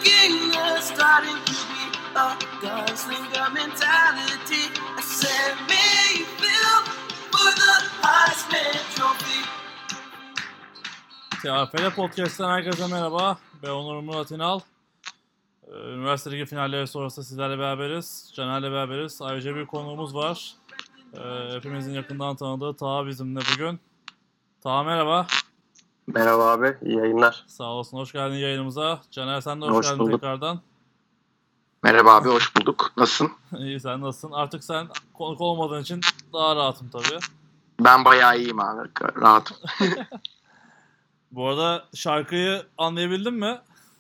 thinking is starting to be a gunslinger mentality. I said, may you feel for the Heisman Trophy. TFL Podcast'tan herkese merhaba. Ben Onur Murat İnal. Üniversite Ligi finalleri sonrası sizlerle beraberiz. Caner'le beraberiz. Ayrıca bir konuğumuz var. Hepimizin yakından tanıdığı Taha bizimle bugün. Taha merhaba. Merhaba abi, iyi yayınlar. Sağ olasın, hoş geldin yayınımıza. Caner sen de Hoş geldin bulduk. tekrardan. Merhaba abi, hoş bulduk. Nasılsın? İyi, sen nasılsın? Artık sen konuk olmadığın için daha rahatım tabii. Ben bayağı iyiyim abi, rahatım. Bu arada şarkıyı anlayabildin mi?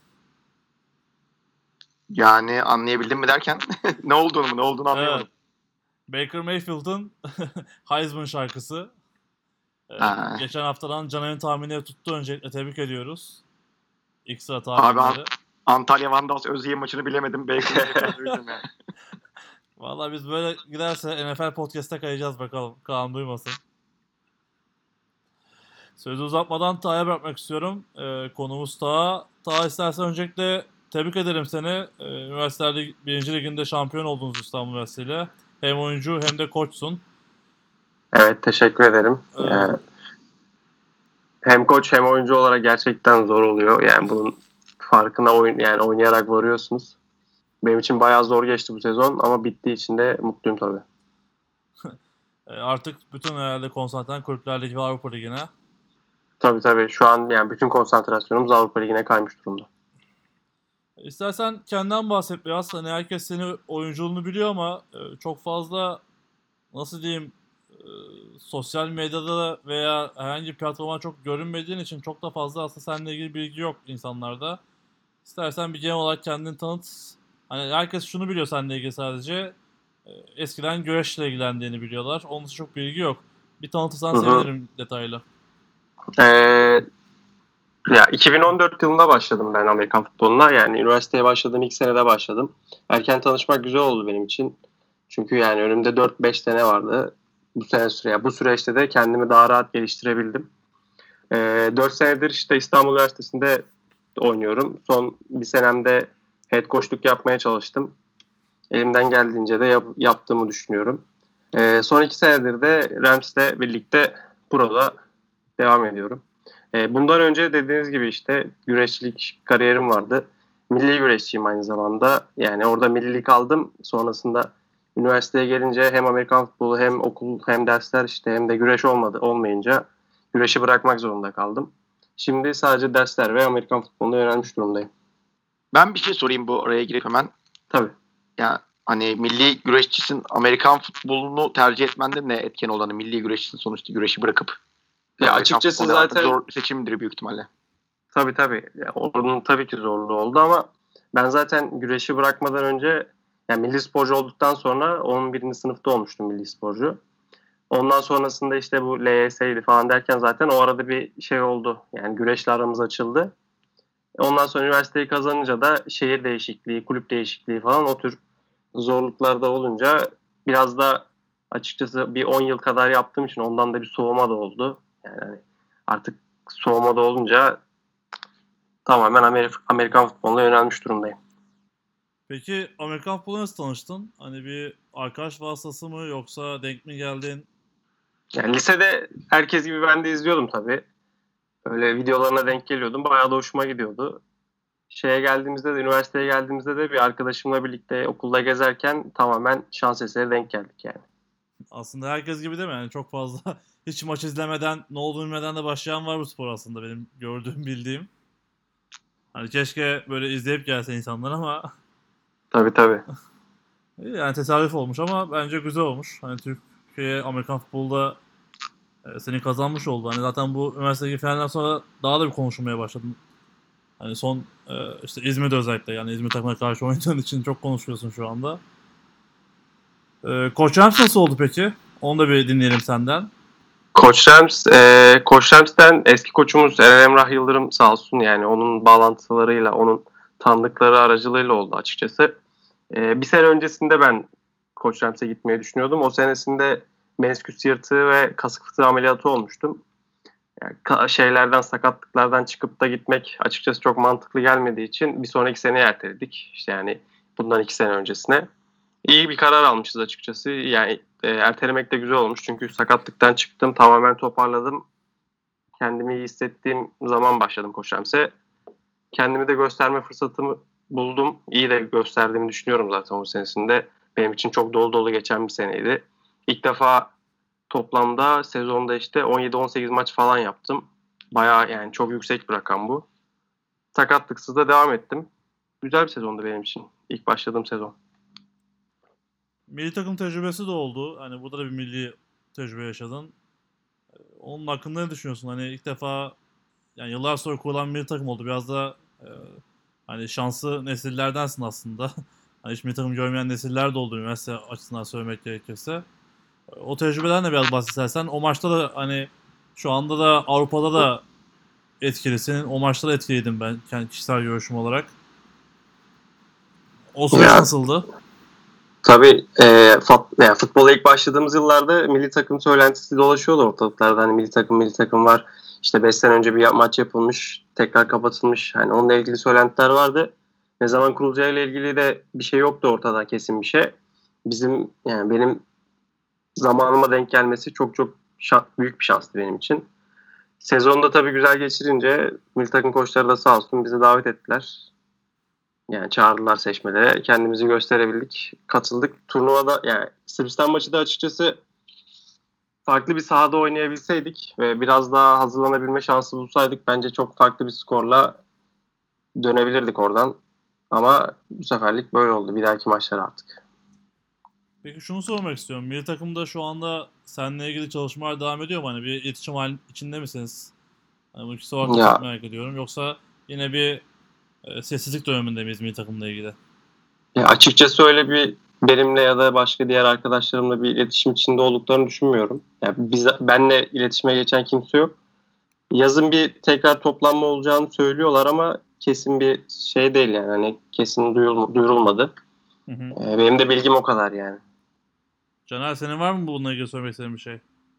Yani anlayabildin mi derken ne olduğunu anlayamadım. Evet. Baker Mayfield'ın Heisman şarkısı. Geçen haftadan Caner'in tahminleri tuttu. Öncelikle tebrik ediyoruz. İlk sıra tahminleri. Abi Antalya Vandals Özyeğin maçını bilemedim. Baker'ı yani. Vallahi biz böyle giderse NFL Podcast'a kayacağız bakalım. Kaan duymasın. Sözü uzatmadan Taha'ya bırakmak istiyorum. Konumuz Taha. Taha, istersen öncelikle tebrik ederim seni. Üniversitelerde 1. Liginde şampiyon oldunuz İstanbul Üniversitesi'yle. Hem oyuncu hem de koçsun. Evet, teşekkür ederim. Hem koç hem oyuncu olarak gerçekten zor oluyor. Yani bunun farkına oynayarak varıyorsunuz. Benim için bayağı zor geçti bu sezon ama bittiği için de mutluyum tabii. Artık bütün herhalde konsantren Kulüpler Ligi ve Avrupa Ligi'ne. Tabii. Şu an yani bütün konsantrasyonumuz Avrupa Ligi'ne kaymış durumda. İstersen kendinden bahset biraz. Hani herkes senin oyunculuğunu biliyor ama çok fazla nasıl diyeyim sosyal medyada veya herhangi bir platforma çok görünmediğin için çok da fazla aslında seninle ilgili bilgi yok insanlarda. İstersen bir genel olarak kendini tanıt. Hani herkes şunu biliyor seninle ilgili sadece. Eskiden güreşle ilgilendiğini biliyorlar. Onun için çok bilgi yok. Bir tanıtırsan sevinirim detaylı. Ya 2014 yılında başladım ben Amerikan futboluna. Yani üniversiteye başladığım ilk senede başladım. Erken tanışmak güzel oldu benim için. Çünkü yani önümde 4-5 sene vardı. Bu süreçte de kendimi daha rahat geliştirebildim. 4 senedir işte İstanbul Üniversitesi'nde oynuyorum. Son bir senemde head coachluk yapmaya çalıştım. Elimden geldiğince de yaptığımı düşünüyorum. Son 2 senedir de Rams'le birlikte Pro'da devam ediyorum. Bundan önce dediğiniz gibi işte güreşçilik kariyerim vardı. Milli güreşçiyim aynı zamanda. Yani orada millilik aldım. Sonrasında üniversiteye gelince hem Amerikan futbolu hem okul hem dersler işte hem de güreş olmayınca güreşi bırakmak zorunda kaldım. Şimdi sadece dersler ve Amerikan futboluna yönelmiş durumdayım. Ben bir şey sorayım bu araya girip hemen. Tabii. Ya hani milli güreşçisin, Amerikan futbolunu tercih etmende ne etken olanı? Milli güreşçisin sonuçta güreşi bırakıp. Ya açıkçası zaten zor bir seçimdir büyük ihtimalle. Tabii. Ya, onun tabii ki zorluğu oldu ama ben zaten güreşi bırakmadan önce yani milli sporcu olduktan sonra 11. sınıfta olmuştum milli sporcu. Ondan sonrasında işte bu LYS'ydi falan derken zaten o arada bir şey oldu. Yani güreşle aramız açıldı. Ondan sonra üniversiteyi kazanınca da şehir değişikliği, kulüp değişikliği falan o tür zorluklar da olunca biraz da açıkçası bir 10 yıl kadar yaptığım için ondan da bir soğuma da oldu. Yani hani artık soğuma da olunca tamamen Amerikan futboluna yönelmiş durumdayım. Peki Amerikan futboluna nasıl tanıştın? Hani bir arkadaş vasıtası mı yoksa denk mi geldin? Yani lisede herkes gibi ben de izliyordum tabii. Öyle videolarına denk geliyordum. Bayağı da hoşuma gidiyordu. Üniversiteye geldiğimizde de bir arkadaşımla birlikte okulda gezerken tamamen şans eseri denk geldik yani. Aslında herkes gibi değil mi? Yani çok fazla hiç maç izlemeden, ne olduğunu bilmeden de başlayan var bu spor aslında benim gördüğüm, bildiğim. Hani keşke böyle izleyip gelse insanlar ama Tabii. yani tesadüf olmuş ama bence güzel olmuş. Hani Türkiye Amerikan futbolda seni kazanmış oldu. Hani zaten bu üniversitedeki finalden sonra daha da bir konuşulmaya başladım. Hani son işte İzmir'de özellikle yani İzmir takımına karşı oynadığın için çok konuşuyorsun şu anda. Koç Rams nasıl oldu peki? Onu da bir dinleyelim senden. Koç Rams'ten eski koçumuz Eren Emrah Yıldırım sağ olsun yani onun bağlantılarıyla, onun tanıdıkları aracılığıyla oldu açıkçası. Bir sene öncesinde ben Koç Rams'e gitmeyi düşünüyordum. O senesinde menisküs yırtığı ve kasık fıtığı ameliyatı olmuştum. Yani şeylerden, sakatlıklardan çıkıp da gitmek açıkçası çok mantıklı gelmediği için bir sonraki seneye erteledik. İşte yani bundan 2 sene öncesine. İyi bir karar almışız açıkçası. Yani ertelemek de güzel olmuş. Çünkü sakatlıktan çıktım, tamamen toparladım. Kendimi iyi hissettiğim zaman başladım koşamse. Kendimi de gösterme fırsatımı buldum. İyi de gösterdiğimi düşünüyorum zaten o senesinde. Benim için çok dolu dolu geçen bir seneydi. İlk defa toplamda sezonda işte 17-18 maç falan yaptım. Bayağı yani çok yüksek bir rakam bu. Sakatlıksız da devam ettim. Güzel bir sezondu benim için. İlk başladığım sezon. Milli takım tecrübesi de oldu. Hani burada da bir milli tecrübe yaşadın. Onun hakkında ne düşünüyorsun? Hani ilk defa yani yıllar sonra kurulan milli takım oldu. Biraz da hani şanslı nesillerdensin aslında. Hani hiç milli takım görmeyen nesiller de oldu üniversite açısından söylemek gerekirse. O tecrübeden de biraz bahsetsen. O maçta da hani şu anda da Avrupa'da da etkilisin. O maçta da etkiliydim ben kendi kişisel görüşüm olarak. O süreç Ya nasıldı? tabii yani futbola ilk başladığımız yıllarda milli takım söylentisi dolaşıyordu ortalıklarda. Hani milli takım var. İşte 5 sene önce bir maç yapılmış, tekrar kapatılmış. Hani onunla ilgili söylentiler vardı. Ne zaman kurulacağıyla ilgili de bir şey yoktu ortada, kesin bir şey. Benim zamanıma denk gelmesi çok çok büyük bir şanstı benim için. Sezonda tabii güzel geçirince milli takım koçları da sağ olsun bizi davet ettiler. Yani çağırdılar seçmelere. Kendimizi gösterebildik. Katıldık. Turnuvada yani Sırbistan maçı da açıkçası farklı bir sahada oynayabilseydik ve biraz daha hazırlanabilme şansı bulsaydık bence çok farklı bir skorla dönebilirdik oradan. Ama bu seferlik böyle oldu. Bir dahaki maçlar artık. Peki şunu sormak istiyorum. Milli takımda şu anda seninle ilgili çalışmalar devam ediyor mu? Hani bir iletişim halin içinde misiniz? Hani bu ikisi olarak da çok Ya, merak ediyorum. Yoksa yine bir sessizlik döneminde miyiz milli takımla ilgili? açıkçası öyle bir benimle ya da başka diğer arkadaşlarımla bir iletişim içinde olduklarını düşünmüyorum. Yani benle iletişime geçen kimse yok. Yazın bir tekrar toplanma olacağını söylüyorlar ama kesin bir şey değil yani. Hani kesin duyurulmadı. Hı hı. Benim de bilgim o kadar yani. Caner senin var mı bununla ilgili söylemek istediğin bir şey?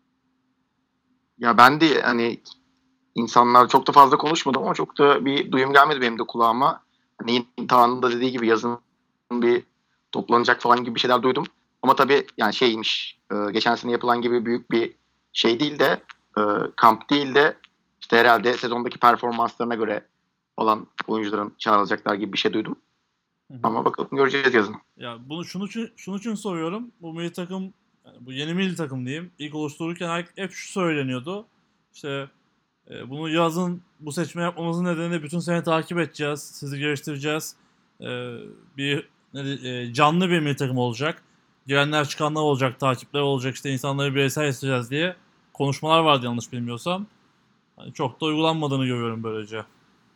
Ya ben de hani insanlar çok da fazla konuşmadım ama çok da bir duyum gelmedi benim de kulağıma. Hani Taha'nın da dediği gibi yazın bir toplanacak falan gibi bir şeyler duydum. Ama tabii yani şeymiş, geçen sene yapılan gibi büyük bir şey değil de, kamp değil de işte herhalde sezondaki performanslarına göre falan oyuncuların çağrılacaklar gibi bir şey duydum. Hı hı. Ama bakalım, göreceğiz yazın. Ya bunu şunu için soruyorum. Bu milli takım yani bu yeni milli takım diyeyim. İlk oluştururken hep şu söyleniyordu. İşte bunu yazın bu seçme yapmamızın nedeni bütün sene takip edeceğiz. Sizi geliştireceğiz. E, canlı bir milli takım olacak. Girenler çıkanlar olacak, takipler olacak. İşte insanları bireysel isteyeceğiz diye konuşmalar vardı yanlış bilmiyorsam. Hani çok da uygulanmadığını görüyorum böylece.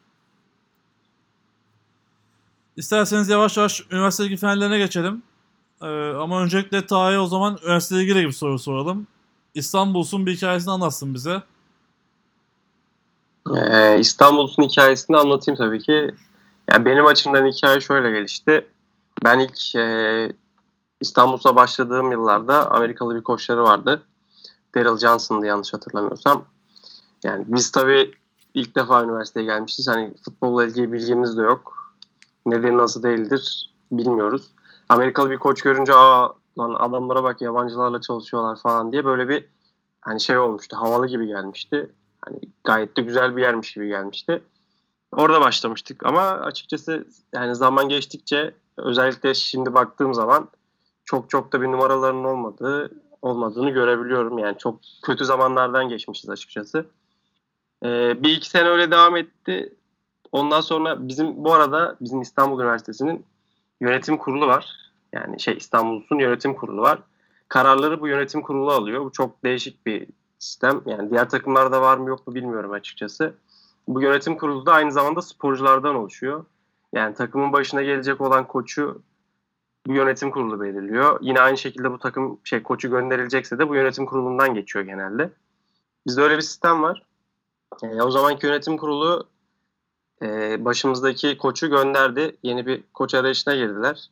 İsterseniz yavaş yavaş üniversite ligi finallerine geçelim. Ama öncelikle Taha'ya o zaman üniversite ilgili bir soru soralım. İstanbul'sun bir hikayesini anlatsın bize. İstanbul'un hikayesini anlatayım tabii ki. Yani benim açımdan hikaye şöyle gelişti. Ben ilk İstanbul'a başladığım yıllarda Amerikalı bir koçları vardı. Daryl Johnson'dı yanlış hatırlamıyorsam. Yani biz tabii ilk defa üniversiteye gelmişiz. Hani futbolla ilgili bilgimiz de yok. Nedeni nasıl değildir bilmiyoruz. Amerikalı bir koç görünce lan adamlara bak yabancılarla çalışıyorlar falan diye böyle bir hani şey olmuştu. Havalı gibi gelmişti. Hani gayet de güzel bir yermiş gibi gelmişti. Orada başlamıştık ama açıkçası yani zaman geçtikçe özellikle şimdi baktığım zaman çok çok da bir numaralarının olmadığını görebiliyorum. Yani çok kötü zamanlardan geçmişiz açıkçası. Bir iki sene öyle devam etti. Ondan sonra bu arada bizim İstanbul Üniversitesi'nin yönetim kurulu var. Yani İstanbul'un yönetim kurulu var. Kararları bu yönetim kurulu alıyor. Bu çok değişik bir sistem. Yani diğer takımlarda var mı yok mu bilmiyorum açıkçası. Bu yönetim kurulu da aynı zamanda sporculardan oluşuyor. Yani takımın başına gelecek olan koçu bu yönetim kurulu belirliyor. Yine aynı şekilde bu takım koçu gönderilecekse de bu yönetim kurulundan geçiyor genelde. Bizde öyle bir sistem var. O zamanki yönetim kurulu başımızdaki koçu gönderdi. Yeni bir koç arayışına girdiler.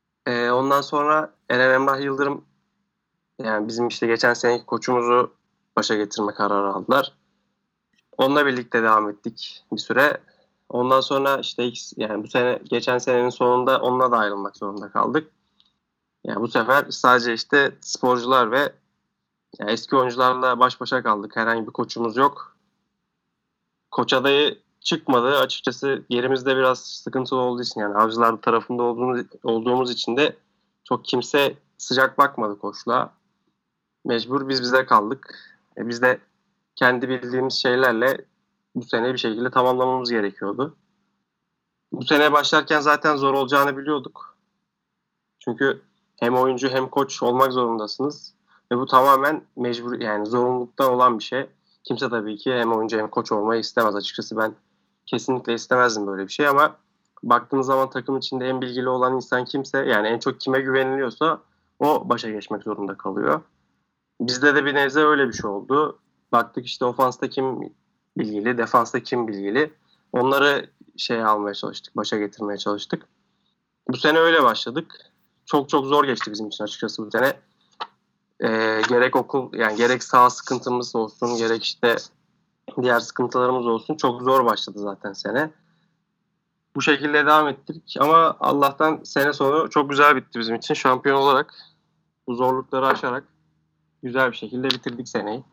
Ondan sonra Eren Emrah Yıldırım yani bizim işte geçen seneki koçumuzu başa getirme kararı aldılar. Onunla birlikte devam ettik bir süre. Ondan sonra işte yani bu sene, geçen senenin sonunda onunla da ayrılmak zorunda kaldık. Yani bu sefer sadece işte sporcular ve yani eski oyuncularla baş başa kaldık. Herhangi bir koçumuz yok. Koç adayı çıkmadı. Açıkçası yerimizde biraz sıkıntılı olduğu için, yani Avcılar tarafında olduğumuz için de çok kimse sıcak bakmadı koçluğa. Mecbur biz bize kaldık. Biz de kendi bildiğimiz şeylerle bu sene bir şekilde tamamlamamız gerekiyordu. Bu sene başlarken zaten zor olacağını biliyorduk. Çünkü hem oyuncu hem koç olmak zorundasınız. Ve bu tamamen mecbur, yani zorunluluktan olan bir şey. Kimse tabii ki hem oyuncu hem koç olmayı istemez. Açıkçası ben kesinlikle istemezdim böyle bir şey, ama baktığınız zaman takım içinde en bilgili olan insan kimse, yani en çok kime güveniliyorsa o başa geçmek zorunda kalıyor. Bizde de bir nebze öyle bir şey oldu. Baktık işte ofansta kim bilgili, defansta kim bilgili. Onları almaya çalıştık, başa getirmeye çalıştık. Bu sene öyle başladık. Çok çok zor geçti bizim için açıkçası bu sene. Gerek okul, yani gerek saha sıkıntımız olsun, gerek işte diğer sıkıntılarımız olsun, çok zor başladı zaten sene. Bu şekilde devam ettik ama Allah'tan sene sonu çok güzel bitti bizim için. Şampiyon olarak bu zorlukları aşarak güzel bir şekilde bitirdik seneyi.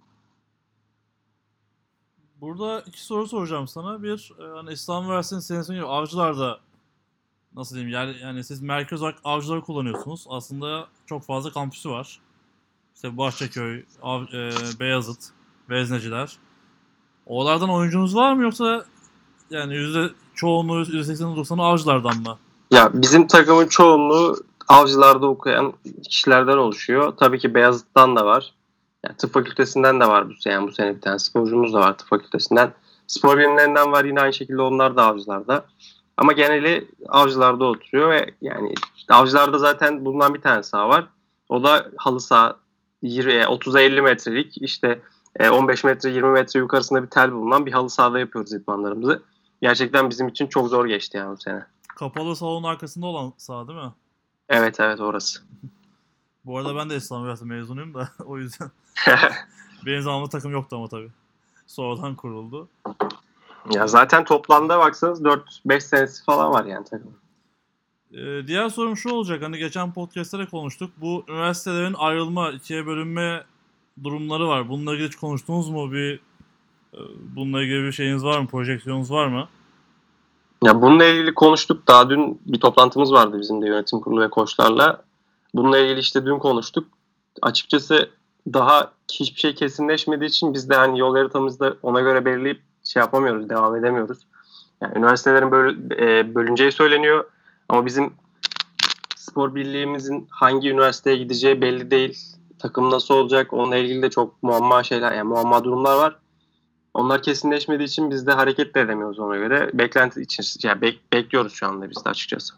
Burada iki soru soracağım sana. Bir, hani İstanbul Üniversitesi'nin senesinde gibi Avcılar'da nasıl diyeyim, yani siz merkez olarak Avcılar'ı kullanıyorsunuz. Aslında çok fazla kampüsü var. İşte Bahçeköy, Beyazıt, Vezneciler. Oralardan oyuncunuz var mı, yoksa yani çoğunluğu %80-90'ı Avcılar'dan mı? Ya bizim takımın çoğunluğu Avcılar'da okuyan kişilerden oluşuyor. Tabii ki Beyazıt'tan da var. Yani tıp fakültesinden de var bu sene bir tane sporcumuz da var tıp fakültesinden. Spor bilimlerinden var, yine aynı şekilde onlar da Avcılar'da. Ama geneli Avcılar'da oturuyor ve yani işte Avcılar'da zaten bulunan bir tane saha var. O da halı saha, 30'a 50 metrelik, işte 15 metre 20 metre yukarısında bir tel bulunan bir halı sahada yapıyoruz idmanlarımızı. Gerçekten bizim için çok zor geçti yani bu sene. Kapalı salonun arkasında olan saha değil mi? Evet orası. Bu arada ben de İstanbul Üniversitesi mezunuyum da o yüzden. Benim zamanımda takım yoktu ama tabii. Sonradan kuruldu. Ya zaten toplamda baksanız 4-5 senesi falan var yani takım. Diğer sorum şu olacak. Hani geçen podcast'ta konuştuk. Bu üniversitelerin ayrılma, ikiye bölünme durumları var. Bununla ilgili hiç konuştunuz mu? Bununla ilgili bir şeyiniz var mı? Projeksiyonunuz var mı? Ya bununla ilgili konuştuk. Daha dün bir toplantımız vardı bizim de yönetim kurulu ve koçlarla. Bununla ilgili işte dün konuştuk. Açıkçası daha hiçbir şey kesinleşmediği için biz de hani yol haritamızda ona göre belirleyip yapamıyoruz, devam edemiyoruz. Yani üniversitelerin bölüneceği söyleniyor. Ama bizim spor birliğimizin hangi üniversiteye gideceği belli değil. Takım nasıl olacak? Onunla ilgili de çok muamma durumlar var. Onlar kesinleşmediği için biz de hareket de edemiyoruz ona göre. Beklenti için bekliyoruz şu anda biz de açıkçası.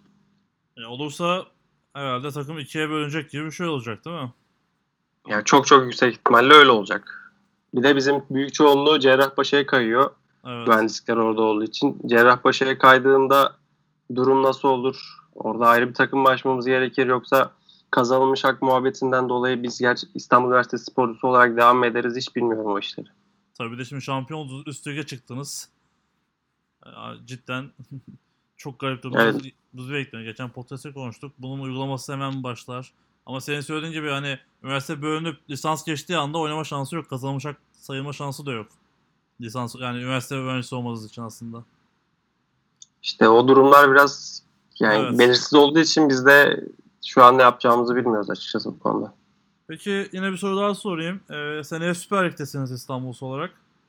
Olursa herhalde takım ikiye bölünecek gibi bir şey olacak değil mi? Yani çok çok yüksek ihtimalle öyle olacak. Bir de bizim büyük çoğunluğu Cerrahpaşa'ya kayıyor. Evet. Mühendislikler orada olduğu için. Cerrahpaşa'ya kaydığında durum nasıl olur? Orada ayrı bir takım açmamız gerekir, yoksa kazanılmış hak muhabbetinden dolayı biz İstanbul Üniversitesi sporcusu olarak devam mı ederiz, hiç bilmiyorum o işleri. Tabii de şimdi şampiyon üst lige çıktınız. Cidden çok garip durumda. Evet. Biz bekliyoruz. Geçen podcast'ta konuştuk. Bunun uygulaması hemen başlar. Ama senin söylediğin gibi hani üniversite bölünüp lisans geçtiği anda oynama şansı yok. Kazanılmış hak sayılma şansı da yok. Lisans, yani üniversite öğrencisi olmanız için aslında. İşte o durumlar biraz Evet. belirsiz olduğu için biz de şu an ne yapacağımızı bilmiyoruz açıkçası bu konuda. Peki yine bir soru daha sorayım. Seneye Süper Lig'desiniz İstanbul'su olarak.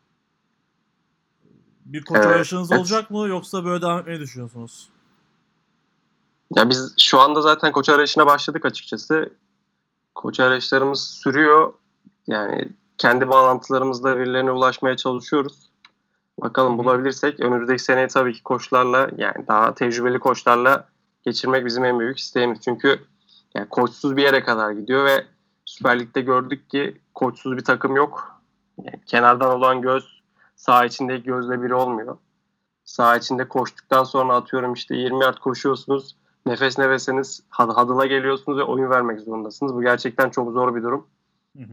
Bir koç arayışınız olacak mı, yoksa böyle devam etmeyi düşünüyorsunuz? Ya biz şu anda zaten koç arayışına başladık açıkçası. Koç arayışlarımız sürüyor. Yani kendi bağlantılarımızla birilerine ulaşmaya çalışıyoruz. Bakalım bulabilirsek önümüzdeki seneyi tabii ki koçlarla, yani daha tecrübeli koçlarla geçirmek bizim en büyük isteğimiz. Çünkü yani koçsuz bir yere kadar gidiyor ve Süper Lig'de gördük ki koçsuz bir takım yok. Yani kenardan olan göz saha içindeki gözle biri olmuyor. Saha içinde koştuktan sonra atıyorum işte 20 yard koşuyorsunuz. Nefes nefesiniz, hadıla geliyorsunuz ve oyun vermek zorundasınız. Bu gerçekten çok zor bir durum. Hı hı.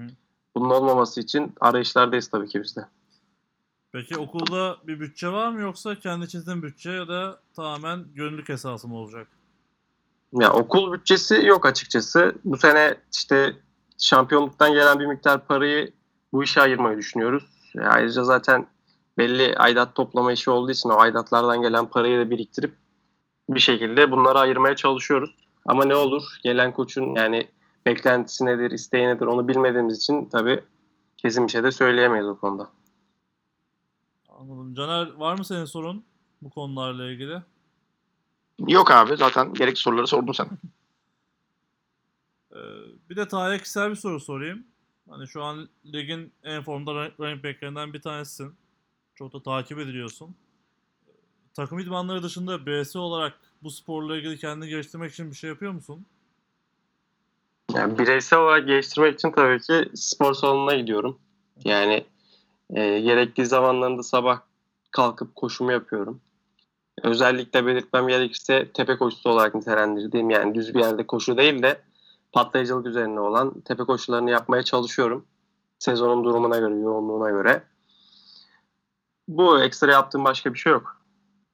Bunun olmaması için arayışlardayız tabii ki biz de. Peki okulda bir bütçe var mı yoksa kendi çizdiğin bütçe ya da tamamen gönüllülük esası mı olacak? Ya okul bütçesi yok açıkçası. Bu sene işte şampiyonluktan gelen bir miktar parayı bu işe ayırmayı düşünüyoruz. Ayrıca zaten belli aidat toplama işi olduğu için o aidatlardan gelen parayı da biriktirip bir şekilde bunları ayırmaya çalışıyoruz. Ama ne olur gelen koçun yani beklentisi nedir, isteği nedir onu bilmediğimiz için tabii kesin bir şey de söyleyemeyiz o konuda. Anladım. Caner, var mı senin sorun bu konularla ilgili? Yok abi, zaten gerekli soruları sordun sen. Ee, Bir de tarihsel bir soru sorayım. Hani şu an ligin en formda running backlerinden bir tanesisin. Çok da takip ediliyorsun. Takım idmanları dışında bireysel olarak bu sporla ilgili kendini geliştirmek için bir şey yapıyor musun? Yani bireysel olarak geliştirmek için tabii ki spor salonuna gidiyorum. Yani gerektiği zamanlarında sabah kalkıp koşumu yapıyorum. Özellikle belirtmem gerekirse tepe koşusu olarak nitelendirdiğim yani düz bir yerde koşu değil de patlayıcılık üzerine olan tepe koşularını yapmaya çalışıyorum. Sezonun durumuna göre, yoğunluğuna göre. Bu ekstra yaptığım başka bir şey yok.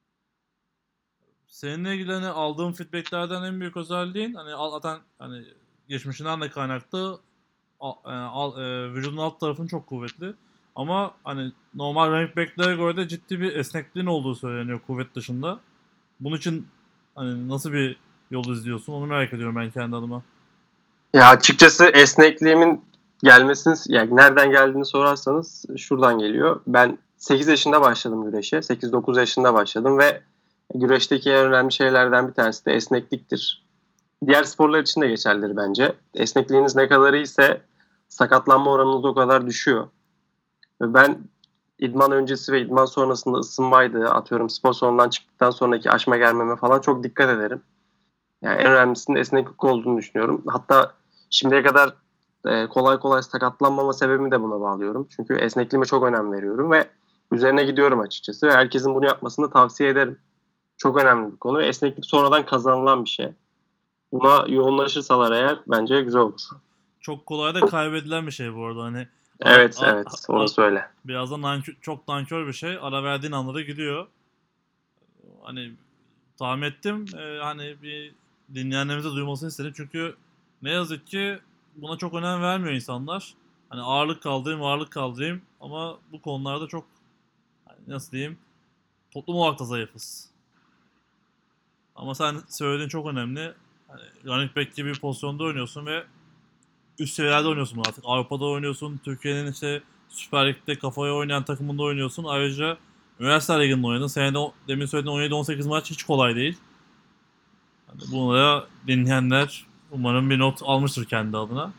Seninle ilgili hani aldığım feedbacklerden en büyük özelliğin hani zaten hani geçmişinden de kaynaklı vücudun alt tarafın çok kuvvetli. Ama hani normal running back'lere göre de ciddi bir esnekliğin olduğu söyleniyor kuvvet dışında. Bunun için hani nasıl bir yol izliyorsun onu merak ediyorum ben kendi adıma. Ya açıkçası esnekliğimin gelmesini yani nereden geldiğini sorarsanız şuradan geliyor. Ben 8 yaşında başladım güreşe. 8-9 yaşında başladım ve güreşteki en önemli şeylerden bir tanesi de esnekliktir. Diğer sporlar için de geçerlidir bence. Esnekliğiniz ne kadar iyiyse sakatlanma oranınız o kadar düşüyor. Ve ben idman öncesi ve idman sonrasında ısınmaydı, atıyorum spor salonundan çıktıktan sonraki aşma germeme falan çok dikkat ederim. Yani en önemlisinin esneklik olduğunu düşünüyorum. Hatta şimdiye kadar kolay kolay sakatlanmama sebebimi de buna bağlıyorum. Çünkü esnekliğime çok önem veriyorum ve üzerine gidiyorum açıkçası. Ve herkesin bunu yapmasını tavsiye ederim. Çok önemli bir konu. Esneklik sonradan kazanılan bir şey. Buna yoğunlaşırsalar eğer bence güzel olur. Çok kolay da kaybedilen bir şey bu arada hani Evet, evet. Orası öyle. biraz da çok nankör bir şey. Ara verdiğin anda da gidiyor. Hani tahmin ettim. Hani bir dinleyenlerimize duymasını istedim. Çünkü ne yazık ki buna çok önem vermiyor insanlar. Hani ağırlık kaldırayım ama bu konularda çok hani nasıl diyeyim toplum olarak da zayıfız. Ama sen söylediğin çok önemli. Hani running back gibi bir pozisyonda oynuyorsun ve üst seviyelerde oynuyorsun artık. Avrupa'da oynuyorsun. Türkiye'nin işte Süper Lig'de kafaya oynayan takımında oynuyorsun. Ayrıca üniversite liginde oynadın. Senede demin söylediğin 17-18 maç hiç kolay değil. Hani bunlara dinleyenler umarım bir not almıştır kendi adına.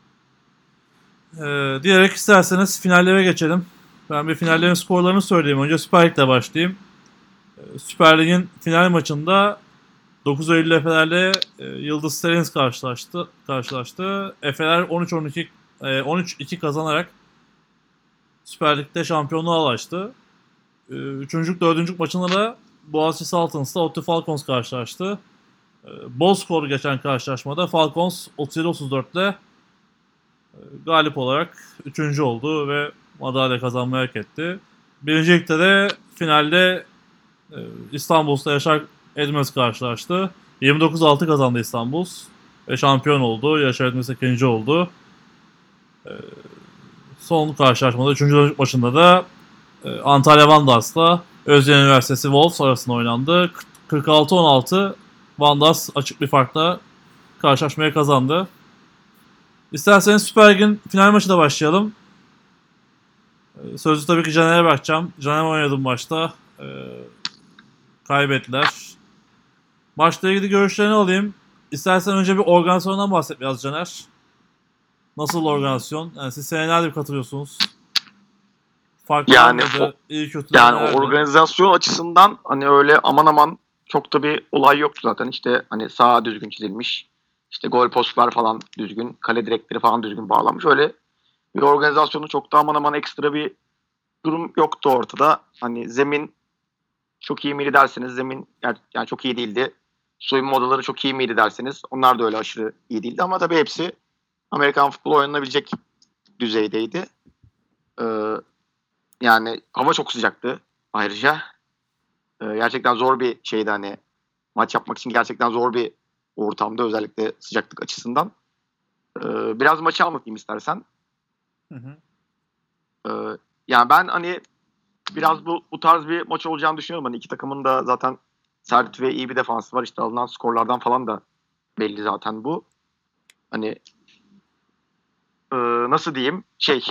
Diyerek isterseniz finallere geçelim. Ben bir finallerin skorlarını söyleyeyim. Önce Süper Lig'le başlayayım. Süper Lig'in final maçında 9 Eylül Efe'lerle Yıldız Stallions karşılaştı. Efe'ler 13-2 kazanarak Süper Lig'de şampiyonluğa ulaştı. Üçüncük, dördüncük maçında da Boğaziçi Saltins'la ODTÜ Falcons karşılaştı. Bol skor geçen karşılaşmada Falcons 37-34 ile galip olarak üçüncü oldu ve madalya kazanmayı hak etti. Birinci ligde de finalde İstanbul'da Yaşar Edmez karşılaştı. 29-6 kazandı İstanbul ve şampiyon oldu. Yaşar Edmez ikinci oldu. Son karşılaşmada 3. maçında da Antalya Wanders'la Özyeğin Üniversitesi Wolves arasında oynandı. 46-16 Wanders açık bir farkla karşılaşmayı kazandı. İsterseniz Süper Lig'in final maçına başlayalım. Sözü tabii ki Caner'e bırakacağım. Caner oynadı maçta. Kaybettiler. Maçla ilgili görüşlerini alayım. İstersen önce bir organizasyondan bahset biraz Caner. Nasıl organizasyon? Yani siz senelerdir katılıyorsunuz. Farklı Yani iyi kötü organizasyon açısından hani öyle aman aman çok da bir olay yoktu zaten. İşte hani saha düzgün çizilmiş. İşte gol postlar falan düzgün. Kale direkleri falan düzgün bağlanmış. Öyle bir organizasyonu çok da aman aman ekstra bir durum yoktu ortada. Hani zemin çok iyi miydi derseniz zemin yani çok iyi değildi. Soyunma odaları çok iyi miydi derseniz onlar da öyle aşırı iyi değildi. Ama tabii hepsi Amerikan futbolu oynanabilecek düzeydeydi. Yani hava çok sıcaktı ayrıca. Gerçekten zor bir şeydi hani. Maç yapmak için gerçekten zor bir ortamda, özellikle sıcaklık açısından. Biraz maçı anlatayım istersen. Hı hı. Yani ben hani biraz bu tarz bir maç olacağını düşünüyorum. Hani iki takımın da zaten sert ve iyi bir defansı var. İşte alınan skorlardan falan da belli zaten bu. Hani nasıl diyeyim?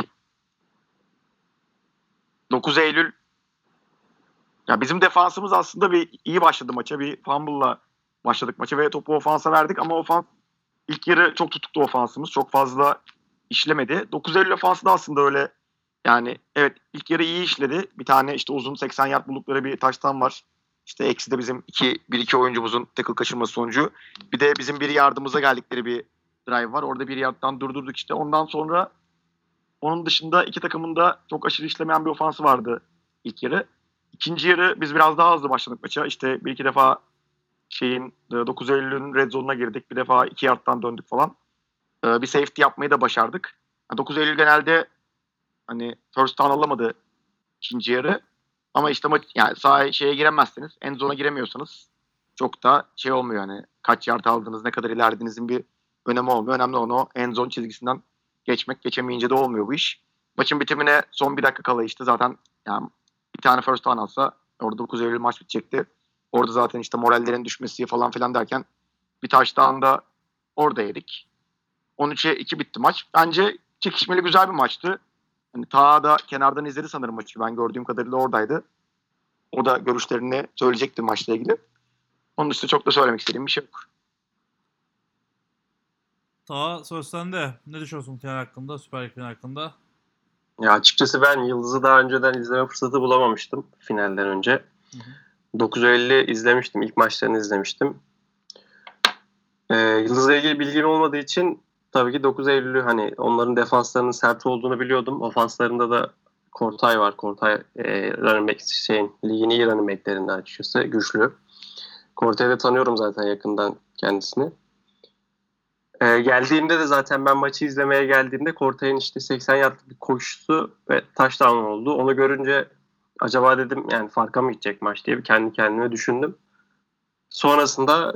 9 Eylül, ya bizim defansımız aslında bir iyi başladı maça. Bir fumble'la başladık maça ve topu ofansa verdik ama ofans ilk yarı çok tutuktu ofansımız. Çok fazla işlemedi. 9 Eylül ofansı da aslında öyle. Yani evet, ilk yarı iyi işledi. Bir tane işte uzun 80 yard buldukları bir taştan var. İşte eksi de bizim 1-2 oyuncumuzun tackle kaçırması sonucu. Bir de bizim bir yardımıza geldikleri bir drive var. Orada bir yardtan durdurduk işte. Ondan sonra onun dışında iki takımın da çok aşırı işlemeyen bir ofansı vardı ilk yarı. İkinci yarı biz biraz daha hızlı başladık maça. İşte bir iki defa 9 Eylül'ün red zone'una girdik. Bir defa 2 yardtan döndük falan. Bir safety yapmayı da başardık. 9 Eylül genelde hani first down alamadı ikinci yarı. Ama işte yani şeye giremezseniz, end zone'a giremiyorsanız çok da olmuyor hani, kaç yard aldınız, ne kadar ilerlediğinizin bir önemi olmuyor. Önemli olan o end zone çizgisinden geçmek, geçemeyince de olmuyor bu iş. Maçın bitimine son bir dakika kala işte zaten yani bir tane first down alsa orada 9 Eylül maç bitecekti. Orada zaten işte morallerin düşmesi falan filan derken bir touchdown da orada yedik. 13'e 2 bitti maç. Bence çekişmeli, güzel bir maçtı. Hani ta da kenardan izledi sanırım maçı. Ben gördüğüm kadarıyla oradaydı. O da görüşlerini söyleyecekti maçla ilgili. Onun dışında çok da söylemek istediğim bir şey yok. Ta söz sende. Ne düşünüyorsun final hakkında, Süper Lig final hakkında? Ya açıkçası ben Yıldız'ı daha önceden izleme fırsatı bulamamıştım finalden önce. Hı hı. 950 izlemiştim. İlk maçlarını izlemiştim. Yıldız'la ilgili bilgim olmadığı için tabii ki 9 Eylül'ü, hani onların defanslarının sert olduğunu biliyordum. Ofanslarında da Kortay var. Kortay running back, ligin iyi running backlerinden açıkçası. Güçlü. Kortay'ı da tanıyorum zaten yakından kendisini. Geldiğimde de zaten ben maçı izlemeye geldiğimde Kortay'ın işte 80 yardlık bir koşusu ve touchdown oldu. Onu görünce acaba dedim yani farka mı gidecek maç diye bir kendi kendime düşündüm. Sonrasında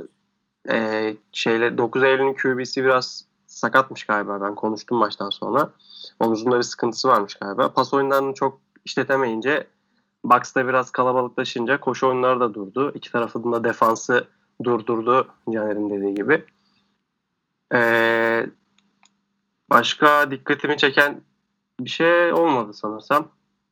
9 Eylül'ün QB'si biraz sakatmış galiba. Ben konuştum maçtan sonra. Omuzunda bir sıkıntısı varmış galiba. Pas oyunlarını çok işletemeyince, box'ta biraz kalabalıklaşınca koşu oyunları da durdu. İki tarafın da defansı durdurdu Caner'in dediği gibi. Başka dikkatimi çeken bir şey olmadı sanırsam.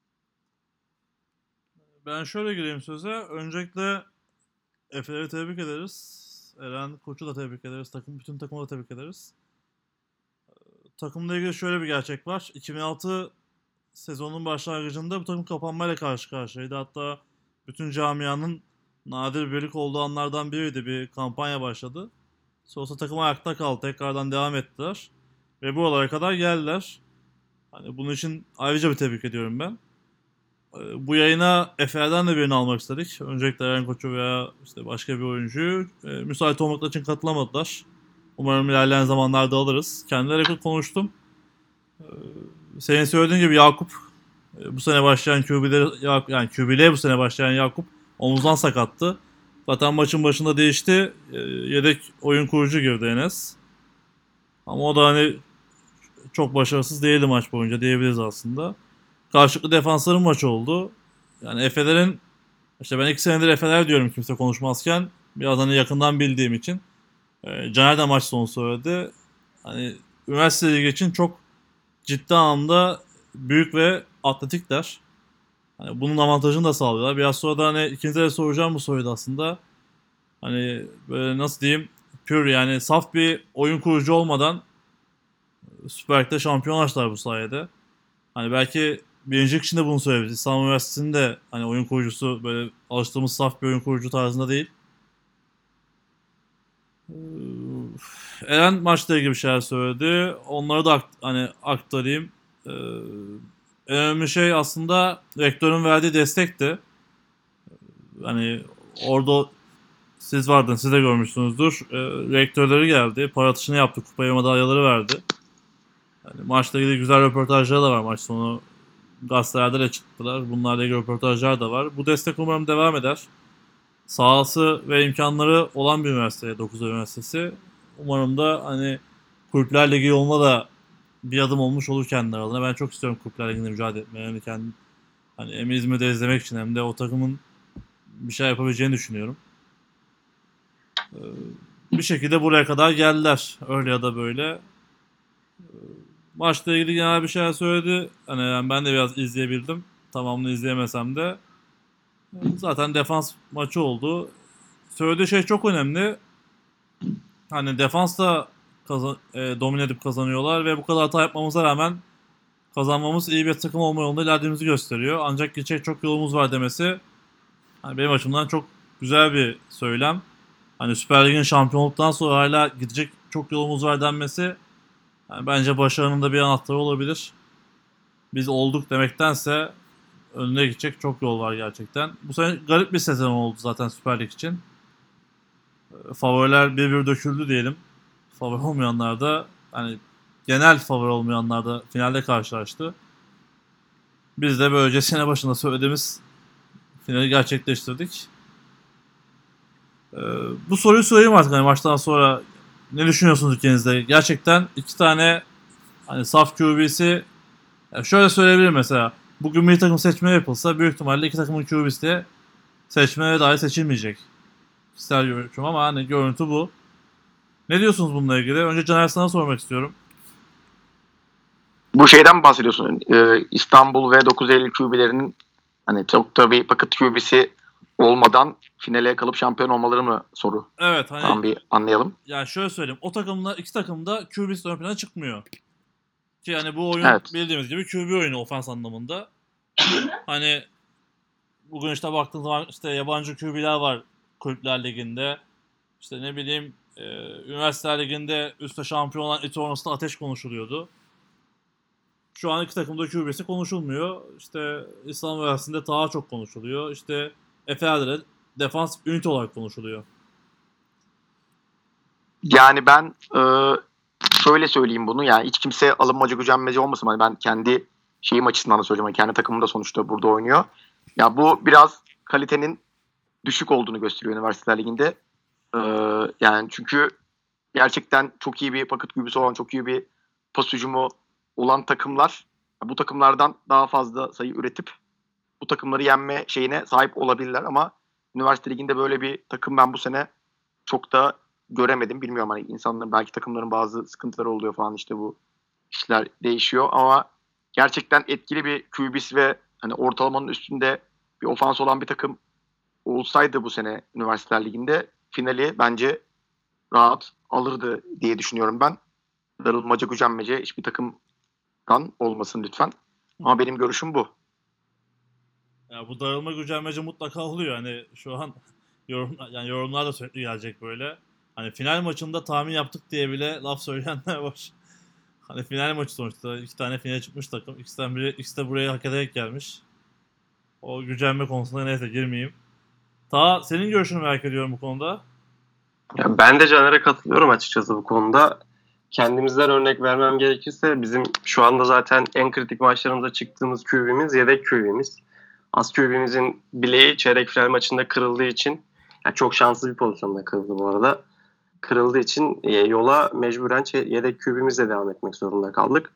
Ben şöyle gireyim söze. Öncelikle Efe'leri tebrik ederiz. Eren Koç'u da tebrik ederiz. Bütün takımı da tebrik ederiz. Takımla ilgili şöyle bir gerçek var. 2006 sezonun başlangıcında bu takım kapanmayla karşı karşıyaydı. Hatta bütün camianın nadir bir birlik olduğu anlardan biriydi. Bir kampanya başladı. Sonrasında takım ayakta kaldı. Tekrardan devam ettiler. Ve buralara kadar geldiler. Hani bunun için ayrıca bir tebrik ediyorum ben. Bu yayına Efe'den de birini almak istedik. Öncelikle Eren Koç'u veya işte başka bir oyuncuyu. Müsait olmakları için katılamadılar. Umarım ilerleyen zamanlarda alırız. Kendileriyle konuştum. Senin söylediğin gibi Yakup, bu sene başlayan QB'liğe bu sene başlayan Yakup omuzdan sakattı. Zaten maçın başında değişti. Yedek oyun kurucu girdi Enes. Ama o da hani çok başarısız değildi maç boyunca diyebiliriz aslında. Karşılıklı defansların maçı oldu. Yani Efe'lerin, işte ben 2 senedir Efe'ler diyorum kimse konuşmazken, biraz hani yakından bildiğim için. Caner de maç sonu söyledi. Hani üniversite ligi için çok ciddi anlamda büyük ve atletikler. Hani bunun avantajını da sağlıyorlar. Biraz sonra da hani ikinize de soracağım bu soruyu da aslında. Hani böyle nasıl diyeyim, pure yani saf bir oyun kurucu olmadan Süper Lig'de şampiyon açtılar bu sayede. Hani belki birincilik için de bunu söyleyebiliriz. İstanbul Üniversitesi'nin de hani oyun kurucusu böyle alıştığımız saf bir oyun kurucu tarzında değil. Eren maçla ilgili bir şeyler söyledi. Onları da hani aktarayım. En önemli şey aslında rektörün verdiği destekti. Hani orada siz vardınız, siz de görmüşsünüzdür. Rektörleri geldi, para atışını yaptı, kupaya madalyaları verdi. Yani maçla ilgili güzel röportajları da var maç sonu. Gazetelerde de çıktılar. Bunlarla ilgili röportajlar da var. Bu destek umarım devam eder. Sahası ve imkanları olan bir üniversite, 9 Üniversitesi. Umarım da hani Kulüpler Ligi yoluna da bir adım olmuş olur kendileri adına. Ben çok istiyorum Kulüpler Ligi'nde mücadele etmeyi. Yani hani hem İzmir'de izlemek için hem de o takımın bir şey yapabileceğini düşünüyorum. Bir şekilde buraya kadar geldiler. Öyle ya da böyle. Maçla ilgili genel bir şeyler söyledi. Hani yani ben de biraz izleyebildim. Tamamını izleyemesem de. Zaten defans maçı oldu. Söylediği şey çok önemli. Hani defansla domine edip kazanıyorlar ve bu kadar hata yapmamıza rağmen kazanmamız iyi bir takım olma yolunda ilerlediğimizi gösteriyor. Ancak geçecek çok yolumuz var demesi hani benim açımdan çok güzel bir söylem. Hani Süper Lig'in şampiyonluktan sonra hala gidecek çok yolumuz var denmesi yani bence başarının da bir anahtarı olabilir. Biz olduk demektense önüne gidecek çok yol var gerçekten. Bu sene garip bir sezon oldu zaten Süper Lig için. Favoriler bir döküldü diyelim. Favori olmayanlar da hani genel favori olmayanlar da finalde karşılaştı. Biz de böylece sene başında söylediğimiz finali gerçekleştirdik. Bu soruyu sorayım artık hani maçtan sonra ne düşünüyorsunuz ikinizde? Gerçekten iki tane hani saf QB'si şöyle söyleyebilirim mesela. Bugün bir takım seçme yapılsa büyük ihtimalle iki takımın QB'si de seçmeye dahi seçilmeyecek. Kişisel görüşüm ama hani görüntü bu. Ne diyorsunuz bununla ilgili? Önce Caner sana sormak istiyorum. Bu şeyden bahsediyorsun. İstanbul ve 9 Eylül QB'lerinin hani çok da bir paket QB'si olmadan finale kalıp şampiyon olmaları mı soru? Evet hani Tam bir anlayalım. yani şöyle söyleyeyim. O takımda iki takımda QB'si ön plana çıkmıyor. Ki yani bu oyun Evet. bildiğimiz gibi QB oyunu ofans anlamında. Hani bugün işte baktığın zaman işte yabancı QB'ler var Kulüpler Ligi'nde. İşte ne bileyim Üniversiteler Ligi'nde üstte şampiyon olan Etornos'ta ateş konuşuluyordu. Şu an iki takımda QB'si konuşulmuyor. İşte İslam Üniversitesi'nde daha çok konuşuluyor. İşte Efe'de defans ünite olarak konuşuluyor. Yani ben şöyle söyleyeyim bunu. Yani hiç kimse alınmacı gücenmeci olmasın. Hani ben kendi şeyim açısından da söyleyeceğim. Yani kendi takımım da sonuçta burada oynuyor. Ya bu biraz kalitenin düşük olduğunu gösteriyor Üniversiteler Ligi'nde. Yani çünkü gerçekten çok iyi bir paket QB'si olan, çok iyi bir pas hücumu olan takımlar bu takımlardan daha fazla sayı üretip bu takımları yenme şeyine sahip olabilirler ama Üniversite Ligi'nde böyle bir takım ben bu sene çok da göremedim. Bilmiyorum hani insanların belki takımların bazı sıkıntıları oluyor falan işte bu işler değişiyor ama gerçekten etkili bir QB'si ve hani ortalamanın üstünde bir ofans olan bir takım olsaydı bu sene Üniversiteler Ligi'nde finali bence rahat alırdı diye düşünüyorum ben. Darılmaca gücenmece hiçbir takımdan olmasın lütfen. Ama benim görüşüm bu. Ya bu darılma gücenmece mutlaka oluyor. Hani şu an yorumlar da sürekli gelecek böyle. Hani final maçında tahmin yaptık diye bile laf söyleyenler var. Hani final maçı sonuçta iki tane finale çıkmış takım. İkisi de buraya hak ederek gelmiş. O gücenme konusunda neyse girmeyeyim. Ta senin görüşünü merak ediyorum bu konuda. Ya ben de Caner'e katılıyorum açıkçası bu konuda. Kendimizden örnek vermem gerekirse bizim şu anda zaten en kritik maçlarımıza çıktığımız QB'miz yedek QB'miz. As QB'mizin bileği çeyrek final maçında kırıldığı için yani çok şanslı bir pozisyonda kırıldı bu arada. Kırıldığı için yola mecburen yedek QB'mizle devam etmek zorunda kaldık.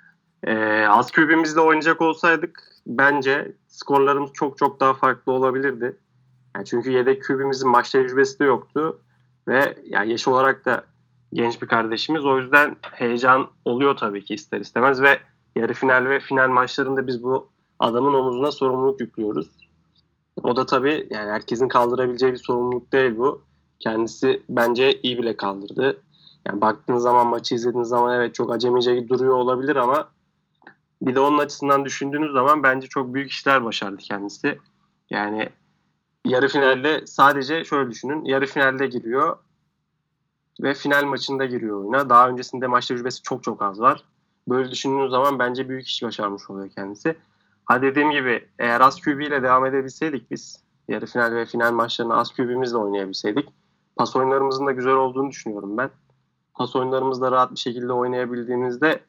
Az QB'mizle oynayacak olsaydık bence skorlarımız çok çok daha farklı olabilirdi. Yani çünkü yedek QB'mizin maç tecrübesi de yoktu ve yani yaş olarak da genç bir kardeşimiz. O yüzden heyecan oluyor tabii ki ister istemez ve yarı final ve final maçlarında biz bu adamın omuzuna sorumluluk yüklüyoruz. O da tabii yani herkesin kaldırabileceği bir sorumluluk değil bu. Kendisi bence iyi bile kaldırdı. Yani baktığınız zaman maçı izlediğiniz zaman evet çok acemice duruyor olabilir ama bir de onun açısından düşündüğünüz zaman bence çok büyük işler başardı kendisi. Yani yarı finalde sadece şöyle düşünün. Yarı finalde giriyor ve final maçında giriyor oyuna. Daha öncesinde maç tecrübesi çok çok az var. Böyle düşündüğünüz zaman bence büyük iş başarmış oluyor kendisi. Ha dediğim gibi eğer az QB ile devam edebilseydik biz yarı final ve final maçlarını az QB'mizle oynayabilseydik pas oyunlarımızın da güzel olduğunu düşünüyorum ben. Pas oyunlarımızda rahat bir şekilde oynayabildiğimizde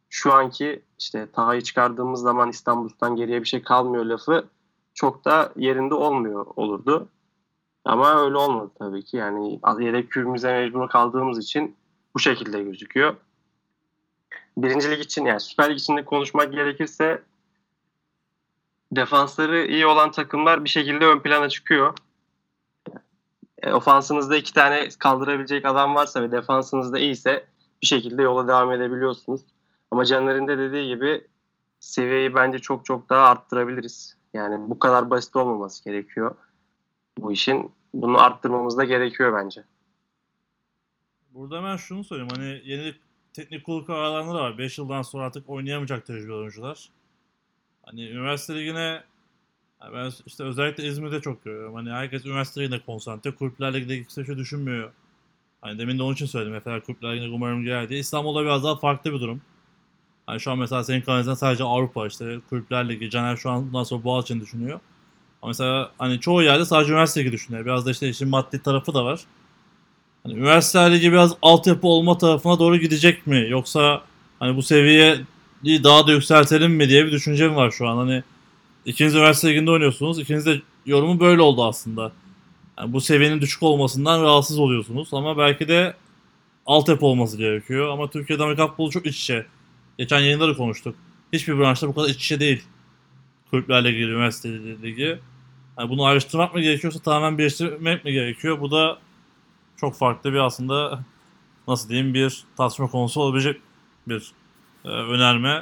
şu anki işte Taha'yı çıkardığımız zaman İstanbul'dan geriye bir şey kalmıyor lafı çok da yerinde olmuyor olurdu. Ama öyle olmadı tabii ki. Yani yedek kürbümüze mecbur kaldığımız için bu şekilde gözüküyor. Birinci lig için yani Süper Lig içinde konuşmak gerekirse defansları iyi olan takımlar bir şekilde ön plana çıkıyor. Ofansınızda 2 tane kaldırabilecek adam varsa ve defansınızda iyiyse bir şekilde yola devam edebiliyorsunuz. Ama Caner'in de dediği gibi seviyeyi bence çok çok daha arttırabiliriz. Yani bu kadar basit olmaması gerekiyor bu işin. Bunu arttırmamız da gerekiyor bence. Burada hemen şunu söyleyeyim. Hani yeni teknik kurulu kararlarında da var. 5 yıldan sonra artık oynayamayacak tecrübeli oyuncular. Hani üniversite ligine ben işte özellikle İzmir'de çok görüyorum. Hani herkes üniversite ligine konsantre. Kulüpler liginde kimse şey düşünmüyor. Hani demin de onun için söyledim. Mesela kulüpler ligine umarım girer diye. İstanbul'da biraz daha farklı bir durum. Hani şu an mesela senin kanalında sadece Avrupa işte Kulüpler Ligi. Caner şu an bundan sonra Boğaziçi'ni düşünüyor. Ama mesela hani çoğu yerde sadece üniversite ligi düşünüyor. Biraz da işte işin maddi tarafı da var. Hani üniversite ligi biraz altyapı olma tarafına doğru gidecek mi? Yoksa hani bu seviyeyi daha da yükseltelim mi diye bir düşüncem var şu an. Hani ikiniz üniversite liginde oynuyorsunuz. İkiniz de yorumu böyle oldu aslında. Yani bu seviyenin düşük olmasından rahatsız oluyorsunuz. Ama belki de altyapı olması gerekiyor. Ama Türkiye'de Amerikan futbolu çok iç içe. Geçen yayında da konuştuk. Hiçbir branşta bu kadar iç içe değil. Kulüplerle ilgili, üniversiteyle ilgili. Yani bunu ayrıştırmak mı gerekiyorsa tamamen birleştirmek mi gerekiyor? Bu da çok farklı bir aslında nasıl diyeyim bir tartışma konusu olabilecek bir önerme.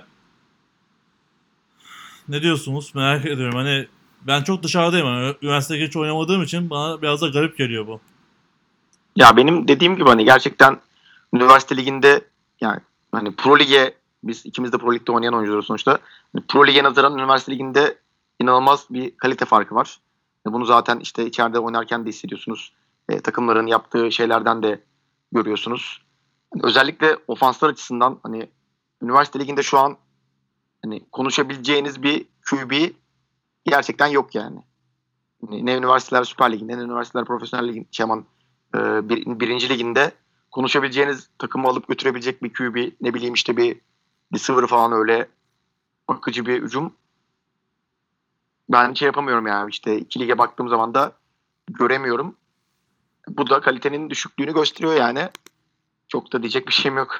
Ne diyorsunuz? Merak ediyorum. Hani ben çok dışarıdayım. Hani üniversitede hiç oynamadığım için bana biraz da garip geliyor bu. Ya benim dediğim gibi hani gerçekten üniversite liginde yani hani Pro Lig'e biz ikimiz de Pro Lig'de oynayan oyuncularız sonuçta. Hani Pro Lig'e nazaran üniversite liginde inanılmaz bir kalite farkı var. Bunu zaten işte içeride oynarken de hissediyorsunuz. Takımların yaptığı şeylerden de görüyorsunuz. Hani özellikle ofanslar açısından hani üniversite liginde şu an hani konuşabileceğiniz bir QB gerçekten yok yani. Ne üniversiteler Süper Ligi'nde ne üniversiteler Profesyonel Lig'in birinci liginde konuşabileceğiniz takımı alıp götürebilecek bir QB ne bileyim işte bir receiver falan öyle akıcı bir hücum ben şey yapamıyorum yani işte iki lige baktığım zaman da göremiyorum. Bu da kalitenin düşüklüğünü gösteriyor yani. Çok da diyecek bir şeyim yok.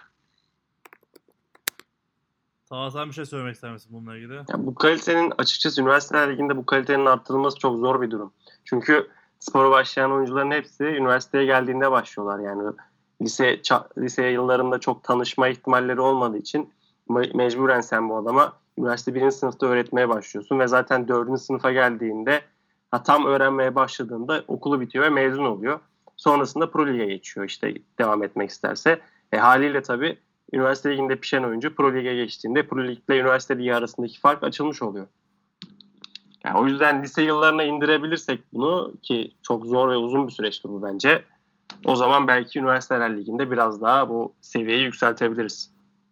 Tamam sen bir şey söylemek ister misin bununla ilgili? Yani bu kalitenin açıkçası üniversiteler liginde bu kalitenin arttırılması çok zor bir durum. Çünkü spora başlayan oyuncuların hepsi üniversiteye geldiğinde başlıyorlar. Yani lise yıllarında çok tanışma ihtimalleri olmadığı için mecburen sen bu adama üniversite birinci sınıfta öğretmeye başlıyorsun ve zaten dördüncü sınıfa geldiğinde tam öğrenmeye başladığında okulu bitiyor ve mezun oluyor. Sonrasında Pro Lig'e geçiyor işte devam etmek isterse. Haliyle tabii üniversite liginde pişen oyuncu Pro Lig'e geçtiğinde Pro Lig ile üniversite ligi arasındaki fark açılmış oluyor. Yani o yüzden lise yıllarına indirebilirsek bunu ki çok zor ve uzun bir süreçtir bu bence. O zaman belki üniversiteler liginde biraz daha bu seviyeyi yükseltebiliriz.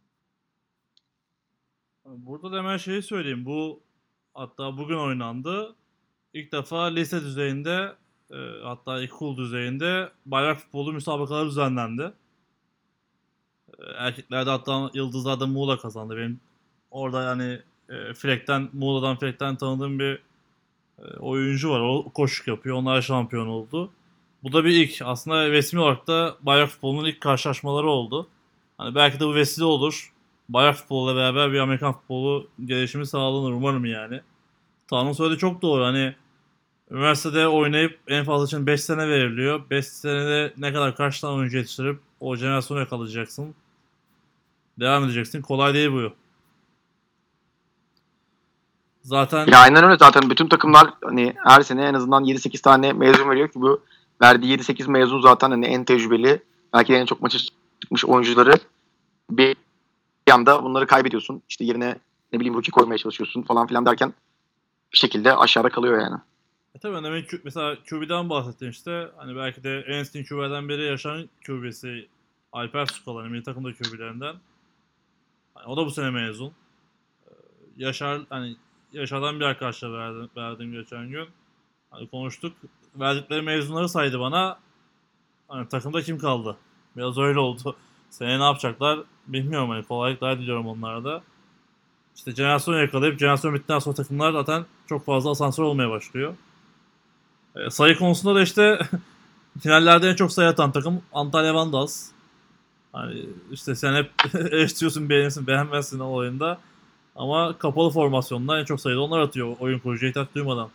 Burada da hemen şeyi söyleyeyim. Bu hatta bugün oynandı. İlk defa lise düzeyinde hatta ilkokul düzeyinde bayrak futbolu müsabakaları düzenlendi. Erkeklerde hatta Yıldızlar'da Muğla kazandı. Benim orada yani Muğla'dan Frek'ten tanıdığım bir oyuncu var. O koşuk yapıyor. Onlar şampiyon oldu. Bu da bir ilk. Aslında resmi olarak da bayrak futbolunun ilk karşılaşmaları oldu. Hani belki de bu vesile olur. Bayrak futboluyla beraber bir Amerikan futbolu gelişimi sağlanır umarım yani. Tanrı'nın söylediği çok doğru. Hani üniversitede oynayıp en fazla için 5 sene veriliyor. 5 senede ne kadar kaç tane oyuncu yetiştirip o jenerasyonu yakalayacaksın. Devam edeceksin. Kolay değil bu. Zaten Ya aynen öyle zaten bütün takımlar hani her sene en azından 7-8 tane mezun veriyor ki bu verdiği 7-8 mezun zaten hani en tecrübeli belki de en çok maça çıkmış oyuncuları bir anda bunları kaybediyorsun. İşte yerine ne bileyim rookie koymaya çalışıyorsun falan filan derken bir şekilde aşağıda kalıyor yani. tabii demek mesela QB'den bahsettim işte. Hani belki de en eski QB'den beri yaşanan QB'si Alper Sukal. Hani milli takımda QB'lerinden. Hani o da bu sene mezun. Yaşar'dan bir arkadaşla verdim geçen gün. Hani konuştuk. Verdikleri mezunları saydı bana. Hani takımda kim kaldı? Biraz öyle oldu. Seneye ne yapacaklar bilmiyorum. Hani kolaylıklar diliyorum onlara da. İşte jenerasyon yakalayıp jenerasyon bittikten sonra takımlar zaten çok fazla asansör olmaya başlıyor. Sayı konusunda da işte finallerde en çok sayı atan takım Antalya Vandals. Hani işte sen hep eleştiriyorsun, beğenirsin, beğenmezsin o oyunda. Ama kapalı formasyonda en çok sayıda onlar atıyor oyun kurucuya ihtiyaç duymadan.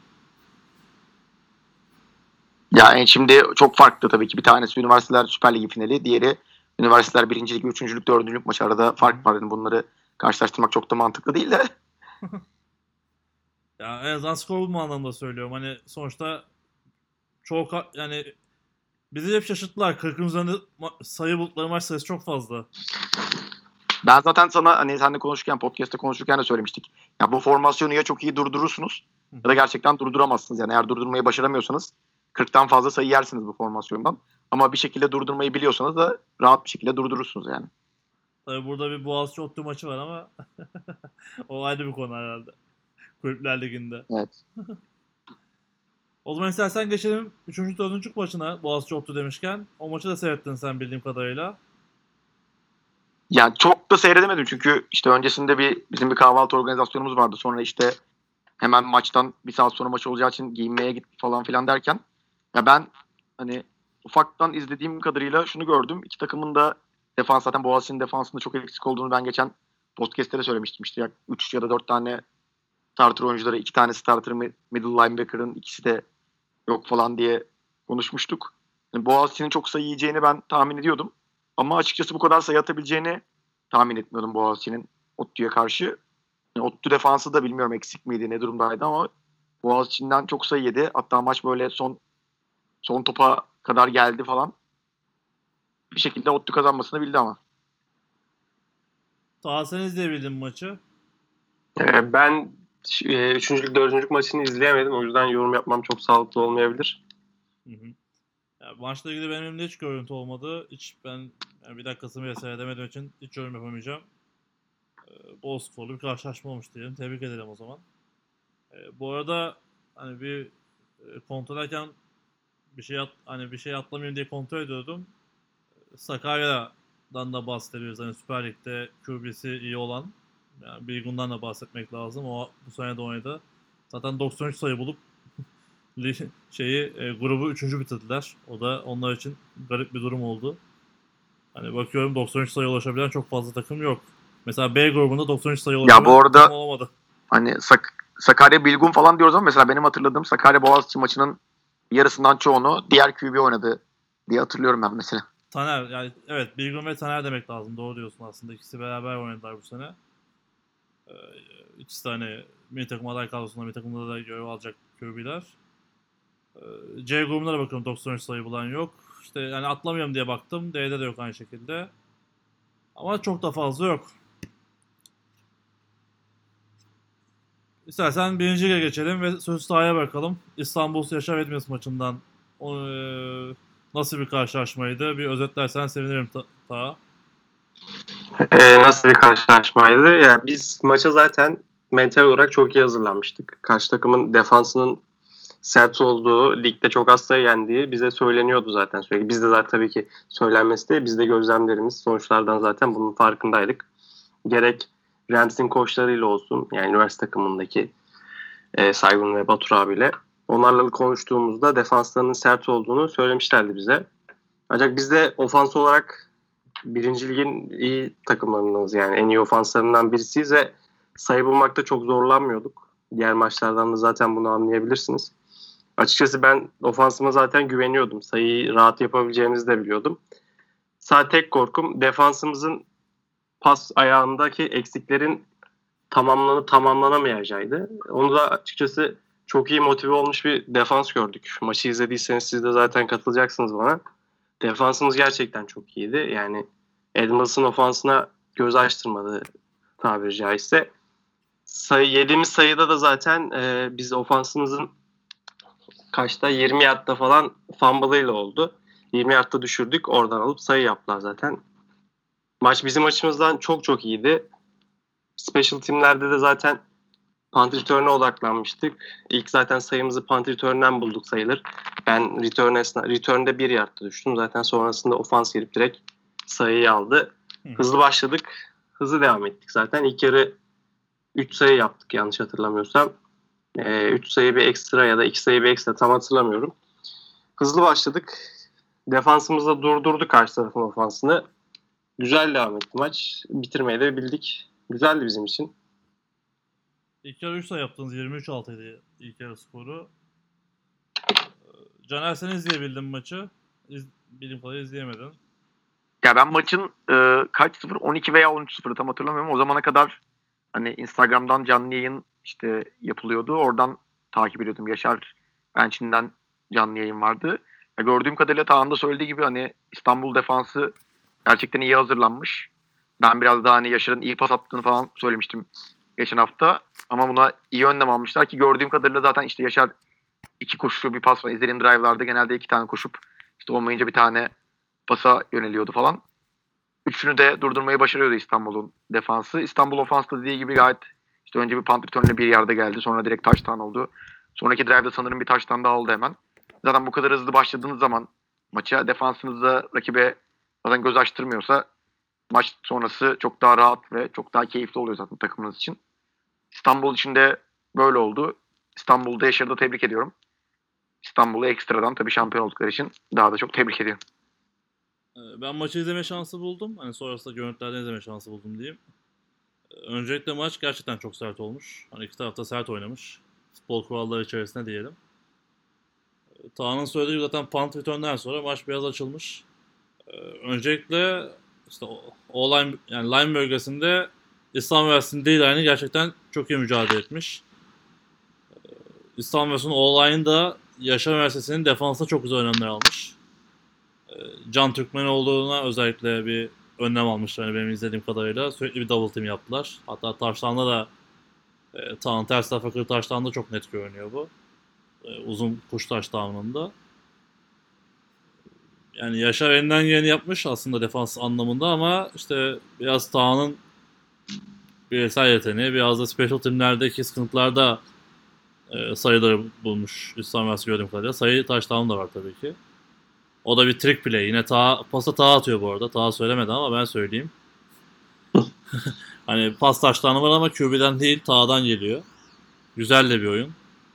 Yani şimdi çok farklı tabii ki. Bir tanesi Üniversiteler Süper Ligi finali, diğeri Üniversiteler 1. Lig, 3. Lig, 4. Lig maçı. Arada fark var. Yani bunları karşılaştırmak çok da mantıklı değil de. Ya en azından skor bulma anlamında söylüyorum. Hani sonuçta çok yani bizi hep şaşırttılar. 40'ın üzerinde sayı buldukları maç sayısı çok fazla. Ben zaten sana hani seninle konuşurken, podcast'te konuşurken de söylemiştik. Ya bu formasyonu ya çok iyi durdurursunuz ya da gerçekten durduramazsınız. Yani eğer durdurmayı başaramıyorsanız 40'tan fazla sayı yersiniz bu formasyondan. Ama bir şekilde durdurmayı biliyorsanız da rahat bir şekilde durdurursunuz yani. Tabii burada bir Boğaziçi Ottu maçı var ama o ayrı bir konu herhalde. Kulüpler Ligi'nde. Evet. O zaman istersen geçelim 3. 4. maçına Boğaziçi Ottu demişken. O maçı da seyrettin sen bildiğim kadarıyla. Yani çok da seyredemedim çünkü işte öncesinde bizim bir kahvaltı organizasyonumuz vardı. Sonra işte hemen maçtan bir saat sonra maç olacağı için giyinmeye gittik falan filan derken ya ben hani ufaktan izlediğim kadarıyla şunu gördüm. İki takımın da defans, zaten Boğaziçi'nin defansında çok eksik olduğunu ben geçen podcast'te de söylemiştim. İşte 3 ya da 4 tane starter oyuncuları, 2 tane starter middle linebacker'ın ikisi de yok falan diye konuşmuştuk. Yani Boğaziçi'nin çok sayı yiyeceğini ben tahmin ediyordum. Ama açıkçası bu kadar sayı atabileceğini tahmin etmiyordum Boğaziçi'nin ODTÜ'ye karşı. Yani ODTÜ defansı da bilmiyorum eksik miydi, ne durumdaydı ama Boğaziçi'nden çok sayı yedi. Hatta maç böyle son topa kadar geldi falan. Bir şekilde ODTÜ kazanmasını bildi ama. Daha sen izleyebildin mi maçı? Ben 3. Lig 4. Lig maçını izleyemedim. O yüzden yorum yapmam çok sağlıklı olmayabilir. Hı hı. Ya, maçla ilgili benim elimde hiç görüntü olmadı. Ben yani bir dakikasını bile seyredemediğim için hiç yorum yapamayacağım. Bol skorlu bir karşılaşma olmuş diyelim. Tebrik edelim o zaman. Bu arada hani bir kontrol ederken bir şey atlamayayım diye kontrol ediyordum. Sakarya'dan da bahsediyoruz. Hani Süper Lig'de QB'si iyi olan. Yani Bilgun'dan da bahsetmek lazım. O bu sene de oynadı. Zaten 93 sayı bulup grubu 3. bitirdiler. O da onlar için garip bir durum oldu. Hani bakıyorum 93 sayı ulaşabilen çok fazla takım yok. Mesela B grubunda 93 sayı ulaşabilen Ya bu arada takım olamadı. hani Sakarya Bilgun falan diyoruz ama mesela benim hatırladığım Sakarya Boğaziçi maçının yarısından çoğunu diğer QB oynadı diye hatırlıyorum ben mesela. Taner yani evet Bilgun ve Taner demek lazım. Doğru diyorsun aslında. İkisi beraber oynadılar bu sene. İkisi de hani milli takım aday kadrosunda milli takımda da görev alacak QB'ler. C grubuna da bakıyorum 93 sayı bulan yok. İşte yani atlamıyorum diye baktım. D'de de yok aynı şekilde. Ama çok da fazla yok. İstersen 1. lige geçelim ve sözü sahaya bakalım. İstanbul Yaşar Edmez maçından nasıl bir karşılaşmaydı? Bir özetlersen sevinirim ta. Nasıl bir karşılaşmaydı? Yani biz maça zaten mental olarak çok iyi hazırlanmıştık. Karşı takımın defansının sert olduğu, ligde çok az sayı yendiği bize söyleniyordu zaten sürekli. Biz de zaten tabii ki söylenmesi de biz de gözlemlerimiz, sonuçlardan zaten bunun farkındaydık. Gerek Rams'in koçlarıyla olsun, yani üniversite takımındaki Saygun ve Batur abiyle onlarla konuştuğumuzda defanslarının sert olduğunu söylemişlerdi bize. Ancak biz de ofans olarak 1. Lig'in iyi takımlarındayız, yani en iyi ofanslarından birisiyiz ve sayı bulmakta çok zorlanmıyorduk. Diğer maçlardan da zaten bunu anlayabilirsiniz. Açıkçası ben ofansıma zaten güveniyordum. Sayıyı rahat yapabileceğimizi de biliyordum. Sadece tek korkum defansımızın pas ayağındaki eksiklerin tamamlanıp tamamlanamayacağıydı. Onu da açıkçası çok iyi motive olmuş bir defans gördük. Maçı izlediyseniz siz de zaten katılacaksınız bana. Defansımız gerçekten çok iyiydi. Yani Edmonds'ın ofansına göz açtırmadı tabiri caizse. Yediğimiz sayıda da zaten biz ofansımızın kaçta 20 yardta falan fumble'ıyla oldu. 20 yardta düşürdük. Oradan alıp sayı yaptılar zaten. Maç bizim açımızdan çok çok iyiydi. Special team'lerde de zaten punt return'e odaklanmıştık. İlk zaten sayımızı punt return'den bulduk sayılır. Ben return'de 1 yardta düştüm. Zaten sonrasında ofans girip direkt sayıyı aldı. Hızlı başladık. Hızlı devam ettik zaten. İlk yarı 3 sayı yaptık yanlış hatırlamıyorsam. 3 sayı bir ekstra ya da 2 sayı bir ekstra tam hatırlamıyorum. Hızlı başladık. Defansımızda durdurdu karşı tarafın ofansını. Güzel devam etti maç. Bitirmeyi de bildik. Güzeldi bizim için. İlk yarı 3 sayı yaptınız. 23-6'ydı ilk yarı skoru. Caner, sen izleyebildin mi maçı? Bildiğim kadarıyla izleyemedin. Ya ben maçın kaç 0 12 veya 13-0 tam hatırlamıyorum. O zamana kadar hani Instagram'dan canlı yayın işte yapılıyordu. Oradan takip ediyordum. Yaşar Bençin'den canlı yayın vardı. Ya gördüğüm kadarıyla Tağ'ın da söylediği gibi hani İstanbul defansı gerçekten iyi hazırlanmış. Ben biraz daha hani Yaşar'ın iyi pas attığını falan söylemiştim geçen hafta. Ama buna iyi önlem almışlar ki gördüğüm kadarıyla zaten işte Yaşar 2 koşu bir pas var. İzlediğim drive'larda genelde 2 tane koşup işte olmayınca bir tane pasa yöneliyordu falan. Üçünü de durdurmayı başarıyordu İstanbul'un defansı. İstanbul ofansı dediği gibi gayet işte önce bir punt return'le bir yerde geldi. Sonra direkt touchdown oldu. Sonraki drive'da sanırım bir touchdown daha oldu hemen. Zaten bu kadar hızlı başladığınız zaman maça defansınızda rakibe zaten göz açtırmıyorsa maç sonrası çok daha rahat ve çok daha keyifli oluyor zaten takımınız için. İstanbul için de böyle oldu. İstanbul'da Yaşar'ı da tebrik ediyorum. İstanbul'u ekstradan tabii şampiyon oldukları için daha da çok tebrik ediyorum. Ben maçı izleme şansı buldum. Hani sonrasında görüntülerden izleme şansı buldum diyeyim. Öncelikle maç gerçekten çok sert olmuş. Hani iki taraf da sert oynamış. Futbol kuralları içerisinde diyelim. Taha'nın söylediği gibi zaten punt return'den sonra maç biraz açılmış. Öncelikle işte o line, yani line bölgesinde İslam Üniversitesi'nin D-line'i gerçekten çok iyi mücadele etmiş. İslam Üniversitesi'nin O-line'da Yaşar Üniversitesi'nin defansına çok güzel önlemler almış. Can Türkmen olduğuna özellikle bir önlem almışlar yani benim izlediğim kadarıyla. Sürekli bir double team yaptılar. Hatta touchdown'da da Taha'nın ters tarafa kırı touchdown'da çok net görünüyor bu. Uzun kuş touchdown'ında. Yani Yaşar elinden geleni yapmış aslında defans anlamında ama işte biraz Taha'nın bireysel yeteneği, biraz da special teamlerdeki sıkıntılarda sayıları bulmuş İslam Üniversitesi gördüğüm kadarıyla. Sayı touchdown da var tabii ki. O da bir trick play. Yine pası Taha atıyor bu arada. Taha söylemedi ama ben söyleyeyim. Hani pas touchdown'ı var ama QB'den değil Taha'dan geliyor. Güzel de bir oyun.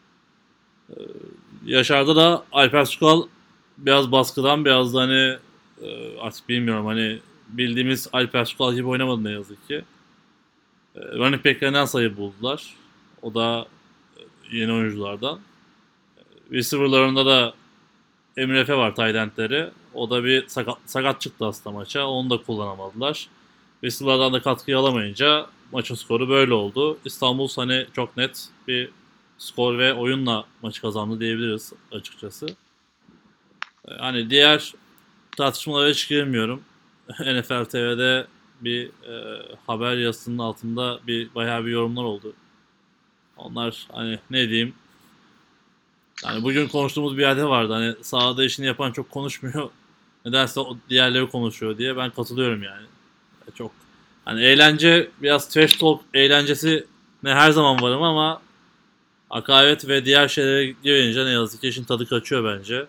Yaşar'da da Alper Sukal biraz baskıdan biraz da hani artık bilmiyorum hani bildiğimiz Alper Sukal gibi oynamadı ne yazık ki. Running back'lerinden sayı buldular. O da yeni oyunculardan. Receiver'larında da Emre Efe var tight endleri. O da bir sakat çıktı aslında maça. Onu da kullanamadılar. Receiver'lardan da katkıyı alamayınca maçın skoru böyle oldu. İstanbul hani çok net bir skor ve oyunla maçı kazandı diyebiliriz açıkçası. Hani diğer tartışmalara hiç girmiyorum. NFL TV'de bir haber yazısının altında bayağı bir yorumlar oldu. Onlar hani ne diyeyim. Yani bugün konuştuğumuz bir yerde vardı. Hani sahada işini yapan çok konuşmuyor. Nedense o diğerleri konuşuyor diye ben katılıyorum yani. Çok hani eğlence biraz trash talk eğlencesi ne her zaman varım ama hakaret ve diğer şeylere girince ne yazık ki işin tadı kaçıyor bence.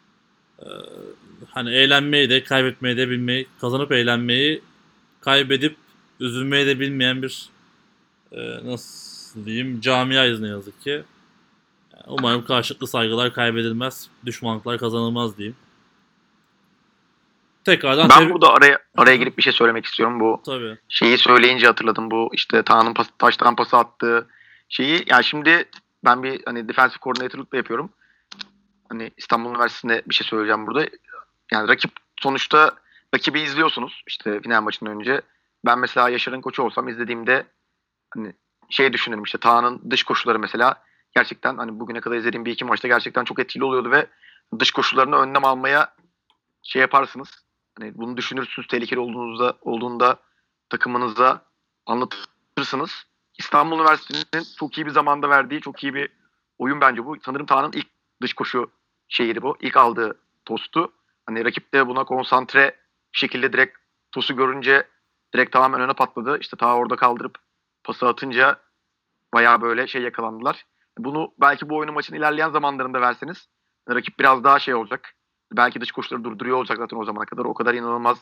Hani eğlenmeyi de kaybetmeyi de bilmeyi, kazanıp eğlenmeyi kaybedip üzülmeyi de bilmeyen bir nasıl diyeyim camiayız ne yazık ki. Umarım karşılıklı saygılar kaybedilmez, düşmanlıklar kazanılmaz diyeyim. Tekrardan ben burada araya girip bir şey söylemek istiyorum. Bu tabii. Şeyi söyleyince hatırladım. Bu işte Taha'nın taştan pası attığı şeyi. Yani şimdi ben bir hani defensive coordinator'lık da yapıyorum. Hani İstanbul Üniversitesi'nde bir şey söyleyeceğim burada. Yani sonuçta rakibi izliyorsunuz işte final maçından önce. Ben mesela Yaşar'ın koçu olsam izlediğimde hani şey düşünürüm işte Taha'nın dış koşuları mesela gerçekten hani bugüne kadar izlediğim bir iki maçta gerçekten çok etkili oluyordu ve dış koşularına önlem almaya şey yaparsınız. Hani bunu düşünürsünüz tehlikeli olduğunda takımınıza anlatırsınız. İstanbul Üniversitesi'nin çok iyi bir zamanda verdiği çok iyi bir oyun bence bu. Sanırım Taha'nın ilk dış koşu şeyiydi bu. İlk aldığı tostu. Hani rakip de buna konsantre bir şekilde direkt tosu görünce direkt tamamen öne patladı. İşte Taha orada kaldırıp pası atınca bayağı böyle şey yakalandılar. Bunu belki bu oyunu maçın ilerleyen zamanlarında verseniz rakip biraz daha şey olacak. Belki dış koşuları durduruyor olacak zaten o zamana kadar. O kadar inanılmaz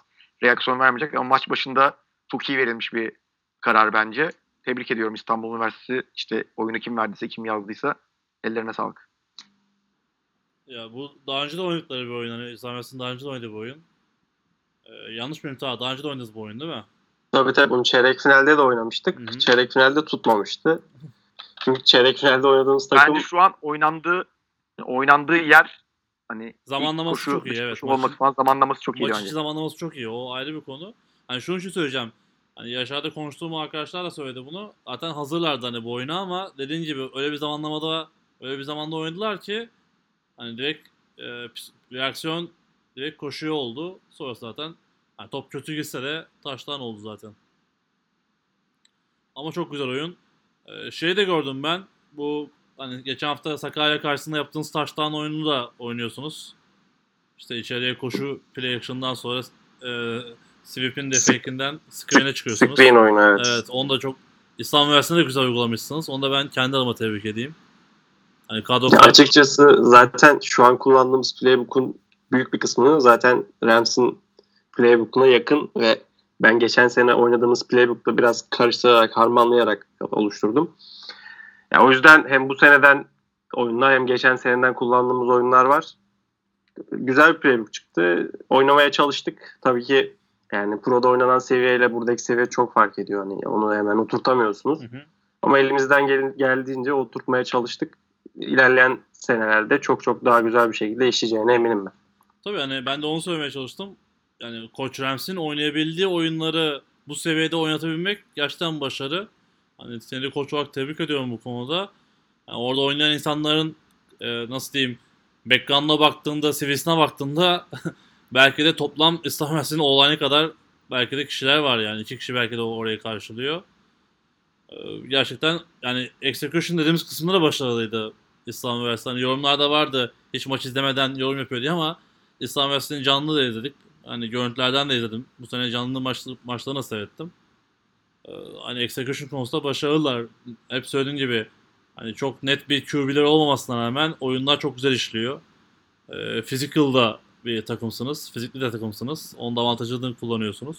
reaksiyon vermeyecek ama maç başında çok iyi verilmiş bir karar bence. Tebrik ediyorum İstanbul Üniversitesi. İşte oyunu kim verdiyse, kim yazdıysa ellerine sağlık. Ya bu daha önce de oynadıkları bir oyun. Hani İslam Üniversitesi'nin daha önce de oynadığı bir oyun. Yanlış mıyım? Daha önce de oynadınız bu oyun değil mi? Tabii bunu çeyrek finalde de oynamıştık. Hı hı. Çeyrek finalde tutmamıştı. Çünkü çeyrek finalde oynadığımız takım Bence şu an oynandığı yer hani Zamanlaması koşu, çok iyi, dış evet. koşu olması falan zamanlaması çok iyi Maç bence. içi zamanlaması çok iyi. O ayrı bir konu. Hani şunun için söyleyeceğim. Hani Yaşar'da konuştuğum arkadaşlar da söyledi bunu. Zaten hazırlardı hani bu oyunu ama dediğin gibi öyle bir zamanda oynadılar ki hani direkt reaksiyon direkt koşuyor oldu. Sonrası zaten hani top kötü gitse de taştan oldu zaten. Ama çok güzel oyun. Şeyi de gördüm ben. Bu hani geçen hafta Sakarya karşısında yaptığınız taştan oyununu da oynuyorsunuz. İşte içeriye koşu play action'dan sonra sweep'in de fake'inden screen'e çıkıyorsunuz. screen oyunu, evet. Evet, onu da çok İslam Üniversitesi'nde de güzel uygulamışsınız. Onu da ben kendi adıma tebrik edeyim. Hani kadro Ya açıkçası zaten şu an kullandığımız playbook'un büyük bir kısmını zaten Rams'in playbook'una yakın ve ben geçen sene oynadığımız playbook'ta biraz karıştırarak, harmanlayarak oluşturdum. Ya o yüzden hem bu seneden oyunlar hem geçen seneden kullandığımız oyunlar var. Güzel bir playbook çıktı. Oynamaya çalıştık. Tabii ki yani Pro'da oynanan seviyeyle buradaki seviye çok fark ediyor. Hani onu hemen oturtamıyorsunuz. Hı hı. Ama elimizden geldiğince oturtmaya çalıştık. İlerleyen senelerde çok çok daha güzel bir şekilde işleyeceğine eminim ben. Tabii hani ben de onu söylemeye çalıştım. Yani Koç Rams'in oynayabildiği oyunları bu seviyede oynatabilmek gerçekten başarı. Hani seni de koç olarak tebrik ediyorum bu konuda. Yani orada oynayan insanların nasıl diyeyim background'a baktığında, CV'sine baktığında belki de toplam İslam Üniversitesi'nin olayına kadar belki de kişiler var yani. 2 kişi belki de orayı karşılıyor. Gerçekten yani execution dediğimiz kısımda da başarılıydı İslam Üniversitesi. Hani yorumlarda vardı hiç maç izlemeden yorum yapıyor diye ama İslam Üniversitesi'nin canlı da izledik. Hani görüntülerden de izledim. Bu sene canlı maçlarını da seyrettim. Hani execution konusunda başarılılar. Hep söylediğim gibi hani çok net bir QB'leri olmamasına rağmen oyunlar çok güzel işliyor. Physical'da bir takımsınız. Fizikli de takımsınız. Onun da avantajını kullanıyorsunuz.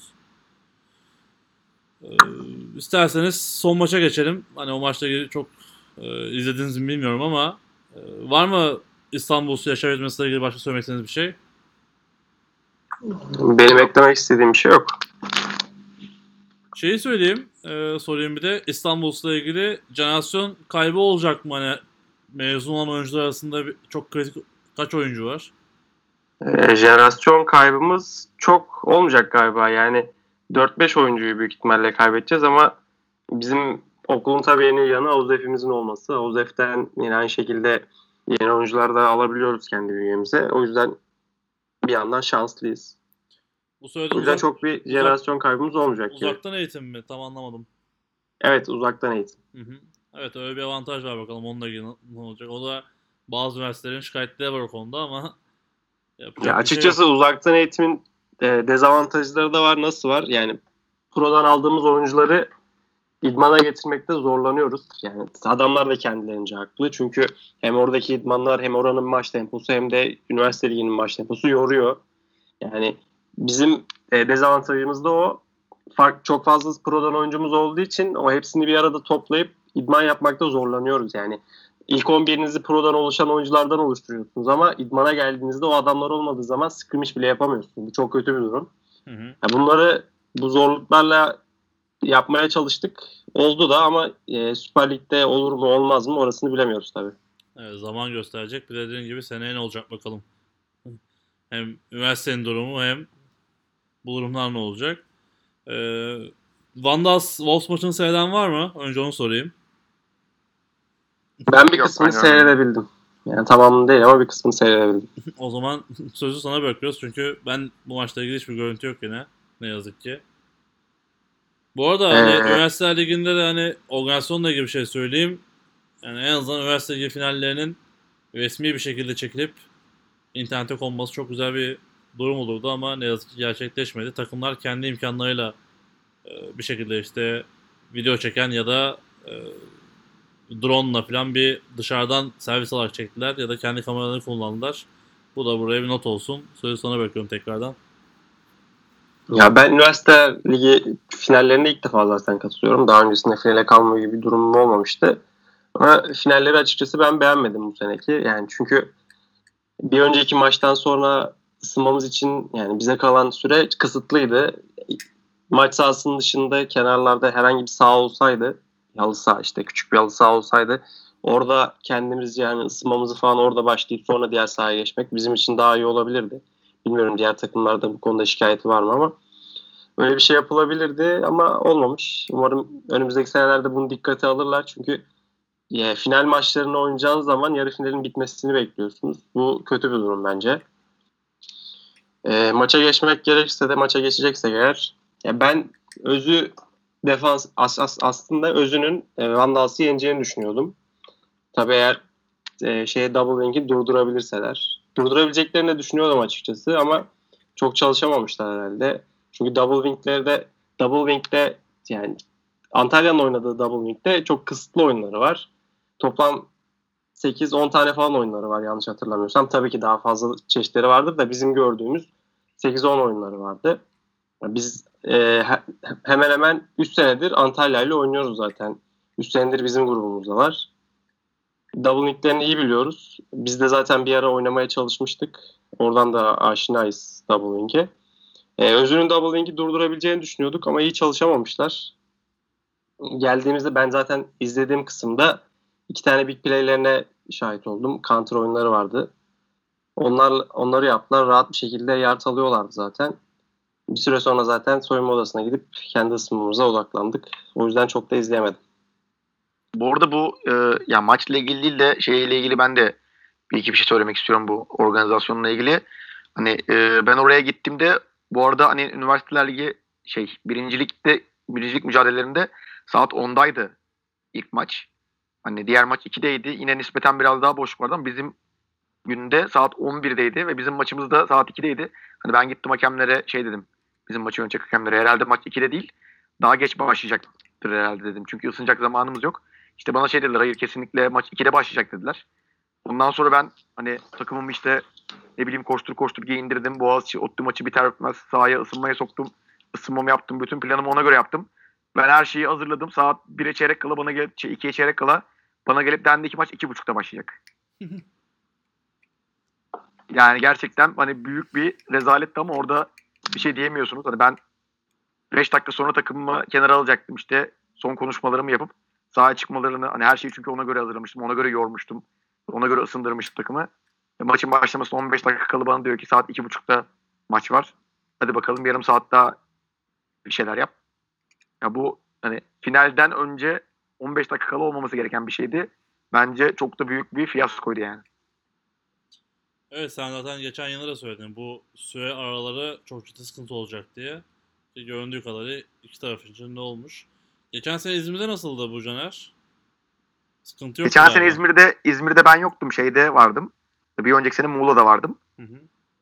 İsterseniz son maça geçelim. Hani o maçla ilgili çok izlediniz mi bilmiyorum ama var mı İstanbul'su yaşayabilmesiyle ilgili başka söylemek istediğiniz bir şey? Benim eklemek istediğim bir şey yok. Şeyi söyleyeyim, sorayım bir de İstanbul'la ilgili jenerasyon kaybı olacak mı? Hani mezun olan oyuncular arasında çok kritik kaç oyuncu var? Jenerasyon kaybımız çok olmayacak galiba. Yani 4-5 oyuncuyu büyük ihtimalle kaybedeceğiz ama bizim okulun tabii en iyi yanı Auzef'imizin olması. Auzef'ten yine aynı şekilde yeni oyuncular da alabiliyoruz kendi bünyemize. O yüzden bir yandan şanslıyız. Bu O söylediğin yüzden çok bir jenerasyon kaybımız olmayacak gibi. uzaktan eğitim mi? Tam anlamadım. Evet, uzaktan eğitim. Hı hı. Evet, öyle bir avantaj var, bakalım onunla ilgili ne olacak. O da bazı üniversitelerin şikayetleri var o konuda ama yapacak Ya bir şey açıkçası yok. uzaktan eğitimin dezavantajları da var. Nasıl var? Yani Pro'dan aldığımız oyuncuları idmana getirmekte zorlanıyoruz. Yani adamlar da kendilerince haklı. Çünkü hem oradaki idmanlar hem oranın maç temposu hem de üniversite liginin maç temposu yoruyor. Yani bizim dezavantajımız da o. Çok fazla Pro'dan oyuncumuz olduğu için o hepsini bir arada toplayıp idman yapmakta zorlanıyoruz. Yani ilk 11'inizi Pro'dan oluşan oyunculardan oluşturuyorsunuz ama idmana geldiğinizde o adamlar olmadığı zaman scrimmage bile yapamıyorsunuz. Bu çok kötü bir durum. Hı hı. Yani bunları bu zorluklarla yapmaya çalıştık. Oldu da ama Süper Lig'de olur mu olmaz mı orasını bilemiyoruz tabii. Evet, zaman gösterecek. Bir de dediğin gibi seneye ne olacak bakalım. Hem üniversitenin durumu hem bu durumlar ne olacak. Vandals Wolves maçını seyreden var mı? Önce onu sorayım. Ben bir Yok, kısmını ben görmedim. seyredebildim. Yani tamamını değil ama bir kısmını seyredebildim. O zaman sözü sana bırakıyoruz çünkü ben bu maçla ilgili hiçbir görüntü yok yine. Ne yazık ki. Bu arada hani Üniversiteler Ligi'nde de hani organizasyonla ilgili bir şey söyleyeyim. Yani en azından Üniversite Ligi finallerinin resmi bir şekilde çekilip internete konması çok güzel bir durum olurdu ama ne yazık ki gerçekleşmedi. Takımlar kendi imkanlarıyla bir şekilde işte video çeken ya da drone'la falan bir dışarıdan servis olarak çektiler ya da kendi kameralarını kullandılar. Bu da buraya bir not olsun. Sözü sana bırakıyorum tekrardan. Ya ben üniversite ligi finallerine ilk defa zaten katılıyorum. Daha öncesinde finale kalma gibi bir durumum olmamıştı. Ama finalleri açıkçası ben beğenmedim bu seneki. Yani çünkü bir önceki maçtan sonra ısınmamız için yani bize kalan süre kısıtlıydı. Maç sahasının dışında kenarlarda herhangi bir saha olsaydı, halı saha işte küçük bir halı saha olsaydı orada kendimiz yani ısınmamızı falan orada başlayıp sonra diğer sahaya geçmek bizim için daha iyi olabilirdi. Bilmiyorum diğer takımlarda bu konuda şikayeti var mı ama öyle bir şey yapılabilirdi ama olmamış. Umarım önümüzdeki senelerde bunu dikkate alırlar çünkü final maçlarını oynayacağınız zaman yarı finalin bitmesini bekliyorsunuz. Bu kötü bir durum bence. Maça geçmek gerekirse de maça geçeceksek eğer ben özü defans aslında özünün Vandals'ı yeneceğini düşünüyordum. Tabii eğer Double Wing'i durdurabilirseler. Durdurabileceklerini düşünüyordum açıkçası ama çok çalışamamışlar herhalde. Çünkü Double Wing'de yani Antalya'nın oynadığı Double Wing'de çok kısıtlı oyunları var. Toplam 8-10 tane falan oyunları var yanlış hatırlamıyorsam. Tabii ki daha fazla çeşitleri vardır da bizim gördüğümüz 8-10 oyunları vardı. Biz hemen hemen 3 senedir Antalya ile oynuyoruz zaten. 3 senedir bizim grubumuzda var. Double Link'lerini iyi biliyoruz. Biz de zaten bir ara oynamaya çalışmıştık. Oradan da aşinayız Double Link'e. Özünün Double Link'i durdurabileceğini düşünüyorduk ama iyi çalışamamışlar. Geldiğimizde ben zaten izlediğim kısımda 2 tane big play'lerine şahit oldum. Counter oyunları vardı. Onları yaptılar. Rahat bir şekilde yard alıyorlardı zaten. Bir süre sonra zaten soyunma odasına gidip kendi ısınmamıza odaklandık. O yüzden çok da izleyemedim. Bu arada bu ya maçla ilgili değil de şeyle ilgili ben de bir iki bir şey söylemek istiyorum bu organizasyonla ilgili. Hani ben oraya gittiğimde bu arada hani üniversiteler ligi birincilik mücadelelerinde saat 10'daydı ilk maç. Hani diğer maç 2'deydi. Yine nispeten biraz daha boş vardı ama bizim günde saat 11'deydi ve bizim maçımız da saat 2'deydi. Hani ben gittim hakemlere şey dedim. Bizim maçı yönetecek hakemlere herhalde maç 2'de değil. Daha geç başlayacaktır herhalde dedim. Çünkü ısınacak zamanımız yok. İşte bana şey dediler, hayır kesinlikle maç 2'de başlayacak dediler. Ondan sonra ben hani takımımı işte ne bileyim koştur koştur giyindirdim. Boğaziçi ODTÜ maçı biter bitmez sahaya ısınmaya soktum. Isınmamı yaptım. Bütün planımı ona göre yaptım. Ben her şeyi hazırladım. Saat 1'e çeyrek kala 2'ye çeyrek kala bana gelip dendi ki maç 2.30'da başlayacak. Yani gerçekten hani büyük bir rezaletti ama orada bir şey diyemiyorsunuz. Hani ben 5 dakika sonra takımımı kenara alacaktım işte son konuşmalarımı yapıp sahaya çıkmalarını hani her şeyi çünkü ona göre hazırlamıştım. Ona göre yormuştum. Ona göre ısındırmıştım takımı. Maçın başlamasına 15 dakika kalı bana diyor ki saat 2.30'da maç var. Hadi bakalım yarım saat daha bir şeyler yap. Ya bu hani finalden önce 15 dakika kala olmaması gereken bir şeydi. Bence çok da büyük bir fiyaskoydu yani. Evet, sen zaten geçen yılda da söyledin. Bu süre araları çok ciddi sıkıntı olacak diye. Göründüğü kadarıyla iki taraf için de olmuş. Geçen sene İzmir'de nasıldı bu Caner? Sıkıntı yoktu Geçen sene galiba. İzmir'de ben yoktum. Şeyde vardım. Bir önceki sene Muğla'da vardım. Hı hı.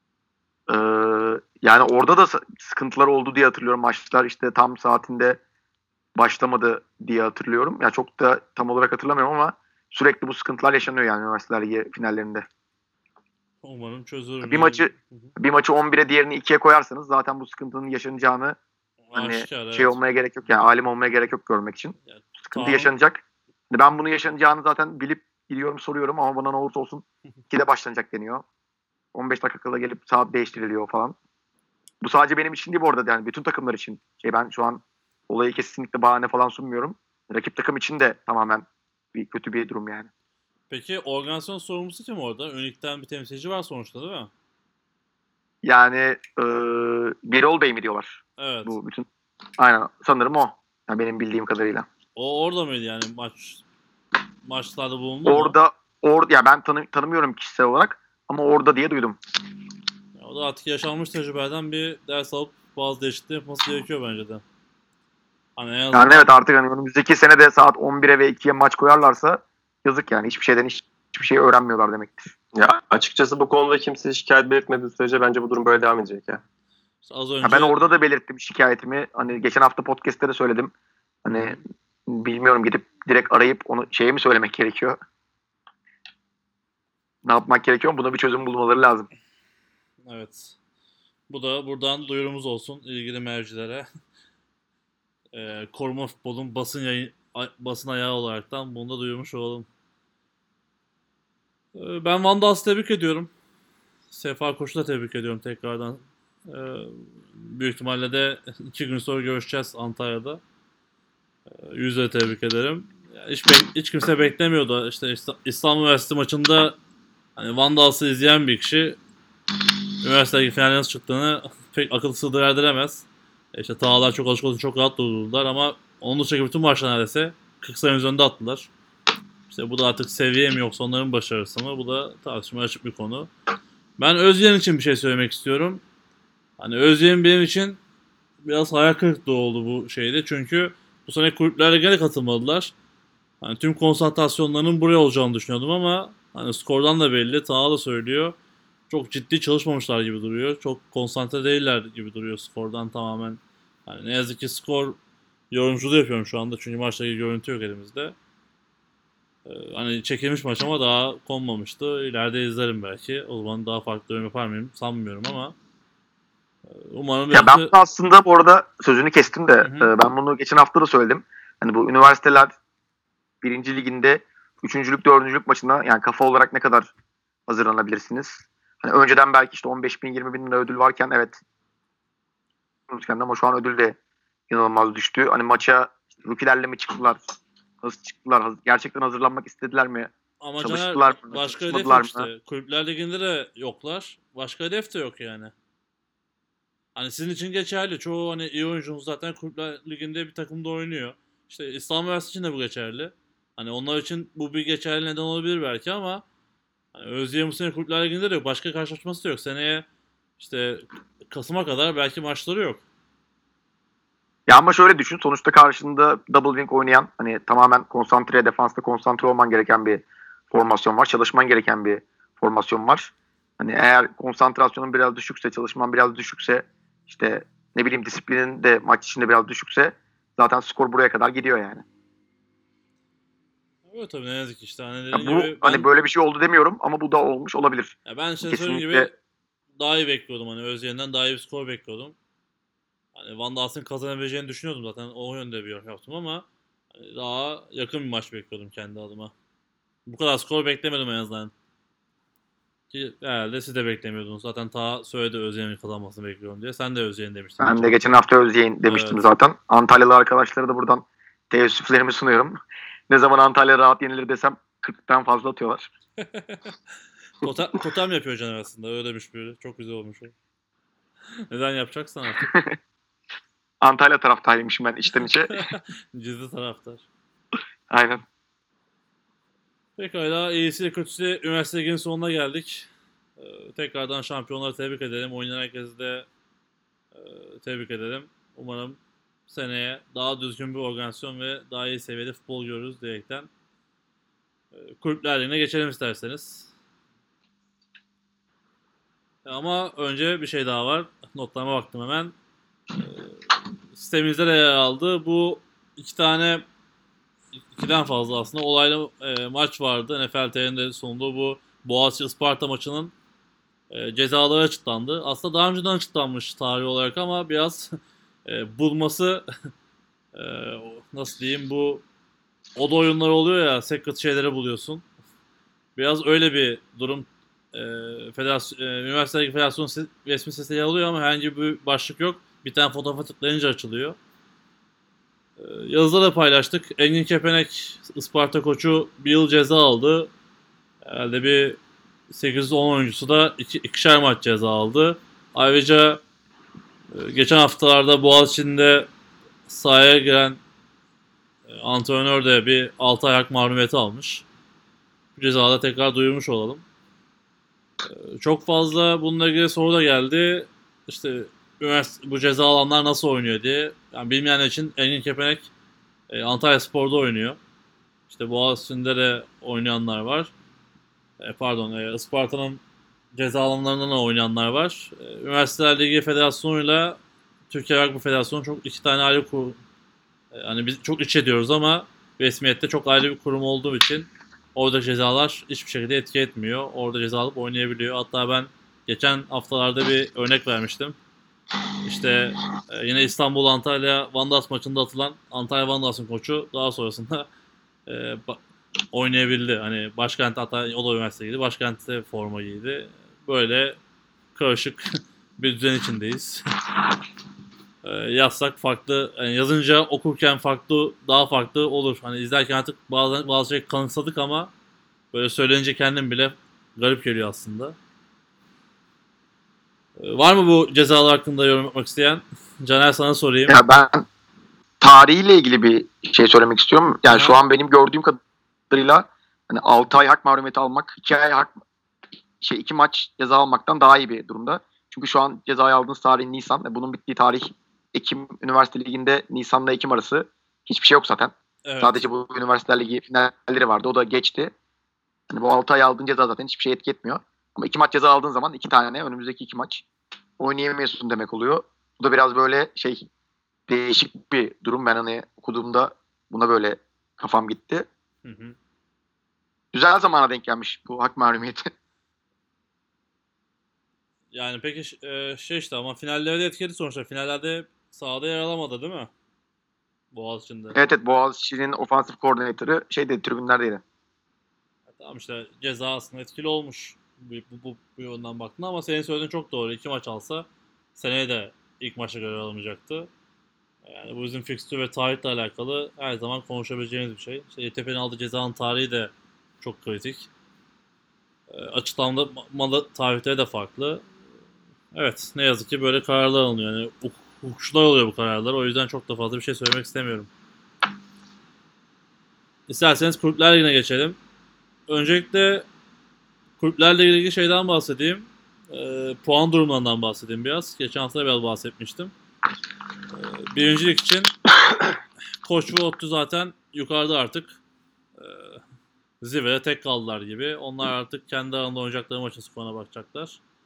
Yani orada da sıkıntılar oldu diye hatırlıyorum. Maçlar işte tam saatinde başlamadı diye hatırlıyorum. Ya çok da tam olarak hatırlamıyorum ama sürekli bu sıkıntılar yaşanıyor yani üniversiteler ligi finallerinde. Umarım çözülür. Bir maçı Hı hı. bir maçı 11'e diğerini 2'ye koyarsanız zaten bu sıkıntının yaşanacağını hani Aşikar, şey evet. olmaya gerek yok yani alim olmaya gerek yok görmek için. Yani, Sıkıntı yaşanacak. Ben bunu yaşanacağını zaten bilip gidiyorum soruyorum ama bana ne olursa olsun 2'de başlanacak deniyor. 15 dakika kala gelip saat değiştiriliyor falan. Bu sadece benim için değil bu arada yani bütün takımlar için. Ben şu an olayı kesinlikle bahane falan sunmuyorum. Rakip takım için de tamamen kötü bir durum yani. Peki organizasyon sorumlusu kim orada? Ünik'ten bir temsilci var sonuçta, değil mi? Yani Birol Bey mi diyorlar? Evet. Bu bütün aynen sanırım o. Yani benim bildiğim kadarıyla. O orada mıydı yani maçlarda bulundu mu? Orada ya ben tanımıyorum kişisel olarak ama orada diye duydum. Ya, o da artık yaşanmış tecrübelerden bir ders alıp bazı değişiklikler yapması gerekiyor bence de. Hani en Yani azından evet artık hani önümüzdeki sene de saat 11'e ve 2'ye maç koyarlarsa yazık yani hiçbir şey öğrenmiyorlar demektir. Ya açıkçası bu konuda kimse şikayet belirtmediği sürece bence bu durum böyle devam edecek ya. işte az Ya ben önce orada da belirttim şikayetimi. Hani geçen hafta podcast'te de söyledim. Hani bilmiyorum gidip direkt arayıp onu mi söylemek gerekiyor? Ne yapmak gerekiyor? Buna bir çözüm bulmaları lazım. evet. Bu da buradan duyurumuz olsun ilgili mercilere. Koruma futbolun basın ayağı olaraktan bunu da duyurmuş olalım. Ben Van Dals'ı tebrik ediyorum. Sefa Koç'u da tebrik ediyorum tekrardan. Büyük ihtimalle de 2 gün sonra görüşeceğiz Antalya'da. Yüzle tebrik ederim. Hiç kimse beklemiyordu. İşte İstanbul Üniversitesi maçında hani Van Dals'ı izleyen bir kişi üniversitedeki finaline nasıl çıktığını pek akıl sığdır erdiremez. İşte Tağlar çok alışık olduğu çok rahat durdurdular ama onun dışındaki bütün maçlar neredeyse 40 sayı üzerinde attılar. İşte bu da artık seviye mi yoksa onların başarısı mı? Bu da tartışmaya açık bir konu. Ben Özyeğin için bir şey söylemek istiyorum. Hani Özyeğin benim için biraz hayal kırıklığı oldu bu şeyde. Çünkü bu sene kulüplerle gene katılmadılar. Hani tüm konsantrasyonlarının buraya olacağını düşünüyordum ama hani skordan da belli. Taha da söylüyor. Çok ciddi çalışmamışlar gibi duruyor. Çok konsantre değiller gibi duruyor skordan tamamen. Hani ne yazık ki skor yorumculuğu yapıyorum şu anda. Çünkü maçtaki görüntü yok elimizde. Hani çekilmiş maç ama daha konmamıştı. İleride izlerim belki. O zaman daha farklı yorum yapar mıyım sanmıyorum ama umarım... Ya ben aslında bu arada sözünü kestim de Hı-hı. Ben bunu geçen hafta da söyledim. Hani bu üniversiteler 1. liginde 3. 4. maçına yani kafa olarak ne kadar hazırlanabilirsiniz? Hani önceden belki işte 15 bin 20 bin lira ödül varken evet ama şu an ödül de inanılmaz düştü. Hani maça rookie'lerle mi çıktılar? Nasıl çıktılar? Gerçekten hazırlanmak istediler mi? Ama Çalıştılar Caner mı? başka hedef Çalışmadılar yok mı? işte. Kulüpler Ligi'nde de yoklar. Başka hedef de yok yani. Hani sizin için geçerli. Çoğu hani iyi oyuncunuz zaten Kulüpler Ligi'nde bir takımda oynuyor. İşte İstanbul Üniversitesi için de bu geçerli. Hani onlar için bu bir geçerli neden olabilir belki ama hani Özyeğin bu sene Kulüpler Ligi'nde de yok. Başka karşılaşması da yok. Seneye işte Kasım'a kadar belki maçları yok. Ya ama şöyle düşün. Sonuçta karşında double wing oynayan hani tamamen konsantre, defansta konsantre olman gereken bir formasyon var. Çalışman gereken bir formasyon var. Hani eğer konsantrasyonun biraz düşükse, çalışman biraz düşükse, işte ne bileyim disiplinin de maç içinde biraz düşükse zaten skor buraya kadar gidiyor yani. Evet tabii ne yazık ki işte hani Ya dediğim bu gibi hani ben böyle bir şey oldu demiyorum ama bu da olmuş olabilir. işte söylediğim Kesinlikle. gibi daha iyi bekliyordum hani Özyeğin'den daha iyi bir skor bekliyordum. Hani Van Dals'ın kazanabileceğini düşünüyordum zaten o yönde bir yorum yaptım ama hani daha yakın bir maç bekliyordum kendi adıma. Bu kadar skor beklemedim en azından. Ki herhalde siz de beklemiyordunuz. Zaten ta söyledi Özyeğin'in kazanmasını bekliyorum diye. Sen de Özyeğin demiştin Ben geçen de geçen hafta. hafta Özyeğin demiştim Evet. zaten. Antalyalı arkadaşlara da buradan teessüflerimi sunuyorum. Ne zaman Antalya rahat yenilir desem 40'tan fazla atıyorlar. Totem yapıyor Caner aslında. Öyle demiş biri. Çok güzel olmuş o. Neden yapacaksan artık. Antalya taraftarıymışım ben içten içe. Gizli taraftar. Aynen. Pekala iyisiyle kötüsüyle üniversite liginin sonuna geldik. Tekrardan şampiyonları tebrik edelim. Oynayan herkesi de tebrik edelim. Umarım seneye daha düzgün bir organizasyon ve daha iyi seviyede futbol görürüz diyerekten. Kulüpler Ligi'ne geçelim isterseniz. Ama önce bir şey daha var. Notlarıma baktım hemen. Sitemizde de yer aldı. Bu ikiden fazla aslında olaylı maç vardı. NFL TR'nin de sunduğu bu Boğaziçi Isparta maçının cezaları açıklandı. Aslında daha önceden açıklanmış tarih olarak ama biraz bulması e, nasıl diyeyim bu oda oyunları oluyor ya secret şeyleri buluyorsun. Biraz öyle bir durum Üniversite Ligi Federasyonu resmi sitesi yer alıyor ama herhangi bir başlık yok. Bir tane fotoğrafa tıklayınca açılıyor. Yazıda da paylaştık. Engin Kepenek Isparta koçu bir yıl ceza aldı. Herhalde bir 8-10 oyuncusu da ikişer maç ceza aldı. Ayrıca geçen haftalarda Boğaziçi'nde sahaya giren antrenör de bir 6 ayak mahrumiyeti almış. Bu cezada tekrar duyurmuş olalım. Çok fazla bununla ilgili soru da geldi. İşte bu ceza alanlar nasıl oynuyor diye. Yani bilmeyenler için Engin Kepenek Antalya Spor'da oynuyor. İşte Boğaziçi'nde de oynayanlar var. Isparta'nın ceza alanlarında da oynayanlar var. Üniversiteler Ligi Federasyonu'yla Türkiye Rugby Federasyonu çok iki tane ayrı kurum. Hani biz çok iç ediyoruz ama resmiyette çok ayrı bir kurum olduğu için orada cezalar hiçbir şekilde etki etmiyor. Orada ceza alıp oynayabiliyor. Hatta ben Geçen haftalarda bir örnek vermiştim. İşte yine İstanbul Antalya Vandas maçında atılan Antalya Vandas'ın koçu daha sonrasında e, oynayabildi. Hani başkent, hatta o da üniversiteydi. Başkentte forma giydi. Böyle karışık bir düzen içindeyiz. Yazsak farklı, yani yazınca okurken farklı, daha farklı olur. Hani izlerken artık bazı şey kanıksadık ama böyle söylenince kendim bile garip geliyor aslında. Var mı bu cezalar hakkında yorum yapmak isteyen? Caner, sana sorayım. Ya ben tarihiyle ilgili bir şey söylemek istiyorum. Yani şu an benim gördüğüm kadarıyla hani 6 ay hak mahrumiyeti almak 2 ay 2 maç ceza almaktan daha iyi bir durumda. Çünkü şu an cezayı aldığınız tarih Nisan ve bunun bittiği tarih Ekim. Üniversite Ligi'nde Nisan'la Ekim arası hiçbir şey yok zaten. Evet. Sadece bu Üniversite Ligi finalleri vardı. O da geçti. Hani bu 6 ay aldığın ceza zaten hiçbir şey etki etmiyor. Ama 2 maç ceza aldığın zaman 2 tane önümüzdeki 2 maç oynayamıyorsun demek oluyor. Bu da biraz böyle değişik bir durum. Ben hani okuduğumda buna böyle kafam gitti. Hı. Güzel zamana denk gelmiş bu hak mahrumiyeti. Yani peki işte ama finallere de etkili sonuçta. Finallerde sahada yer alamadı değil mi? Boğaziçi'nde. Evet, Boğaziçi'nin ofansif koordinatörü tribünlerdeydi. Tamam, işte ceza aslında etkili olmuş bu yönden baktığında, ama senin söylediğin çok doğru. 2 maç alsa seneye de ilk maça göre alamayacaktı. Yani bu bizim fikstür ve tarihle alakalı her zaman konuşabileceğimiz bir şey. İşte YTP'nin aldığı cezanın tarihi de çok kritik. Açıklamalı tarihleri de farklı. Evet, ne yazık ki böyle kararlar alınıyor. Yani hukukçular oluyor bu kararlar. O yüzden çok da fazla bir şey söylemek istemiyorum. İsterseniz Kulüpler Ligi'ne geçelim. Öncelikle kulüplerle ilgili şeyden bahsedeyim. Puan durumlarından bahsedeyim biraz. Geçen hafta da biraz bahsetmiştim. Birincilik için Koç ve ODTÜ zaten yukarıda artık. Zirvede tek kaldılar gibi. Onlar artık kendi arasında oynayacakları maçın skoruna bakacaklar.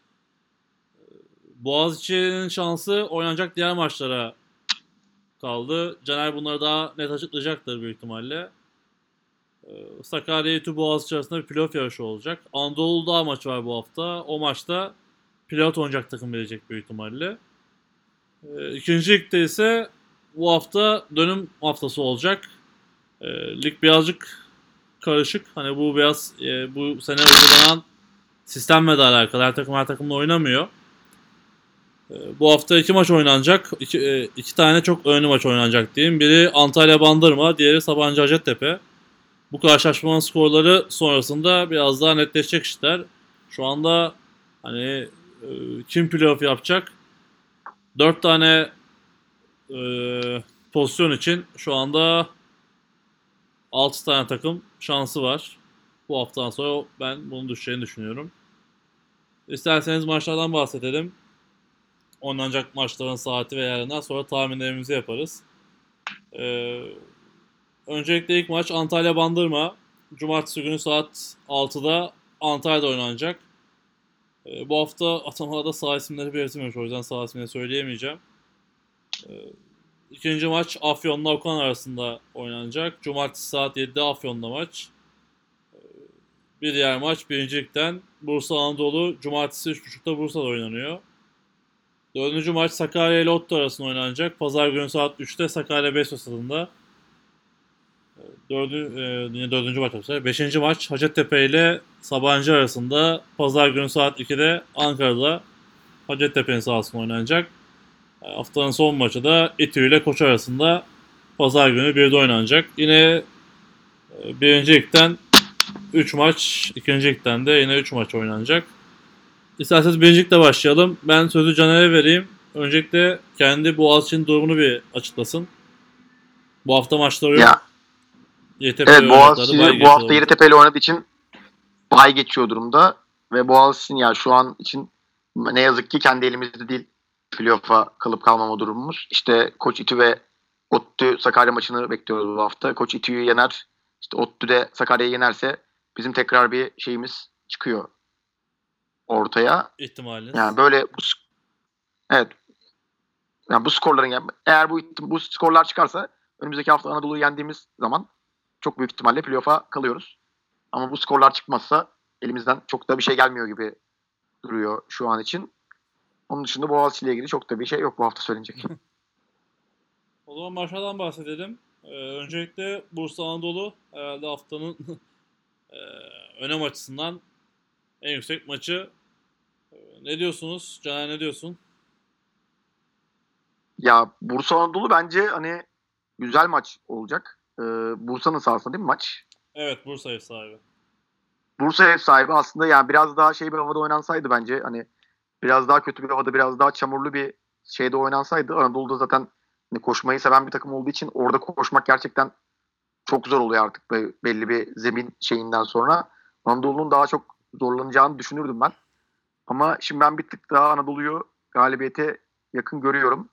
Boğaziçi'nin şansı oynanacak diğer maçlara kaldı. Caner bunları daha net açıklayacaktır büyük ihtimalle. Sakarya İTÜ Boğaziçi arasında bir playoff yarışı olacak. Anadolu Dağ maçı var bu hafta. O maçta playoff oynayacak takım verecek büyük ihtimalle. İkinci ligde ise bu hafta dönüm haftası olacak. Lig birazcık karışık. Hani bu biraz bu sene uygulanan sistemle de alakalı. Her takımla oynamıyor. Bu hafta 2 maç oynanacak. 2 tane çok önemli maç oynanacak diyeyim. Biri Antalya Bandırma, diğeri Sabancı Hacettepe. Bu karşılaşmanın skorları sonrasında biraz daha netleşecek işler. Şu anda hani kim playoff yapacak? 4 tane pozisyon için şu anda 6 tane takım şansı var. Bu haftadan sonra ben bunun düşeceğini düşünüyorum. İsterseniz maçlardan bahsedelim. Oynanacak maçların saati ve yerlerinden sonra tahminlerimizi yaparız. Öncelikle ilk maç Antalya Bandırma. Cumartesi günü saat 6'da Antalya'da oynanacak. Bu hafta atamalarda saha isimleri belirtilmemiş. O yüzden saha isimleri söyleyemeyeceğim. İkinci maç Afyon'la Okan arasında oynanacak. Cumartesi saat 7'de Afyon'da maç. Bir diğer maç birincilikten Bursa Anadolu. Cumartesi 3.30'da Bursa'da oynanıyor. Dördüncü maç Sakarya ile ODTÜ arasında oynanacak. Pazar günü saat 3'te Sakarya Beşiktaş stadında. Yine dördüncü maç olacak. Beşinci maç Hacettepe ile Sabancı arasında Pazar günü saat 2'de Ankara'da Hacettepe'nin sahasında oynanacak. Haftanın son maçı da İTÜ ile Koç arasında Pazar günü 1'de oynanacak. Yine birinci ligden 3 maç, ikinci ligden de yine 3 maç oynanacak. İsterseniz birinci ligde başlayalım. Ben sözü Caner'e vereyim. Öncelikle kendi Boğaziçi'nin durumunu bir açıklasın. Bu hafta maçları yok. Evet, Boğaziçi bu hafta Yeditepe ile oynadığı için bay geçiyor durumda. Ve Boğaziçi'nin yani şu an için ne yazık ki kendi elimizde değil playoff'a kalıp kalmama durumumuz. İşte Koç İTÜ ve ODTÜ Sakarya maçını bekliyoruz bu hafta. Koç İTÜ'yü yener, işte ODTÜ de Sakarya'yı yenerse bizim tekrar bir şeyimiz çıkıyor ortaya. İhtimaliniz. Yani böyle evet. Yani bu skorların eğer bu skorlar çıkarsa önümüzdeki hafta Anadolu'yu yendiğimiz zaman çok büyük ihtimalle playoff'a kalıyoruz. Ama bu skorlar çıkmazsa elimizden çok da bir şey gelmiyor gibi duruyor şu an için. Onun dışında Boğaziçi ile ilgili çok da bir şey yok bu hafta söylenecek. O zaman maçlardan bahsedelim. Öncelikle Bursa Anadolu herhalde haftanın e, önem açısından en yüksek maçı. Ne diyorsunuz? Caner ne diyorsun? Ya Bursa Anadolu bence hani güzel maç olacak. Bursa'nın sahasında değil mi maç? Evet, Bursa ev sahibi. Bursa ev sahibi aslında yani biraz daha bir havada oynansaydı bence hani biraz daha kötü bir havada biraz daha çamurlu bir şeyde oynansaydı Anadolu'da zaten hani koşmayı seven bir takım olduğu için orada koşmak gerçekten çok zor oluyor artık belli bir zemin şeyinden sonra. Anadolu'nun daha çok zorlanacağını düşünürdüm ben. Ama şimdi ben bir tık daha Anadolu'yu galibiyete yakın görüyorum.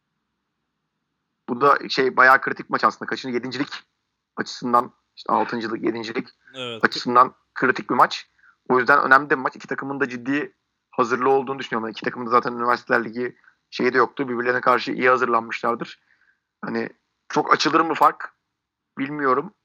Bu da bayağı kritik maç aslında. Kaçıncı? Yedincilik açısından işte altıncılık, yedincilik Evet. açısından kritik bir maç. O yüzden önemli de bir maç. İki takımın da ciddi hazırlığı olduğunu düşünüyorum. İki takım da zaten Üniversiteler Ligi şeyi de yoktu. Birbirlerine karşı iyi hazırlanmışlardır. Hani çok açılır mı fark bilmiyorum.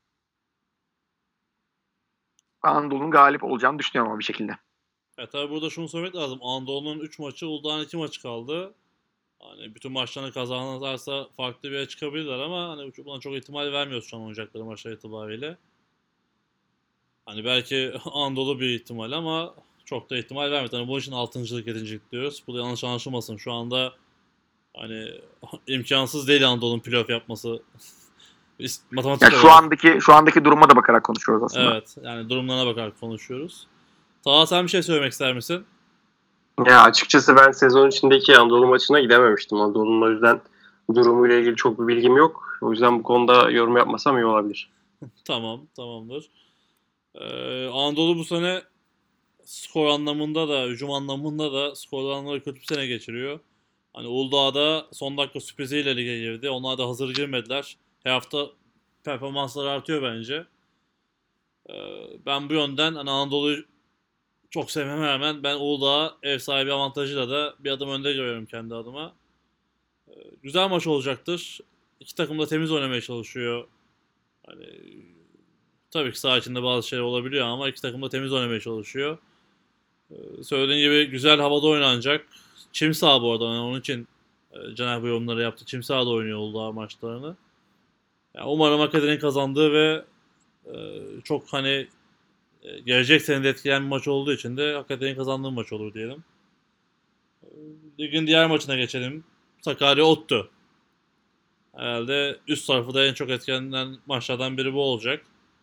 Anadolu'nun galip olacağını düşünüyorum ama bir şekilde. Tabii burada şunu söylemek lazım. Anadolu'nun 3 maçı, Uludağ'ın 2 maçı kaldı. Hani bütün maçlarını kazanırlarsa farklı bir yere çıkabilirler ama hani buna çok ihtimal vermiyoruz şu an oynayacakları maçlar itibariyle. Hani belki Anadolu bir ihtimal ama çok da ihtimal vermiyor. Hani bunun için 6.lık, 7.lik diyoruz. Bu da yanlış anlaşılmasın. Şu anda hani imkansız değil Anadolu'nun playoff yapması. Matematik Yani olarak. şu andaki duruma da bakarak konuşuyoruz aslında. Evet, yani durumlarına bakarak konuşuyoruz. Taha, sen bir şey söylemek ister misin? Ya açıkçası ben sezon içindeki Anadolu maçına gidememiştim. Anadolu'nun o yüzden durumuyla ilgili çok bir bilgim yok. O yüzden bu konuda yorum yapmasam iyi olabilir. Tamam, tamamdır. Anadolu bu sene skor anlamında da, hücum anlamında da skorlarında kötü bir sene geçiriyor. Hani Uludağ'da son dakika sürpriziyle lige girdi. Onlar da hazır girmediler. Her hafta performansları artıyor bence. Ben bu yönden hani Anadolu'yu çok sevmeme rağmen ben Uludağ'a ev sahibi avantajıyla da bir adım önde görüyorum kendi adıma. Güzel maç olacaktır. İki takım da temiz oynamaya çalışıyor. Hani tabii ki saha içinde bazı şeyler olabiliyor ama iki takım da temiz oynamaya çalışıyor. Söylediğin gibi güzel havada oynanacak. Çim saha bu arada. Yani onun için Caner bu yorumları yaptı. Çim sahada oynuyor Uludağ maçlarını. Yani umarım Akademi'nin kazandığı ve çok hani gelecek sene de etkileyen bir maç olduğu için de Akademi'nin kazandığı maç olur diyelim. Ligin diğer maçına geçelim. Sakarya Ottu. Herhalde üst tarafı da en çok etkilenen maçlardan biri bu olacak.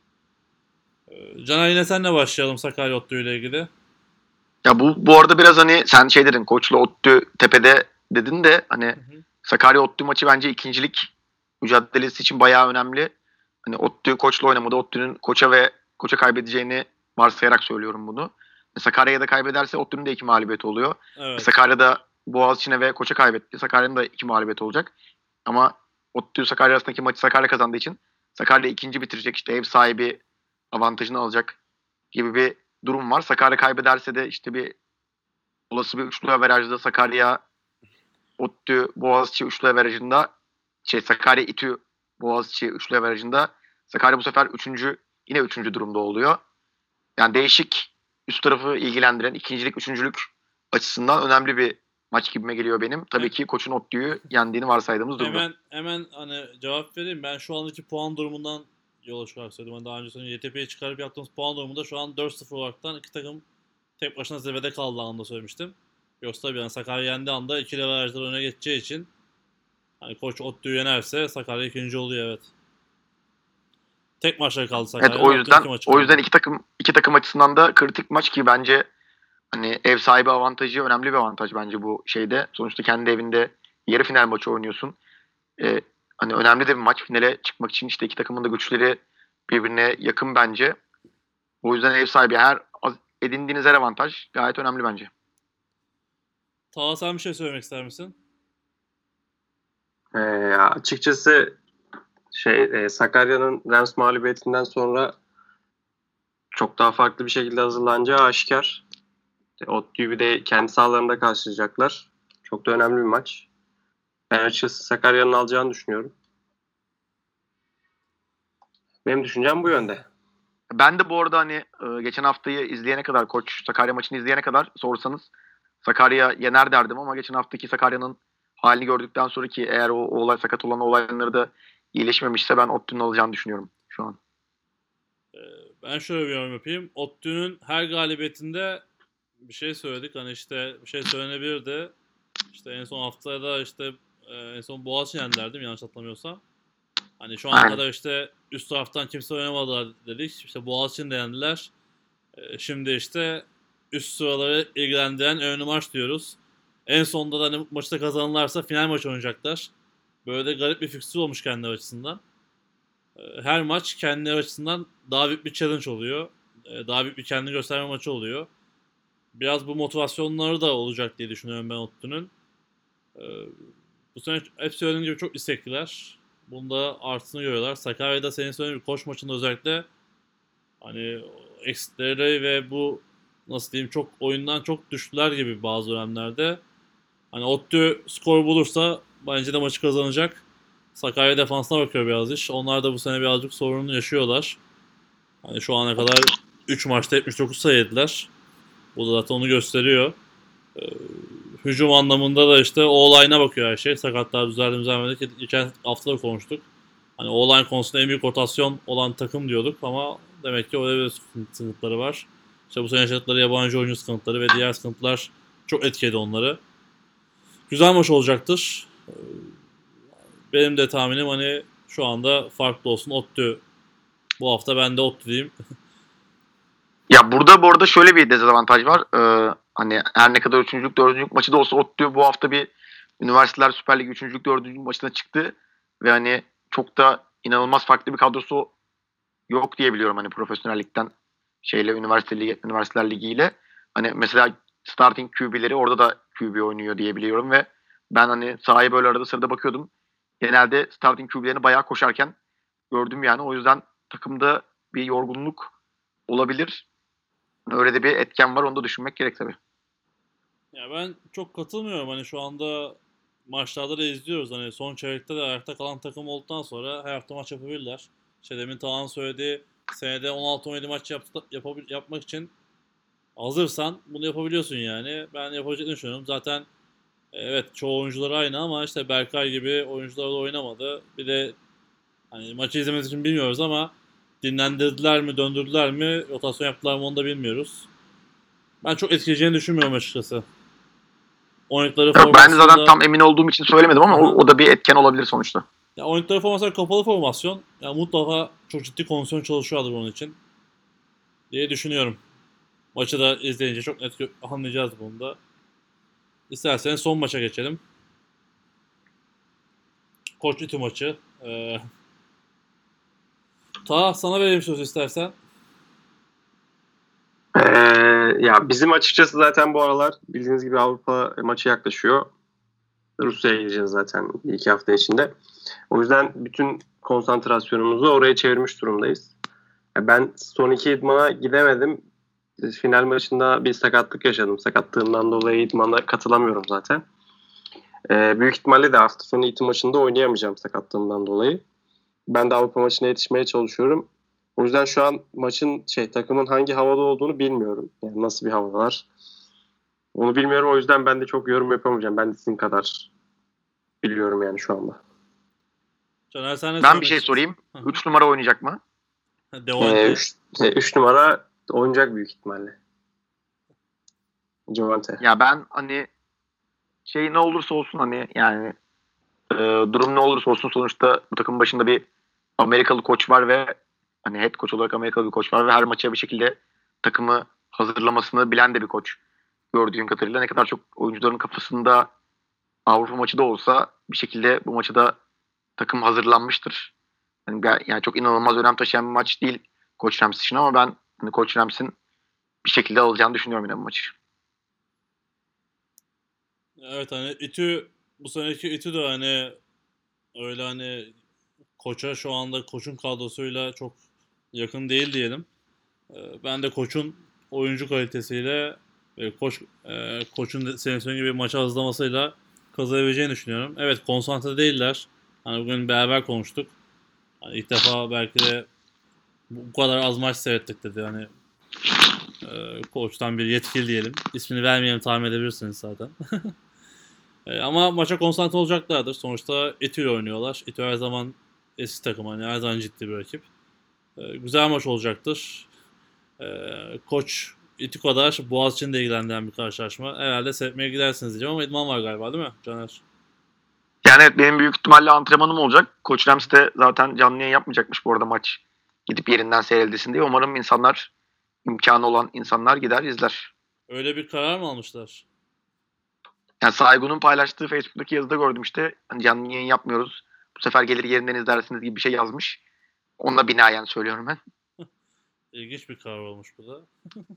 Caner, yine senle başlayalım Sakarya Ottu ile ilgili. Ya bu arada biraz hani sen dedin Koç'la ODTÜ tepede dedin de hani Hı hı. Sakarya ODTÜ maçı bence ikincilik mücadelesi için bayağı önemli. Hani ODTÜ Koç'la oynamadı. ODTÜ'nün Koç'a kaybedeceğini varsayarak söylüyorum bunu. Sakarya'ya da kaybederse ODTÜ'nün de 2 mağlubiyeti oluyor. Evet. Sakarya'da Boğaziçi'ne ve Koç'a kaybetti. Sakarya'nın da 2 mağlubiyeti olacak. Ama ODTÜ Sakarya arasındaki maçı Sakarya kazandığı için Sakarya ikinci bitirecek, işte ev sahibi avantajını alacak gibi bir durum var. Sakarya kaybederse de işte bir olası bir üçlü averajda Sakarya, ODTÜ, Boğaziçi üçlü averajında Sakarya, İTÜ, Boğaziçi üçlü averajında Sakarya bu sefer yine üçüncü durumda oluyor. Yani değişik, üst tarafı ilgilendiren ikincilik, üçüncülük açısından önemli bir maç gibime geliyor benim. Tabii ki Koç'un ODTÜ'yü yendiğini varsaydığımız durumda. Hemen hani cevap vereyim. Ben şu andaki puan durumundan yola çıkarak söyledim. Hani daha önce sonra YTP'ye çıkarıp yaptığımız puan durumunda şu an 4-0 olaraktan iki takım tek başına zirvede kaldığı anda söylemiştim. Yoksa tabii yani Sakarya yendiği anda ikili averajlar öne geçeceği için hani Koç ODTÜ'yü yenerse Sakarya ikinci oluyor, evet. Tek maçları kaldı Evet, Sakarya'nın. ODTÜ'nün iki maçı o kaldı. yüzden iki takım açısından da kritik maç ki bence hani ev sahibi avantajı önemli bir avantaj bence bu şeyde. Sonuçta kendi evinde yarı final maçı oynuyorsun. Hani önemli de bir maç, finale çıkmak için işte iki takımın da güçleri birbirine yakın bence. O yüzden ev sahibi edindiğiniz her avantaj gayet önemli bence. Taha, sen bir şey söylemek ister misin? Açıkçası Sakarya'nın Rams mağlubiyetinden sonra çok daha farklı bir şekilde hazırlanacağı aşikar. ODTÜ'yü bir de kendi sahalarında karşılayacaklar. Çok da önemli bir maç. Ben açıkçası Sakarya'nın alacağını düşünüyorum. Benim düşüncem bu yönde. Ben de bu arada hani geçen haftayı izleyene kadar, Koç Sakarya maçını izleyene kadar sorsanız Sakarya yener derdim ama geçen haftaki Sakarya'nın halini gördükten sonra ki eğer o olay, sakat olan olayları da iyileşmemişse ben ODTÜ'nün alacağını düşünüyorum şu an. Ben şöyle bir yorum yapayım. ODTÜ'nün her galibiyetinde bir şey söyledik. Hani işte bir şey söylenebilirdi. İşte en son haftada da işte en son Boğaziçi yendiler değil mi? Yanlış hatırlamıyorsam. Hani şu ana Aynen. kadar işte üst taraftan kimse oynamadılar dedik. İşte Boğaziçi'ni de yendiler. Şimdi işte üst sıraları ilgilendiren önemli maç diyoruz. En sonunda da hani maçı da kazanırlarsa final maçı oynayacaklar. Böyle de garip bir fikstür olmuş kendileri açısından. Her maç kendileri açısından daha büyük bir challenge oluyor. Daha büyük bir kendini gösterme maçı oluyor. Biraz bu motivasyonları da olacak diye düşünüyorum ben ODTÜ'nün. Ee, Bu sene hep söylediğim gibi çok istekliler. Bunda artısını görüyorlar. Sakarya'da senin söylediğin gibi koç maçında özellikle hani eksikleri ve bu nasıl diyeyim çok oyundan çok düştüler gibi bazı dönemlerde. Hani ODTÜ skor bulursa bence de maçı kazanacak. Sakarya defansına bakıyor biraz iş. Onlar da bu sene birazcık sorununu yaşıyorlar. Hani şu ana kadar 3 maçta 79 sayı yediler. Bu da zaten onu gösteriyor. Ee, Hücum anlamında da işte O-line'a bakıyor her şey. Sakatlar düzeldi düzelmedi ki geçen hafta da konuştuk. Hani O-line konusunda en büyük rotasyon olan takım diyorduk ama demek ki öyle bir sıkıntıları var. İşte bu sene yaşadıkları yabancı oyuncu sıkıntıları ve diğer sıkıntılar çok etkiledi onları. Güzel maç olacaktır. Benim de tahminim hani şu anda farklı olsun. ODTÜ bu hafta ben de ODTÜ diyeyim. Ya burada bu arada şöyle bir dezavantaj var. Hani her ne kadar 3. 4. maçı da olsa ODTÜ bu hafta bir Üniversiteler Süper Ligi 3. 4. maçına çıktı. Ve hani çok da inanılmaz farklı bir kadrosu yok diye biliyorum hani profesyonellikten şeyle Üniversiteler Ligi ile. Hani mesela starting QB'leri orada da QB oynuyor diye biliyorum ve ben hani sahaya böyle arada sırada bakıyordum. Genelde starting QB'lerini bayağı koşarken gördüm yani. O yüzden takımda bir yorgunluk olabilir. Öyle de bir etken var. Onu da düşünmek gerek tabii. Ya ben çok katılmıyorum. Hani şu anda maçlarda da izliyoruz. Hani son çeyrekte de ayakta kalan takım olduktan sonra her hafta maç yapabilirler. İşte demin Tağ'ın söylediği senede 16-17 maç yapmak için hazırsan bunu yapabiliyorsun yani. Ben yapabileceğini düşünüyorum. Zaten evet çoğu oyuncular aynı ama işte Berkay gibi oyuncular da oynamadı. Bir de hani maçı izlememiz için bilmiyoruz ama dinlendirdiler mi, döndürdüler mi, rotasyon yaptılar mı onu da bilmiyoruz. Ben çok etkileyeceğini düşünmüyorum açıkçası. Oynadıkları Ben de zaten formasyonda tam emin olduğum için söylemedim ama aha, o da bir etken olabilir sonuçta. ya oynadıkları formasyon kapalı formasyon. Ya mutlaka çok ciddi kondisyon çalışıyorlar onun için diye düşünüyorum. Maçı da izleyince çok net anlayacağız bunu da. İsterseniz son maça geçelim. Koç İTÜ maçı. Ta sana vereyim sözü istersen. Ee, Ya bizim açıkçası zaten bu aralar bildiğiniz gibi Avrupa maçı yaklaşıyor. Rusya'ya gideceğiz zaten 2 hafta içinde. O yüzden bütün konsantrasyonumuzu oraya çevirmiş durumdayız. Ben son 2 idmana gidemedim. Final maçında bir sakatlık yaşadım. Sakatlığımdan dolayı idmana katılamıyorum zaten. Büyük ihtimalle de hafta sonu İTÜ maçında oynayamayacağım sakatlığımdan dolayı. Ben de Avrupa maçına yetişmeye çalışıyorum. O yüzden şu an maçın takımın hangi havada olduğunu bilmiyorum. Yani nasıl bir hava var. Onu bilmiyorum. O yüzden ben de çok yorum yapamayacağım. Ben de sizin kadar biliyorum yani şu anda. Caner sen ne Ben bir söylemek şey istiyorsun? sorayım. 3 numara oynayacak mı? Devonte. 3 numara oynayacak büyük ihtimalle. Devonte. Ya ben hani şey ne olursa olsun hani yani durum ne olursa olsun sonuçta bu takımın başında bir Amerikalı koç var ve hani head koç olarak Amerikalı bir koç var ve her maça bir şekilde takımı hazırlamasını bilen de bir koç. Gördüğüm kadarıyla ne kadar çok oyuncuların kafasında Avrupa maçı da olsa bir şekilde bu maçı da takım hazırlanmıştır. Yani çok inanılmaz önem taşıyan bir maç değil Koç Rams için ama ben hani Koç Rams'in bir şekilde alacağını düşünüyorum yine bu maçı. Evet hani İTÜ bu seneki İTÜ de hani öyle hani koça şu anda koçun kadrosuyla çok yakın değil diyelim. Ben de koçun oyuncu kalitesiyle ve koçun senin söylediğin gibi maçı hazırlamasıyla kazanabileceğini düşünüyorum. Evet konsantre değiller. Hani bugün beraber konuştuk. Hani ilk defa belki de Bu kadar az maç seyrettik dedi. Hani koçtan bir yetkili diyelim. İsmini vermeyelim, tahmin edebilirsiniz zaten. Ama maça konsantre olacaklardır. Sonuçta Etü ile oynuyorlar. Etü her zaman eski takım, hani her zaman ciddi bir rakip. Güzel maç olacaktır. Koç Etü kadar Boğaziçi'ni de ilgilendiren bir karşılaşma. Herhalde seyretmeye gidersiniz diyeceğim ama idman var galiba, değil mi Caner? Yani evet, benim büyük ihtimalle antrenmanım olacak. Koç Rams de zaten canlı yayın yapmayacakmış bu arada maç. Gidip yerinden seyredilsin diye. Umarım imkanı olan insanlar gider izler. Öyle bir karar mı almışlar? Yani Saygun'un paylaştığı Facebook'taki yazıda gördüm işte. Hani canlı yayın yapmıyoruz. Bu sefer gelir yerinden izlersiniz gibi bir şey yazmış. Onunla binaen söylüyorum ben. İlginç bir karar olmuş bu da.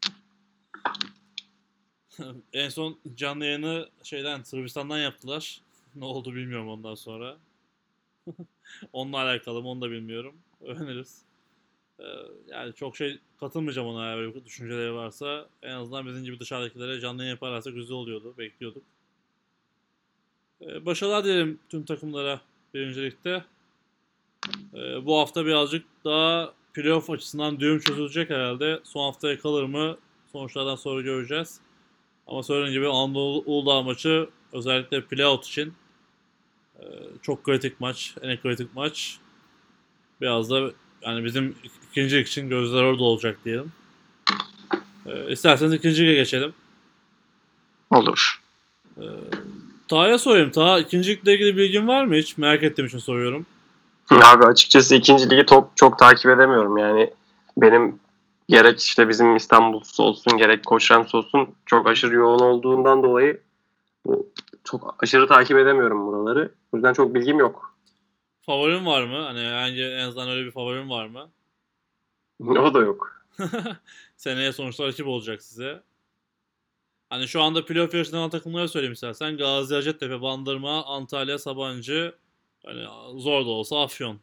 En son canlı yayını Sırbistan'dan yaptılar. Ne oldu bilmiyorum ondan sonra. Onunla alakalı mı onu da bilmiyorum. Öğreniriz. Yani çok katılmayacağım ona, eğer böyle düşünceleri varsa. En azından bizim gibi dışarıdakilere canlı yayın yaparlarsa güzel oluyordu. Bekliyorduk. Başarılar dilerim tüm takımlara birincilikte. Bu hafta birazcık daha playoff açısından düğüm çözülecek herhalde. Son haftaya kalır mı? Sonuçlardan sonra göreceğiz. Ama söylediğim gibi Anadolu Uludağ maçı özellikle playoff için çok kritik maç. En kritik maç. Biraz da yani bizim ikincilik için gözler orada olacak diyelim. İsterseniz ikinciye geçelim. Olur. Taha'ya sorayım. Taha, ikincilikle ilgili bilgin var mı hiç? Merak ettiğim için soruyorum. Abi açıkçası ikinci ligi çok takip edemiyorum. Yani benim gerek işte bizim İstanbul olsun gerek Koç Rams olsun çok aşırı yoğun olduğundan dolayı çok aşırı takip edemiyorum buraları. O yüzden çok bilgim yok. Favorin var mı? Hani en azından öyle bir favorin var mı? O da yok. Seneye sonuçta rakip olacak size. Hani şu anda playoff yarışından olan takımları söyleyeyim istersen. Gazi, Hacettepe, Bandırma, Antalya, Sabancı. Hani zor da olsa Afyon.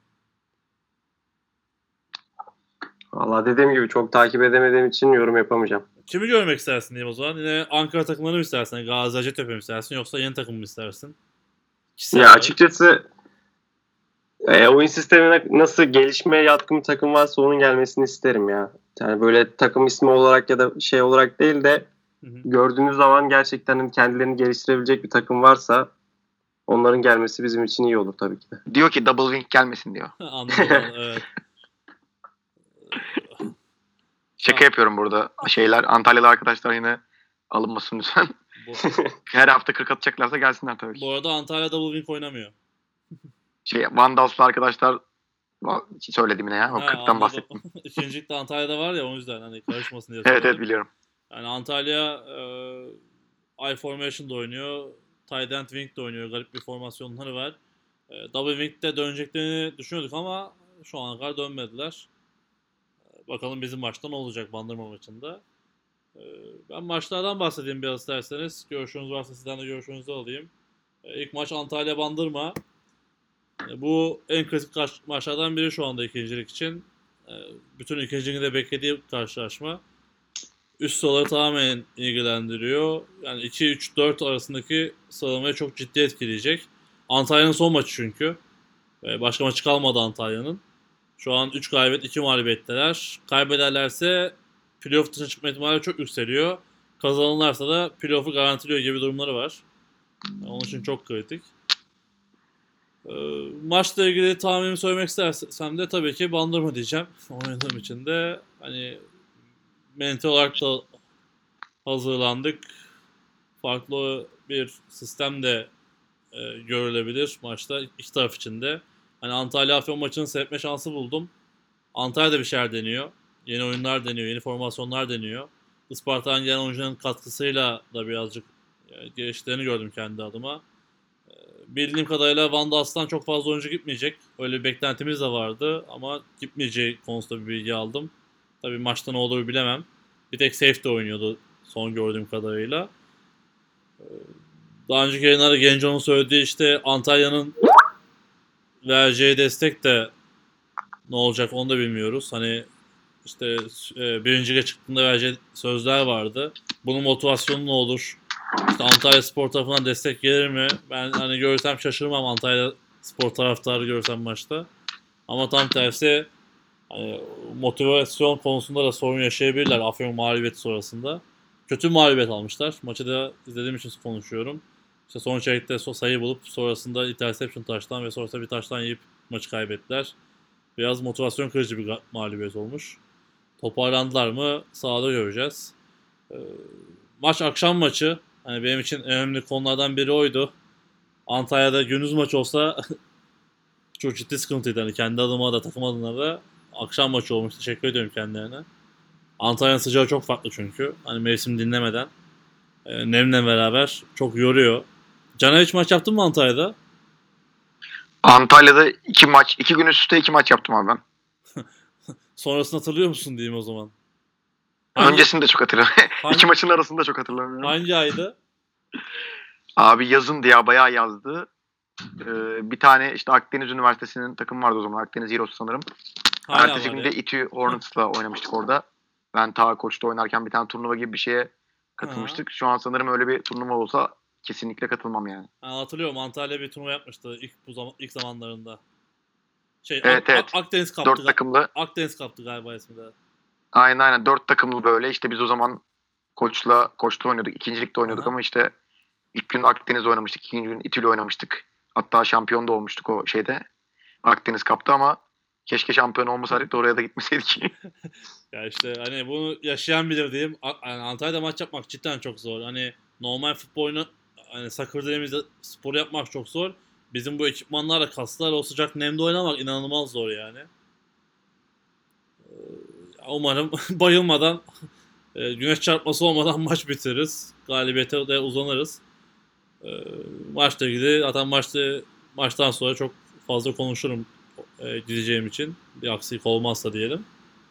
Valla dediğim gibi çok takip edemediğim için yorum yapamayacağım. Kimi görmek istersin diyeyim o zaman? Yine Ankara takımlarını mı istersin? Gazi, Hacettepe mi istersin? Yoksa yeni takım mı istersin? Ya açıkçası oyun sistemine nasıl gelişmeye yatkın bir takım varsa onun gelmesini isterim ya. Yani böyle takım ismi olarak ya da şey olarak değil de gördüğünüz zaman gerçekten kendilerini geliştirebilecek bir takım varsa onların gelmesi bizim için iyi olur tabii ki de. Diyor ki double wing gelmesin diyor. Anladım, evet. Şaka yapıyorum burada. Antalyalı arkadaşlar yine alınmasın lütfen. Her hafta 40 atacaklarsa gelsinler tabii ki. Bu arada Antalya double wing oynamıyor. Vandals'lı arkadaşlar söyledim yine ya. O 40'tan bahsettim. İkincilikte Antalya'da var ya, o yüzden hani karışmasın diye söyledim. Evet biliyorum. Yani Antalya I formation'da oynuyor. Tight end wing'de oynuyor. Garip bir formasyonları var. Double wing'de döneceklerini düşünüyorduk ama şu ana kadar dönmediler. Bakalım bizim maçta ne olacak Bandırma maçında. Ben maçlardan bahsedeyim biraz isterseniz. Görüşünüz varsa sizden de görüşünüzü alayım. İlk maç Antalya-Bandırma. Bu en kritik maçlardan biri şu anda ikincilik için. Bütün ikinciliğin de beklediği karşılaşma. Üst sıraları tamamen ilgilendiriyor. Yani 2-3-4 arasındaki sıralamayı çok ciddi etkileyecek. Antalya'nın son maçı çünkü. Başka maçı kalmadı Antalya'nın. Şu an 3 galibiyet 2 mağlubiyetteler. Kaybederlerse playoff dışına çıkma ihtimali çok yükseliyor. Kazanırlarsa da playoff'u garantiliyor gibi durumları var. Onun için çok kritik. Maçla ilgili tahminimi söylemek istersem de tabii ki Bandırma diyeceğim. Oynadığım için de hani mental olarak da hazırlandık. Farklı bir sistem de görülebilir maçta iki taraf için de. Hani Antalya Afyon maçını seyretme şansı buldum. Antalya'da bir şeyler deniyor. Yeni oyunlar deniyor, yeni formasyonlar deniyor. Isparta'nın gelen oyuncuların katkısıyla da birazcık geliştiklerini gördüm kendi adıma. Bildiğim kadarıyla Vandals'tan çok fazla oyuncu gitmeyecek. Öyle bir beklentimiz de vardı ama gitmeyeceği konusunda bir bilgi aldım. Tabii maçta ne olur bilemem. Bir tek safety oynuyordu son gördüğüm kadarıyla. Daha önceki yayınlarda Genco'nun söylediği işte Antalya'nın vereceği destek de ne olacak onu da bilmiyoruz. Hani işte birinci lige çıktığında vereceği sözler vardı. Bunun motivasyonu ne olur? İşte Antalya Spor tarafından destek gelir mi? Ben hani görsem şaşırmam Antalya Spor taraftarı görsem maçta. Ama tam tersi Hani motivasyon konusunda da sorun yaşayabilirler Afyon mağlubiyeti sonrasında. Kötü mağlubiyet almışlar. Maçı da izlediğim için konuşuyorum. İşte son çeyrekte sayı bulup sonrasında interception taştan ve sonrasında bir taştan yiyip maçı kaybettiler. Biraz motivasyon kırıcı bir mağlubiyet olmuş. Toparlandılar mı sahada göreceğiz. Maç akşam maçı. Hani benim için önemli konulardan biri oydu. Antalya'da gündüz maç olsa çok ciddi sıkıntıydı. Hani kendi adıma da takım adına da akşam maçı olmuş. Teşekkür ediyorum kendilerine. Antalya'nın sıcağı çok farklı çünkü. Hani mevsim dinlemeden. Nemle beraber çok yoruyor. Caner hiç maç yaptın mı Antalya'da? Antalya'da 2 gün üst üste 2 maç yaptım abi ben. Sonrasını hatırlıyor musun diyeyim o zaman? Öncesini de çok hatırlamıyorum. Hangi- 2 maçın arasında çok hatırlamıyorum. Hangi aydı? Abi yazındı ya, bayağı yazdı. Bir tane işte Akdeniz Üniversitesi'nin takımı vardı o zaman. Akdeniz Heroes sanırım. Hala Ertesi var gün ya. de İTÜ Hornets'la oynamıştık orada. Ben ta Koç'ta oynarken bir tane turnuva gibi bir şeye katılmıştık. Şu an sanırım öyle bir turnuva olsa kesinlikle katılmam yani. Hatırlıyorum Antalya bir turnuva yapmıştı ilk zamanlarında. Evet. Akdeniz kaptı. 4 takımlı. Akdeniz kaptı galiba ismi de. Aynen 4 takımlı böyle. İşte biz o zaman Koç'ta oynuyorduk. İkincilikte oynuyorduk ama işte ilk gün Akdeniz oynamıştık. İkinci gün İTÜ'yle oynamıştık. Hatta şampiyon da olmuştuk o şeyde. Akdeniz kaptı ama keşke şampiyon olmasaydık da oraya da gitmeseydik. Ya işte hani bunu yaşayan bilir diyeyim. Yani Antalya'da maç yapmak cidden çok zor. Hani normal futbolunu hani soccer dediğimizde spor yapmak çok zor. Bizim bu ekipmanlarla kaslarla o sıcak nemde oynamak inanılmaz zor yani. Umarım bayılmadan güneş çarpması olmadan maç bitiririz. Galibiyete de uzanırız. Maçla ilgili zaten maçtan sonra çok fazla konuşurum gideceğim için. Bir aksilik olmazsa diyelim.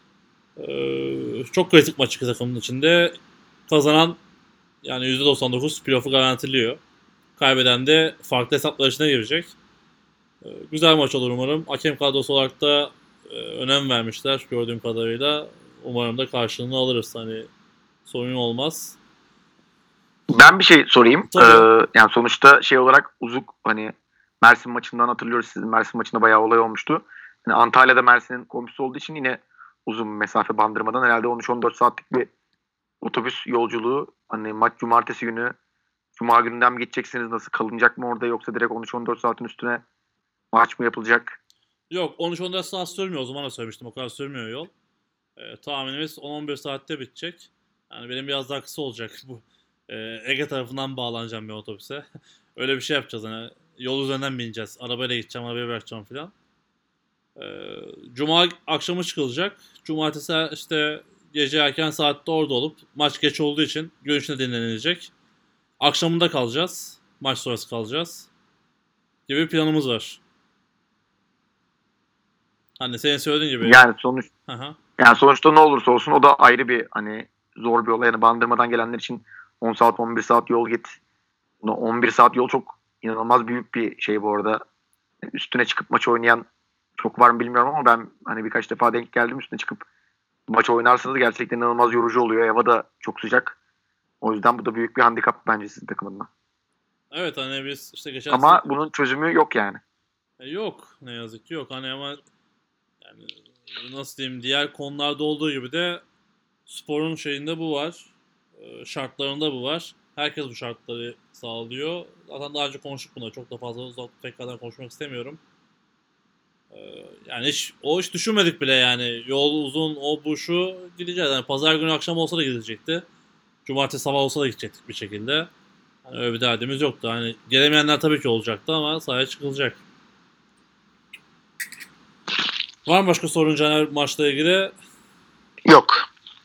Çok kritik maç iki takımın içinde. Kazanan yani %99 playoff'u garantiliyor. Kaybeden de farklı hesaplar içine girecek. Güzel maç olur umarım. Hakem kadrosu olarak da önem vermişler gördüğüm kadarıyla. Umarım da karşılığını alırız. Hani sorun olmaz. Ben bir şey sorayım. Tabii. Yani sonuçta şey olarak Uzuk hani Mersin maçından hatırlıyoruz. Sizin Mersin maçında bayağı olay olmuştu. Yani Antalya'da Mersin'in komşusu olduğu için yine uzun mesafe bandırmadan herhalde 13-14 saatlik bir otobüs yolculuğu. Hani maç cumartesi günü, cuma gününden mi geçeceksiniz? Nasıl, kalınacak mı orada, yoksa direkt 13-14 saatin üstüne maç mı yapılacak? Yok 13-14 saat sürmüyor. O zaman da söylemiştim. O kadar sürmüyor yol. Tahminimiz 10-11 saatte bitecek. Yani benim biraz daha kısa olacak bu. Ege tarafından bağlanacağım bir otobüse. Öyle bir şey yapacağız. Hani yol üzerinden bineceğiz. Arabayla gideceğim, arabayı bırakacağım falan. Cuma akşamı çıkılacak. Cumartesi işte gece erken saatte orada olup maç geç olduğu için gün içinde dinlenilecek. Akşamında kalacağız. Maç sonrası kalacağız. Gibi bir planımız var. Hani senin söylediğin gibi. Yani sonuçta ne olursa olsun o da ayrı bir hani zor bir olay. Yani bandırmadan gelenler için 10 saat 11 saat yol git. 11 saat yol çok inanılmaz büyük bir şey bu arada. Yani üstüne çıkıp maç oynayan çok var mı bilmiyorum ama ben hani birkaç defa denk geldim, üstüne çıkıp maç oynarsanız gerçekten inanılmaz yorucu oluyor. Hava da çok sıcak. O yüzden bu da büyük bir handikap bence sizin takımında. Evet hani biz işte geçen ama bunun çözümü yok yani. Yok ne yazık ki yok. Hani ama yani nasıl diyeyim, diğer konularda olduğu gibi de sporun şeyinde bu var. Şartlarında bu var. Herkes bu şartları sağlıyor. Zaten daha önce konuştuk buna. Çok da fazla tekrardan konuşmak istemiyorum. Yani hiç düşünmedik bile yani. Yol uzun, o bu şu, gideceğiz. Yani pazar günü akşam olsa da gidecekti. Cumartesi sabah olsa da gidecektik bir şekilde. Hani öyle bir derdimiz yoktu. Hani gelemeyenler tabii ki olacaktı ama sahaya çıkılacak. Var mı başka sorun Caner maçla ilgili? Yok.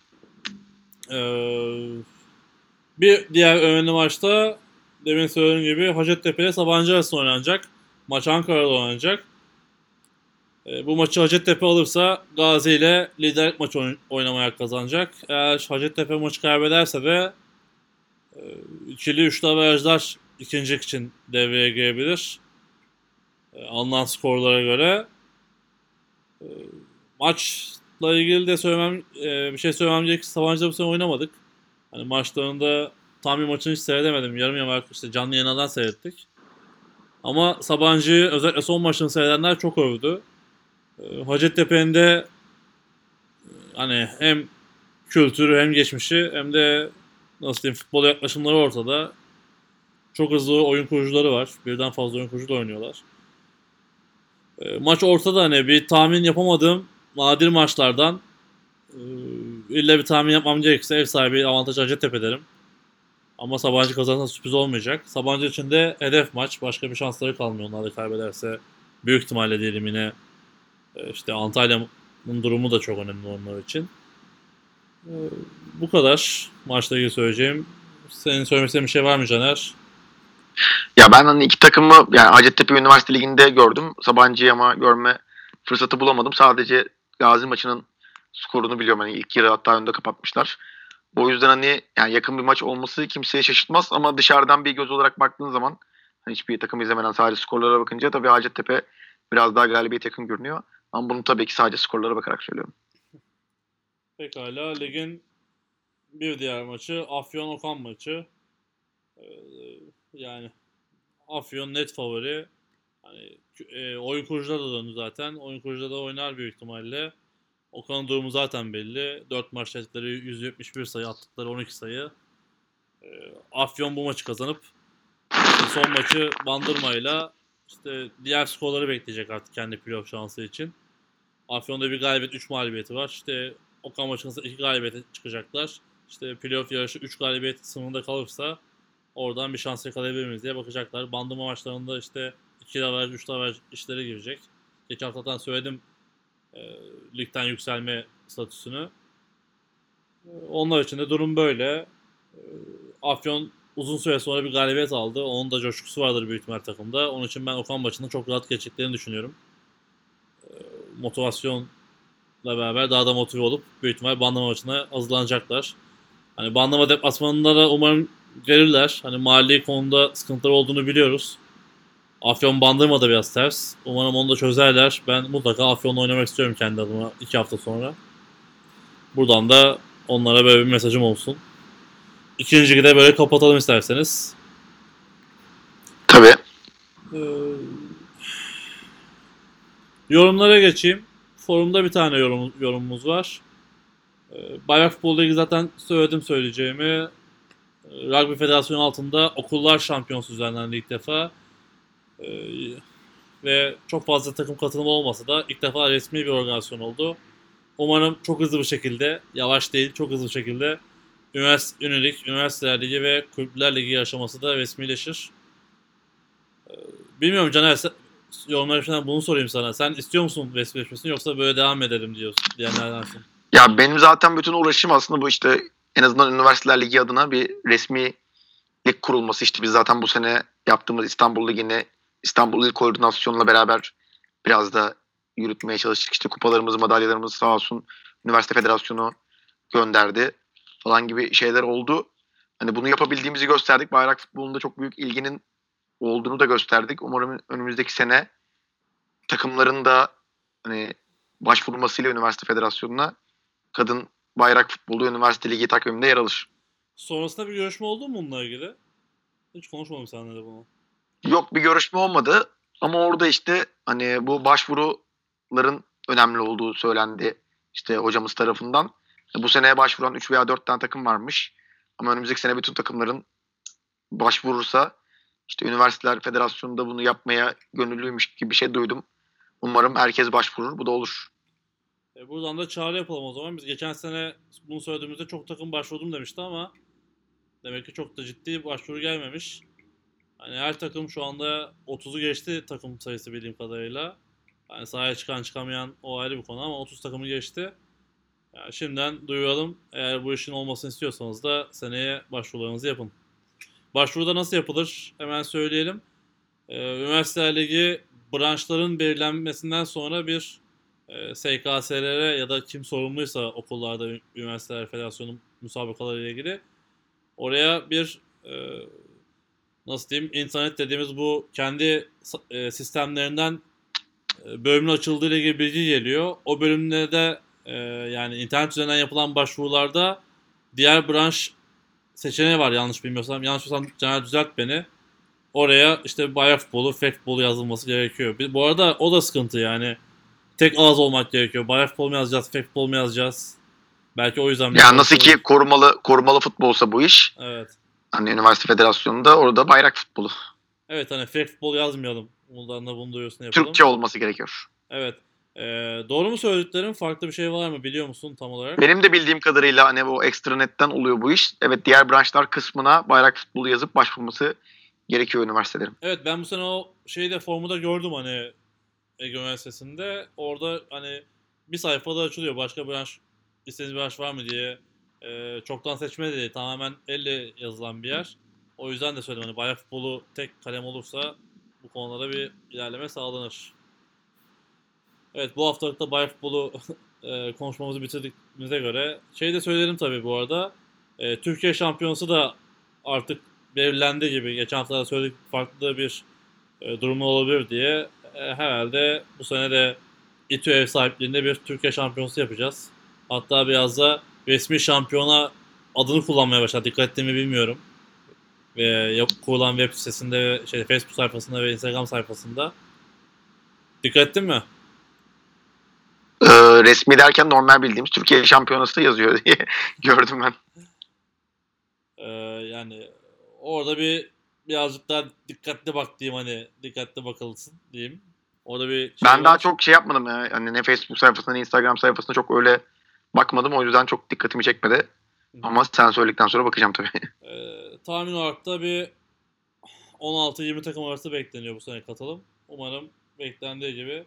Bir diğer önemli maçta demin söylediğim gibi Hacettepe ile Sabancı arasında oynanacak. Maç Ankara'da oynanacak. Bu maçı Hacettepe alırsa Gazi ile liderlik maçı oynamaya kazanacak. Eğer Hacettepe maçı kaybederse de ikili üçlü averajlar ikincilik için devreye girebilir. Alınan skorlara göre. Maçla ilgili de bir şey söylemem gerekirse Sabancı'da bu sene oynamadık. Hani maçlarında tam bir maçını hiç seyredemedim. Yarım yamalak işte canlı yayınlardan seyrettik. Ama Sabancı'yı özellikle son maçını seyredenler çok övdü. Hacettepe'nin de hani hem kültürü hem geçmişi hem de nasıl diyeyim futbol yaklaşımları ortada. Çok hızlı oyun kurucuları var. Birden fazla oyun kurucu da oynuyorlar. Maç ortada, hani bir tahmin yapamadığım nadir maçlardan. İlla bir tahmin yapmam gerekirse ev sahibi avantajı Hacettepe derim. Ama Sabancı kazanırsa sürpriz olmayacak. Sabancı için de hedef maç. Başka bir şansları kalmıyor onlar da kaybederse. Büyük ihtimalle diyelim yine işte Antalya'nın durumu da çok önemli onlar için. Bu kadar maçla ilgili söyleyeceğim. Senin söylemek istediğin bir şey var mı Caner? Ya ben hani iki takımı yani Hacettepe Üniversite Ligi'nde gördüm. Sabancı'yı ama görme fırsatı bulamadım. Sadece Gazi maçının skorunu biliyorum. Hani ilk yarı hatta önde kapatmışlar. O yüzden hani yani yakın bir maç olması kimseye şaşırtmaz ama dışarıdan bir göz olarak baktığın zaman hani hiçbir takım izlemeden sadece skorlara bakınca tabii Hacettepe biraz daha galibiyet yakın görünüyor. Ama bunu tabii ki sadece skorlara bakarak söylüyorum. Pekala, ligin bir diğer maçı Afyon-Okan maçı. Yani Afyon net favori. Hani oyun kurucuları da döndü zaten. Oyun kurucuları da oynar büyük ihtimalle. Okan'ın durumu zaten belli. 4 maç attıkları 171 sayı, attıkları 12 sayı. Afyon bu maçı kazanıp son maçı Bandırma'yla işte diğer skorları bekleyecek artık kendi playoff şansı için. Afyon'da bir galibiyet, 3 mağlubiyeti var. İşte Okan maçında 2 galibiyete çıkacaklar. İşte playoff yarışı 3 galibiyet sınırında kalırsa oradan bir şans yakalayabilir miyiz diye bakacaklar. Bandırma maçlarında işte 2 averaj, 3 averaj işlere girecek. Geçen haftadan söyledim ligden yükselme statüsünü. Onlar için de durum böyle. Afyon uzun süre sonra bir galibiyet aldı. Onun da coşkusu vardır büyük ihtimal takımda. Onun için ben Okan maçında çok rahat geçeceklerini düşünüyorum. Motivasyonla beraber daha da motive olup büyük ihtimal Bandırma maçına hazırlanacaklar. Hani Bandırma deplasmanında da umarım gelirler. Hani mali konuda sıkıntılar olduğunu biliyoruz. Afyon Bandırma'da biraz ters. Umarım onu da çözerler. Ben mutlaka Afyon'la oynamak istiyorum kendi adıma 2 hafta sonra. Buradan da onlara böyle bir mesajım olsun. İkinci ligde böyle kapatalım isterseniz. Tabii. Yorumlara geçeyim. Forumda bir tane yorumumuz var. Bayrak Futbol Ligi zaten söyledim söyleyeceğimi. Rugby Federasyonu altında okullar şampiyonası düzenlendi ilk defa. Ve çok fazla takım katılımı olmasa da ilk defa resmi bir organizasyon oldu. Umarım çok hızlı bir şekilde, yavaş değil çok hızlı bir şekilde Üniversiteler Ligi ve Kulüpler Ligi aşaması da resmileşir. Bilmiyorum Caner, yorumlar bunu sorayım sana. Sen istiyor musun resmileşmesini yoksa böyle devam edelim diyenlerdensin? Ya benim zaten bütün uğraşım aslında bu işte en azından Üniversiteler Ligi adına bir resmi lig kurulması. İşte biz zaten bu sene yaptığımız İstanbul Ligi'ni İstanbul İl Koordinasyon'la beraber biraz da yürütmeye çalıştık. İşte kupalarımız, madalyalarımız sağ olsun Üniversite Federasyonu gönderdi falan gibi şeyler oldu. Hani bunu yapabildiğimizi gösterdik. Bayrak futbolunda çok büyük ilginin olduğunu da gösterdik. Umarım önümüzdeki sene takımların da hani başvurmasıyla Üniversite Federasyonu'na kadın bayrak futbolu Üniversite Ligi takviminde yer alır. Sonrasında bir görüşme oldu mu bununla ilgili? Hiç konuşmadım seninle de bunu. Yok bir görüşme olmadı ama orada işte hani bu başvuruların önemli olduğu söylendi işte hocamız tarafından. Bu seneye başvuran 3 veya 4 tane takım varmış. Ama önümüzdeki sene bütün takımların başvurursa işte Üniversiteler Federasyonu da bunu yapmaya gönüllüymüş gibi bir şey duydum. Umarım herkes başvurur. Bu da olur. Buradan da çağrı yapalım o zaman. Biz geçen sene bunu söylediğimizde çok takım başvurdum demişti ama demek ki çok da ciddi başvuru gelmemiş. Hani her takım şu anda 30'u geçti takım sayısı bildiğim kadarıyla. Yani sahaya çıkan çıkamayan o ayrı bir konu ama 30 takımı geçti. Yani şimdiden duyuralım. Eğer bu işin olmasını istiyorsanız da seneye başvurularınızı yapın. Başvuruda nasıl yapılır? Hemen söyleyelim. Üniversiteler Ligi branşların belirlenmesinden sonra bir SKS'lere ya da kim sorumluysa okullarda Üniversiteler Federasyonu müsabakaları ile ilgili oraya bir nasıl diyeyim internet dediğimiz bu kendi sistemlerinden bölümün açıldığı ile ilgili bilgi geliyor. O bölümde de yani internet üzerinden yapılan başvurularda diğer branş seçeneği var yanlış bilmiyorsam. Yanlış bilmiyorsam Caner düzelt beni. Oraya işte bayrak futbolu, fek futbolu yazılması gerekiyor. Bu arada o da sıkıntı yani. Tek ağız olmak gerekiyor. Bayrak futbol mu yazacağız, fek futbol mu yazacağız? Belki o yüzden Yani nasıl ki korumalı futbolsa bu iş. Evet. Hani üniversite federasyonunda orada bayrak futbolu. Evet, hani flag futbol yazmayalım. Buradan da bunu duyurusunu yapalım. Türkçe olması gerekiyor. Evet. Doğru mu söylediklerim? Farklı bir şey var mı? Biliyor musun tam olarak? Benim de bildiğim kadarıyla hani bu ekstranetten oluyor bu iş. Evet, diğer branşlar kısmına bayrak futbolu yazıp başvurması gerekiyor üniversitelerin. Evet, ben bu sene o formu da gördüm hani Ege Üniversitesi'nde. Orada hani bir sayfada açılıyor. Başka branş, istediğiniz branş var mı diye. Çoktan seçme değil. Tamamen elle yazılan bir yer. O yüzden de söyledim hani bayrak futbolu tek kalem olursa bu konularda bir ilerleme sağlanır. Evet, bu haftalıkta bayrak futbolu konuşmamızı bitirdiğimize göre de söylerim tabii bu arada. Türkiye şampiyonası da artık belirlendi gibi. Geçen hafta da söyledik, farklı bir durum olabilir diye. Herhalde bu sene de İTÜ ev sahipliğinde bir Türkiye şampiyonası yapacağız. Hatta biraz da resmi şampiyona adını kullanmaya başladı. Dikkat ettiğimi bilmiyorum. Ve kurulan web sitesinde, Facebook sayfasında ve Instagram sayfasında. Dikkat ettin mi? Resmi derken normal bildiğimiz Türkiye şampiyonası yazıyor diye gördüm ben. Yani orada birazcık daha dikkatli bak diyeyim, hani dikkatli bakılsın diyeyim. Orada bir Ben daha var. çok yapmadım ya. Hani ne Facebook sayfasına ne Instagram sayfasına çok öyle bakmadım. O yüzden çok dikkatimi çekmedi. Ama sen söyledikten sonra bakacağım tabii. Tahmin olarak da bir 16-20 takım arası bekleniyor bu sene katılım. Umarım beklendiği gibi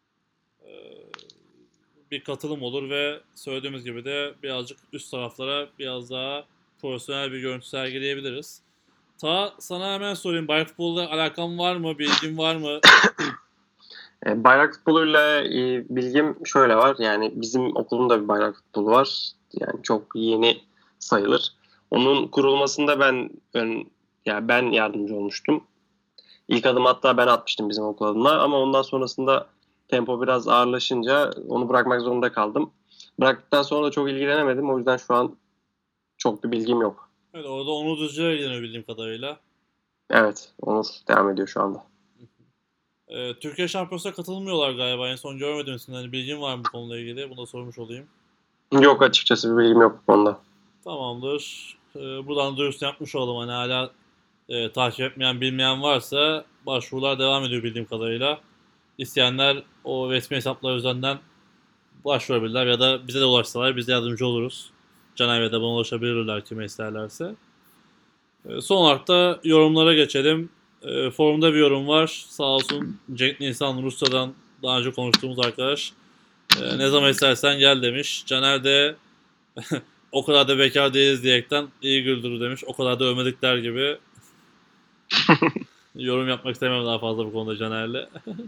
bir katılım olur ve söylediğimiz gibi de birazcık üst taraflara biraz daha profesyonel bir görüntü sergileyebiliriz. Sana hemen sorayım. Bayrak futboluyla alakan var mı? Bilgin var mı? Bayrak futboluyla bilgim şöyle var. Yani bizim okulun da bir bayrak futbolu var. Yani çok yeni sayılır. Onun kurulmasında ben yardımcı olmuştum. İlk adım hatta ben atmıştım bizim okul adına, ama ondan sonrasında tempo biraz ağırlaşınca onu bırakmak zorunda kaldım. Bıraktıktan sonra da çok ilgilenemedim. O yüzden şu an çok bir bilgim yok. Evet, orada Onur Düzce'ye ilgileniyor bildiğim kadarıyla. Evet, Onur devam ediyor şu anda. Türkiye Şampiyonası'na katılmıyorlar galiba. En son görmedim sizin. Hani bilgin var mı bu konuyla ilgili? Bunu da sormuş olayım. Yok, açıkçası bir bilgim yok bu konuda. Tamamdır. Buradan duyurusunu yapmış olalım. Hani hala takip etmeyen, bilmeyen varsa başvurular devam ediyor bildiğim kadarıyla. İsteyenler o resmi hesaplar üzerinden başvurabilirler ya da bize de ulaşsalar biz de yardımcı oluruz. Caner ve de bana ulaşabilirler kime isterlerse. Son olarak da yorumlara geçelim. Forumda bir yorum var. Sağ olsun Cenk Nisan Rusya'dan daha önce konuştuğumuz arkadaş. Ne zaman istersen gel demiş. Caner de o kadar da bekar değiliz diyerekten iyi güldürür demiş. O kadar da övmedik der gibi. Yorum yapmak istemem daha fazla bu konuda Caner'le.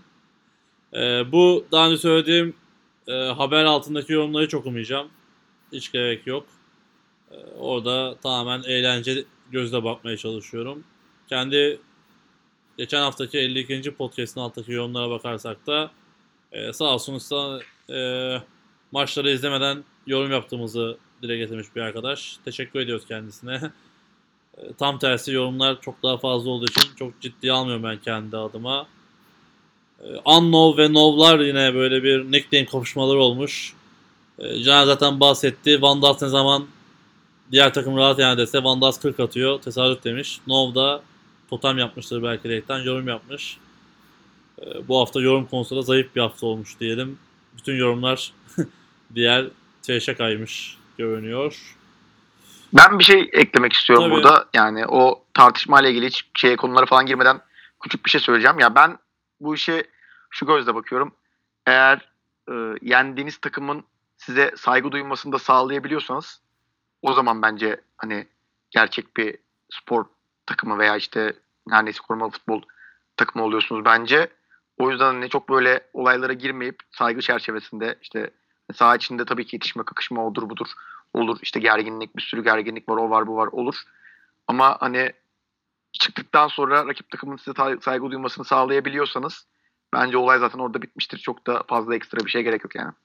Bu daha önce söylediğim haber altındaki yorumları hiç okumayacağım. Hiç gerek yok. Orada tamamen eğlence gözle bakmaya çalışıyorum. Kendi geçen haftaki 52. podcast'ın alttaki yorumlara bakarsak da sağ olsun maçları izlemeden yorum yaptığımızı dile getirmiş bir arkadaş. Teşekkür ediyoruz kendisine. Tam tersi yorumlar çok daha fazla olduğu için çok ciddiye almıyorum ben kendi adıma. Unknown ve Nov'lar yine böyle bir nickname kapışmaları olmuş. Can zaten bahsetti. Van Dals ne zaman diğer takım rahat yani dese Van Dals 40 atıyor. Tesadüf demiş. Nov da totem yapmıştır belki de yorum yapmış. Bu hafta yorum konusunda zayıf bir hafta olmuş diyelim. Bütün yorumlar diğer trash'e kaymış görünüyor. Ben bir şey eklemek istiyorum Tabii. burada. Yani o tartışmayla ilgili hiç konulara falan girmeden küçük bir şey söyleyeceğim. Ya ben bu işe şu gözle bakıyorum. Eğer yendiğiniz takımın size saygı duymasını da sağlayabiliyorsanız o zaman bence hani gerçek bir spor takımı veya işte neredeyse korumalı futbol takımı oluyorsunuz bence. O yüzden hani çok böyle olaylara girmeyip saygı çerçevesinde işte saha içinde tabii ki itişme kakışma odur budur olur. İşte gerginlik, bir sürü gerginlik var, o var bu var olur. Ama hani çıktıktan sonra rakip takımın size saygı duymasını sağlayabiliyorsanız bence olay zaten orada bitmiştir. Çok da fazla ekstra bir şey gerek yok yani.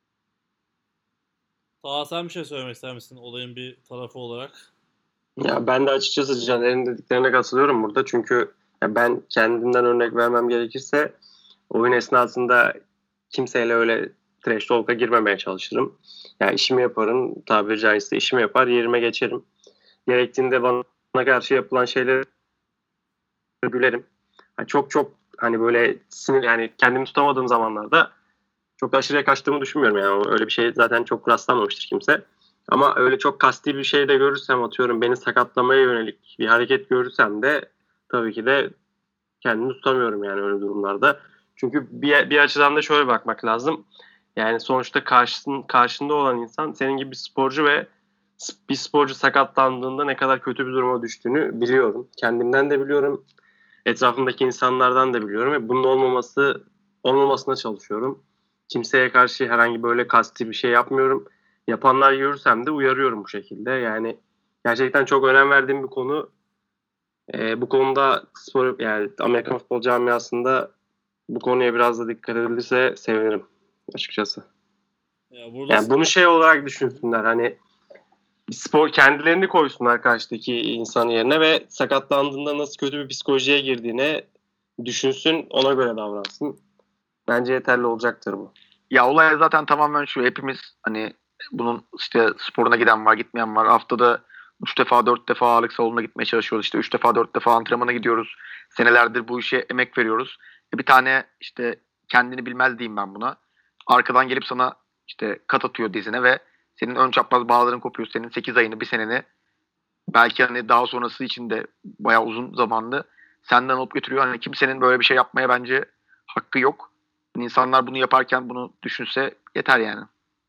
Daha sen bir şey söylemek ister misin olayın bir tarafı olarak? Ya ben de açıkçası Caner'in dediklerine katılıyorum burada. Çünkü ben kendimden örnek vermem gerekirse oyun esnasında kimseyle öyle trash talk'a girmemeye çalışırım. Yani işimi yaparım. Tabiri caizse işimi yapar, yerime geçerim. Gerektiğinde bana karşı yapılan şeyleri gülerim. Yani çok hani böyle sinir, yani kendimi tutamadığım zamanlarda çok aşırıya kaçtığımı düşünmüyorum yani. Öyle bir şey zaten çok rastlanmamıştır kimse. Ama öyle çok kasti bir şey de görürsem, atıyorum beni sakatlamaya yönelik bir hareket görürsem de tabii ki de kendimi tutamıyorum yani öyle durumlarda. Çünkü bir açıdan da şöyle bakmak lazım. Yani sonuçta karşında olan insan senin gibi bir sporcu ve bir sporcu sakatlandığında ne kadar kötü bir duruma düştüğünü biliyorum. Kendimden de biliyorum. Etrafımdaki insanlardan da biliyorum ve bunun olmamasına çalışıyorum. Kimseye karşı herhangi böyle kasti bir şey yapmıyorum. Yapanlar görürsem de uyarıyorum bu şekilde. Yani gerçekten çok önem verdiğim bir konu. Bu konuda spor, yani Amerikan futbol camiasında bu konuya biraz da dikkat edilirse sevinirim açıkçası. Ya burada Yani bunu şey olarak düşünsünler, hani bir spor, kendilerini koysunlar karşıdaki insanın yerine ve sakatlandığında nasıl kötü bir psikolojiye girdiğine düşünsün, ona göre davransın. Bence yeterli olacaktır bu. Ya olay zaten tamamen şu, hepimiz hani bunun işte sporuna giden var, gitmeyen var. Haftada 3 defa 4 defa ağırlık salonuna gitmeye çalışıyoruz. İşte 3 defa 4 defa antrenmana gidiyoruz. Senelerdir bu işe emek veriyoruz. Bir tane işte kendini bilmez diyeyim ben buna. Arkadan gelip sana işte kat atıyor dizine ve senin ön çapraz bağların kopuyor. Senin 8 ayını, bir seneni, belki hani daha sonrası için de bayağı uzun zamanlı senden alıp götürüyor. Hani kimsenin böyle bir şey yapmaya bence hakkı yok. İnsanlar bunu yaparken bunu düşünse yeter yani.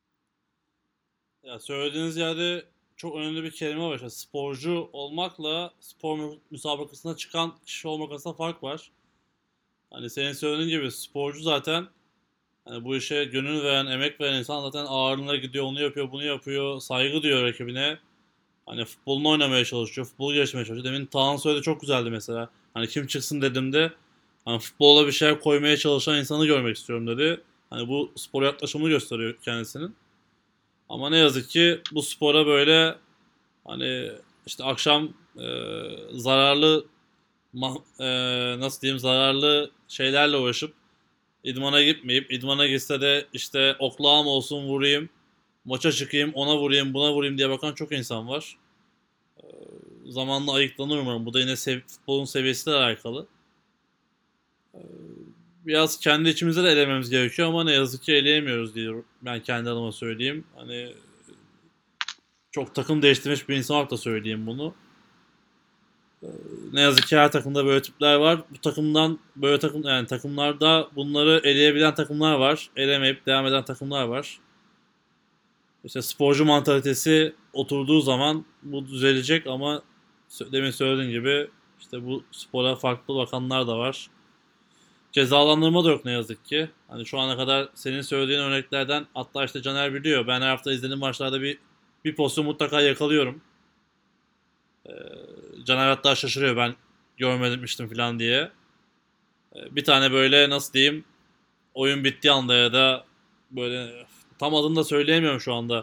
ya söylediğiniz yerde çok önemli bir kelime var. İşte sporcu olmakla spor müsabakasına çıkan kişi olmak arasında fark var. Hani senin söylediğin gibi sporcu zaten hani bu işe gönül veren, emek veren insan zaten ağırlığına gidiyor, onu yapıyor, bunu yapıyor, saygı duyuyor rakibine. Hani futbolunu oynamaya çalışıyor, futbolu geliştirmeye çalışıyor. Demin Taha'nın söylediği çok güzeldi mesela. Hani kim çıksın dedim de hani futbola bir şeyler koymaya çalışan insanı görmek istiyorum dedi. Hani bu spor yaklaşımını gösteriyor kendisinin. Ama ne yazık ki bu spora böyle hani işte akşam zararlı nasıl diyeyim, zararlı şeylerle uğraşıp idmana gitmeyip, idmana gitse de işte oklağım olsun vurayım, maça çıkayım, ona vurayım, buna vurayım diye bakan çok insan var. Zamanla ayıklanır umarım. Bu da yine futbolun seviyesiyle alakalı. Biraz kendi içimizde de elememiz gerekiyor ama ne yazık ki eleyemiyoruz diye ben kendi adıma söyleyeyim. Hani çok takım değiştirmiş bir insan olarak da söyleyeyim bunu. Ne yazık ki her takımda böyle tipler var. Bu takımdan böyle yani takımlarda bunları eleyebilen takımlar var. Elemeyip devam eden takımlar var. İşte sporcu mantalitesi oturduğu zaman bu düzelecek ama demin söylediğim gibi işte bu spora farklı bakanlar da var. Cezalandırma da yok ne yazık ki. Hani şu ana kadar senin söylediğin örneklerden, hatta işte Caner biliyor. Ben her hafta izlediğim maçlarda bir pozisyon mutlaka yakalıyorum. Ee, Caner hatta şaşırıyor ben görmemiştim falan diye. Bir tane böyle nasıl diyeyim, oyun bittiği anda ya da böyle tam adını da söyleyemiyorum şu anda.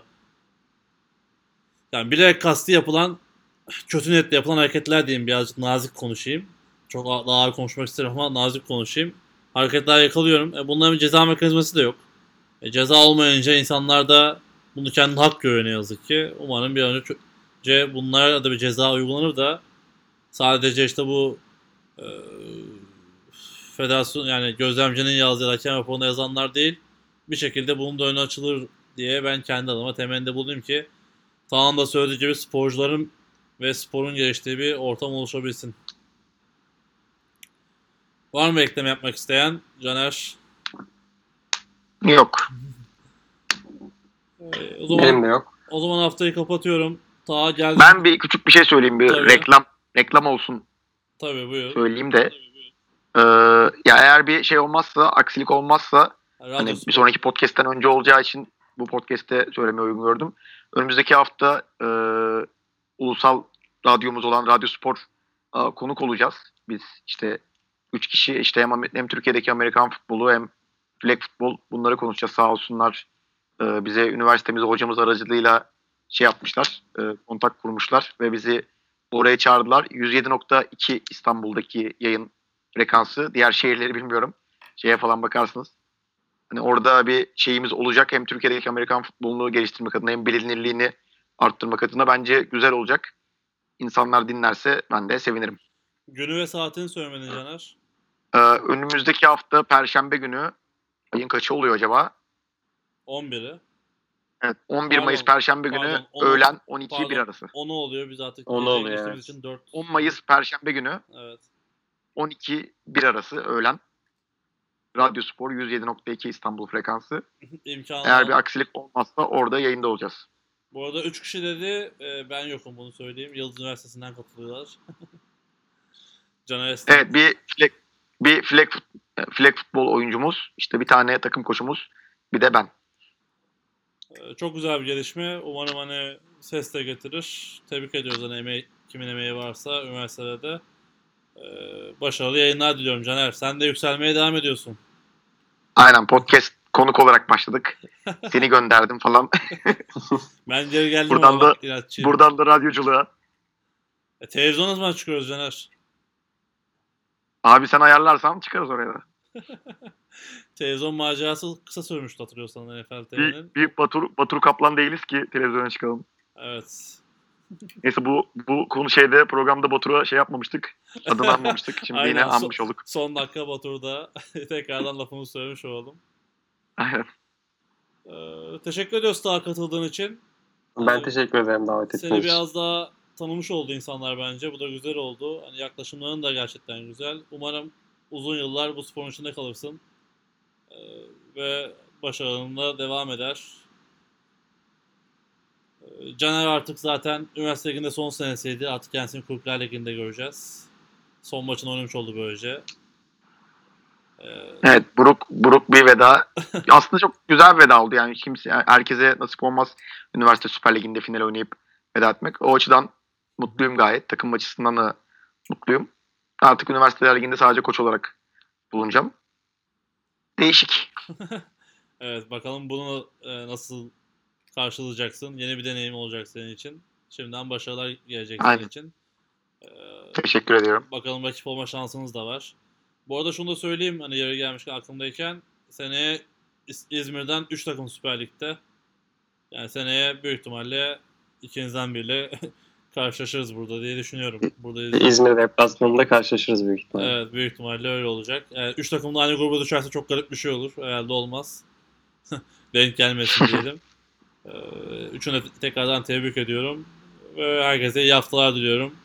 Yani bilerek kasti yapılan, kötü niyetle yapılan hareketler diyeyim, birazcık nazik konuşayım. Çok daha ağır konuşmak isterim ama nazik konuşayım. Hareketler yakalıyorum. Bunların bir ceza mekanizması da yok. Ceza olmayınca insanlar da bunu kendi hak görüyor ne yazık ki. Umarım bir an önce bunlara da bir ceza uygulanır da sadece işte bu e, federasyon, yani gözlemcinin yazdığı hakem raporunda yazanlar değil, bir şekilde bunun da önü açılır diye ben kendi adıma temennide bulunayım ki Tağ'ın da söylediği gibi sporcuların ve sporun geliştiği bir ortam oluşabilsin. Var mı ekleme yapmak isteyen Caner? Yok. O zaman, Benim de yok. O zaman haftayı kapatıyorum. Taha geldi. Ben bir küçük bir şey söyleyeyim. Bir Tabii. reklam olsun Tabii buyur. söyleyeyim de. Ya eğer bir şey olmazsa, aksilik olmazsa, hani bir sonraki podcast'ten önce olacağı için bu podcast'te söylemeye uygun gördüm. Önümüzdeki hafta ulusal radyomuz olan Radyo Spor konuk olacağız. Biz işte 3 kişi işte hem Türkiye'deki Amerikan futbolu hem flag futbol, bunları konuşacağız. Sağ olsunlar bize üniversitemize hocamız aracılığıyla şey yapmışlar, kontak kurmuşlar ve bizi oraya çağırdılar. 107.2 İstanbul'daki yayın frekansı. Diğer şehirleri bilmiyorum. Şeye falan bakarsınız. Hani orada bir şeyimiz olacak. Hem Türkiye'deki Amerikan futbolunu geliştirmek adına hem bilinirliğini arttırmak adına bence güzel olacak. İnsanlar dinlerse ben de sevinirim. Günü ve saatini söylemedin Caner. Önümüzdeki hafta Perşembe günü, ayın kaçı oluyor acaba? 11'i. Evet, 11 Mayıs Pardon, Perşembe günü pardon, onu- öğlen 12-1 Pardon, arası. 10'u oluyor. Biz artık 10'u geceye oluyor, geçtiğimiz evet. için 4. 10 Mayıs Perşembe günü Evet. 12-1 arası öğlen. Radyo Spor 107.2 İstanbul frekansı. İmkanı Eğer var. bir aksilik olmazsa orada yayında olacağız. Bu arada 3 kişi dedi. Ben yokum, bunu söyleyeyim. Yıldız Üniversitesi'nden katılıyorlar. Caner Esen. Evet, bir flag futbol oyuncumuz, işte bir tane takım koçumuz, bir de ben. Çok güzel bir gelişme. Umarım hani ses de getirir. Tebrik ediyoruz hani kimin emeği varsa üniversitede de. Başarılı yayınlar diliyorum Caner. Sen de yükselmeye devam ediyorsun. Aynen, podcast konuk olarak başladık. Seni gönderdim falan. Ben geri geldim Buradan ama da- bak, inatçıyım. Buradan da radyoculuğa. Televizyona zaman çıkıyoruz Caner? Abi sen ayarlarsan çıkarız oraya da. Televizyon macerası kısa sürmüştü, hatırlıyorsan NFL TV'nin. Bir Batur Kaplan değiliz ki televizyona çıkalım. Evet. Neyse, bu konu programda Batur'a şey yapmamıştık. Adını anmamıştık. Şimdi yine anmış olduk. Son dakika Batur'da tekrardan lafımı söylemiş olalım. Aynen. Teşekkür ediyoruz daha katıldığın için. Ben teşekkür ederim davet Seni ettiğiniz için. biraz daha tanımış oldu insanlar bence. Bu da güzel oldu. Hani yaklaşımların da gerçekten güzel. Umarım uzun yıllar bu sporun içinde kalırsın. Ve başarınla devam eder. Caner artık zaten üniversite liginde son senesiydi. Artık kendisini Kulüpler Ligi'nde göreceğiz. Son maçını oynamış oldu böylece. Evet, buruk bir veda. Aslında çok güzel bir veda oldu yani. Herkese nasip olmaz üniversite Süper Ligi'nde final oynayıp veda etmek. O açıdan mutluyum gayet. Takım açısından da mutluyum. Artık üniversiteler liginde sadece koç olarak bulunacağım. Değişik. Evet, bakalım bunu nasıl karşılayacaksın. Yeni bir deneyim olacak senin için. Şimdiden başarılar gelecek Aynen. senin için. Teşekkür ediyorum. Bakalım rakip olma şansınız da var. Bu arada şunu da söyleyeyim, hani yeri gelmişken aklımdayken, seneye İzmir'den 3 takım Süper Lig'de. Yani seneye büyük ihtimalle ikinizden biriyle karşılaşırız burada diye düşünüyorum. İzmir deplasmanında karşılaşırız büyük ihtimalle. Evet, büyük ihtimalle öyle olacak. 3 takım da aynı gruba düşerse çok garip bir şey olur. Herhalde olmaz. Denk gelmesin diyelim. Üçüne tekrardan tebrik ediyorum. Ve herkese iyi haftalar diliyorum.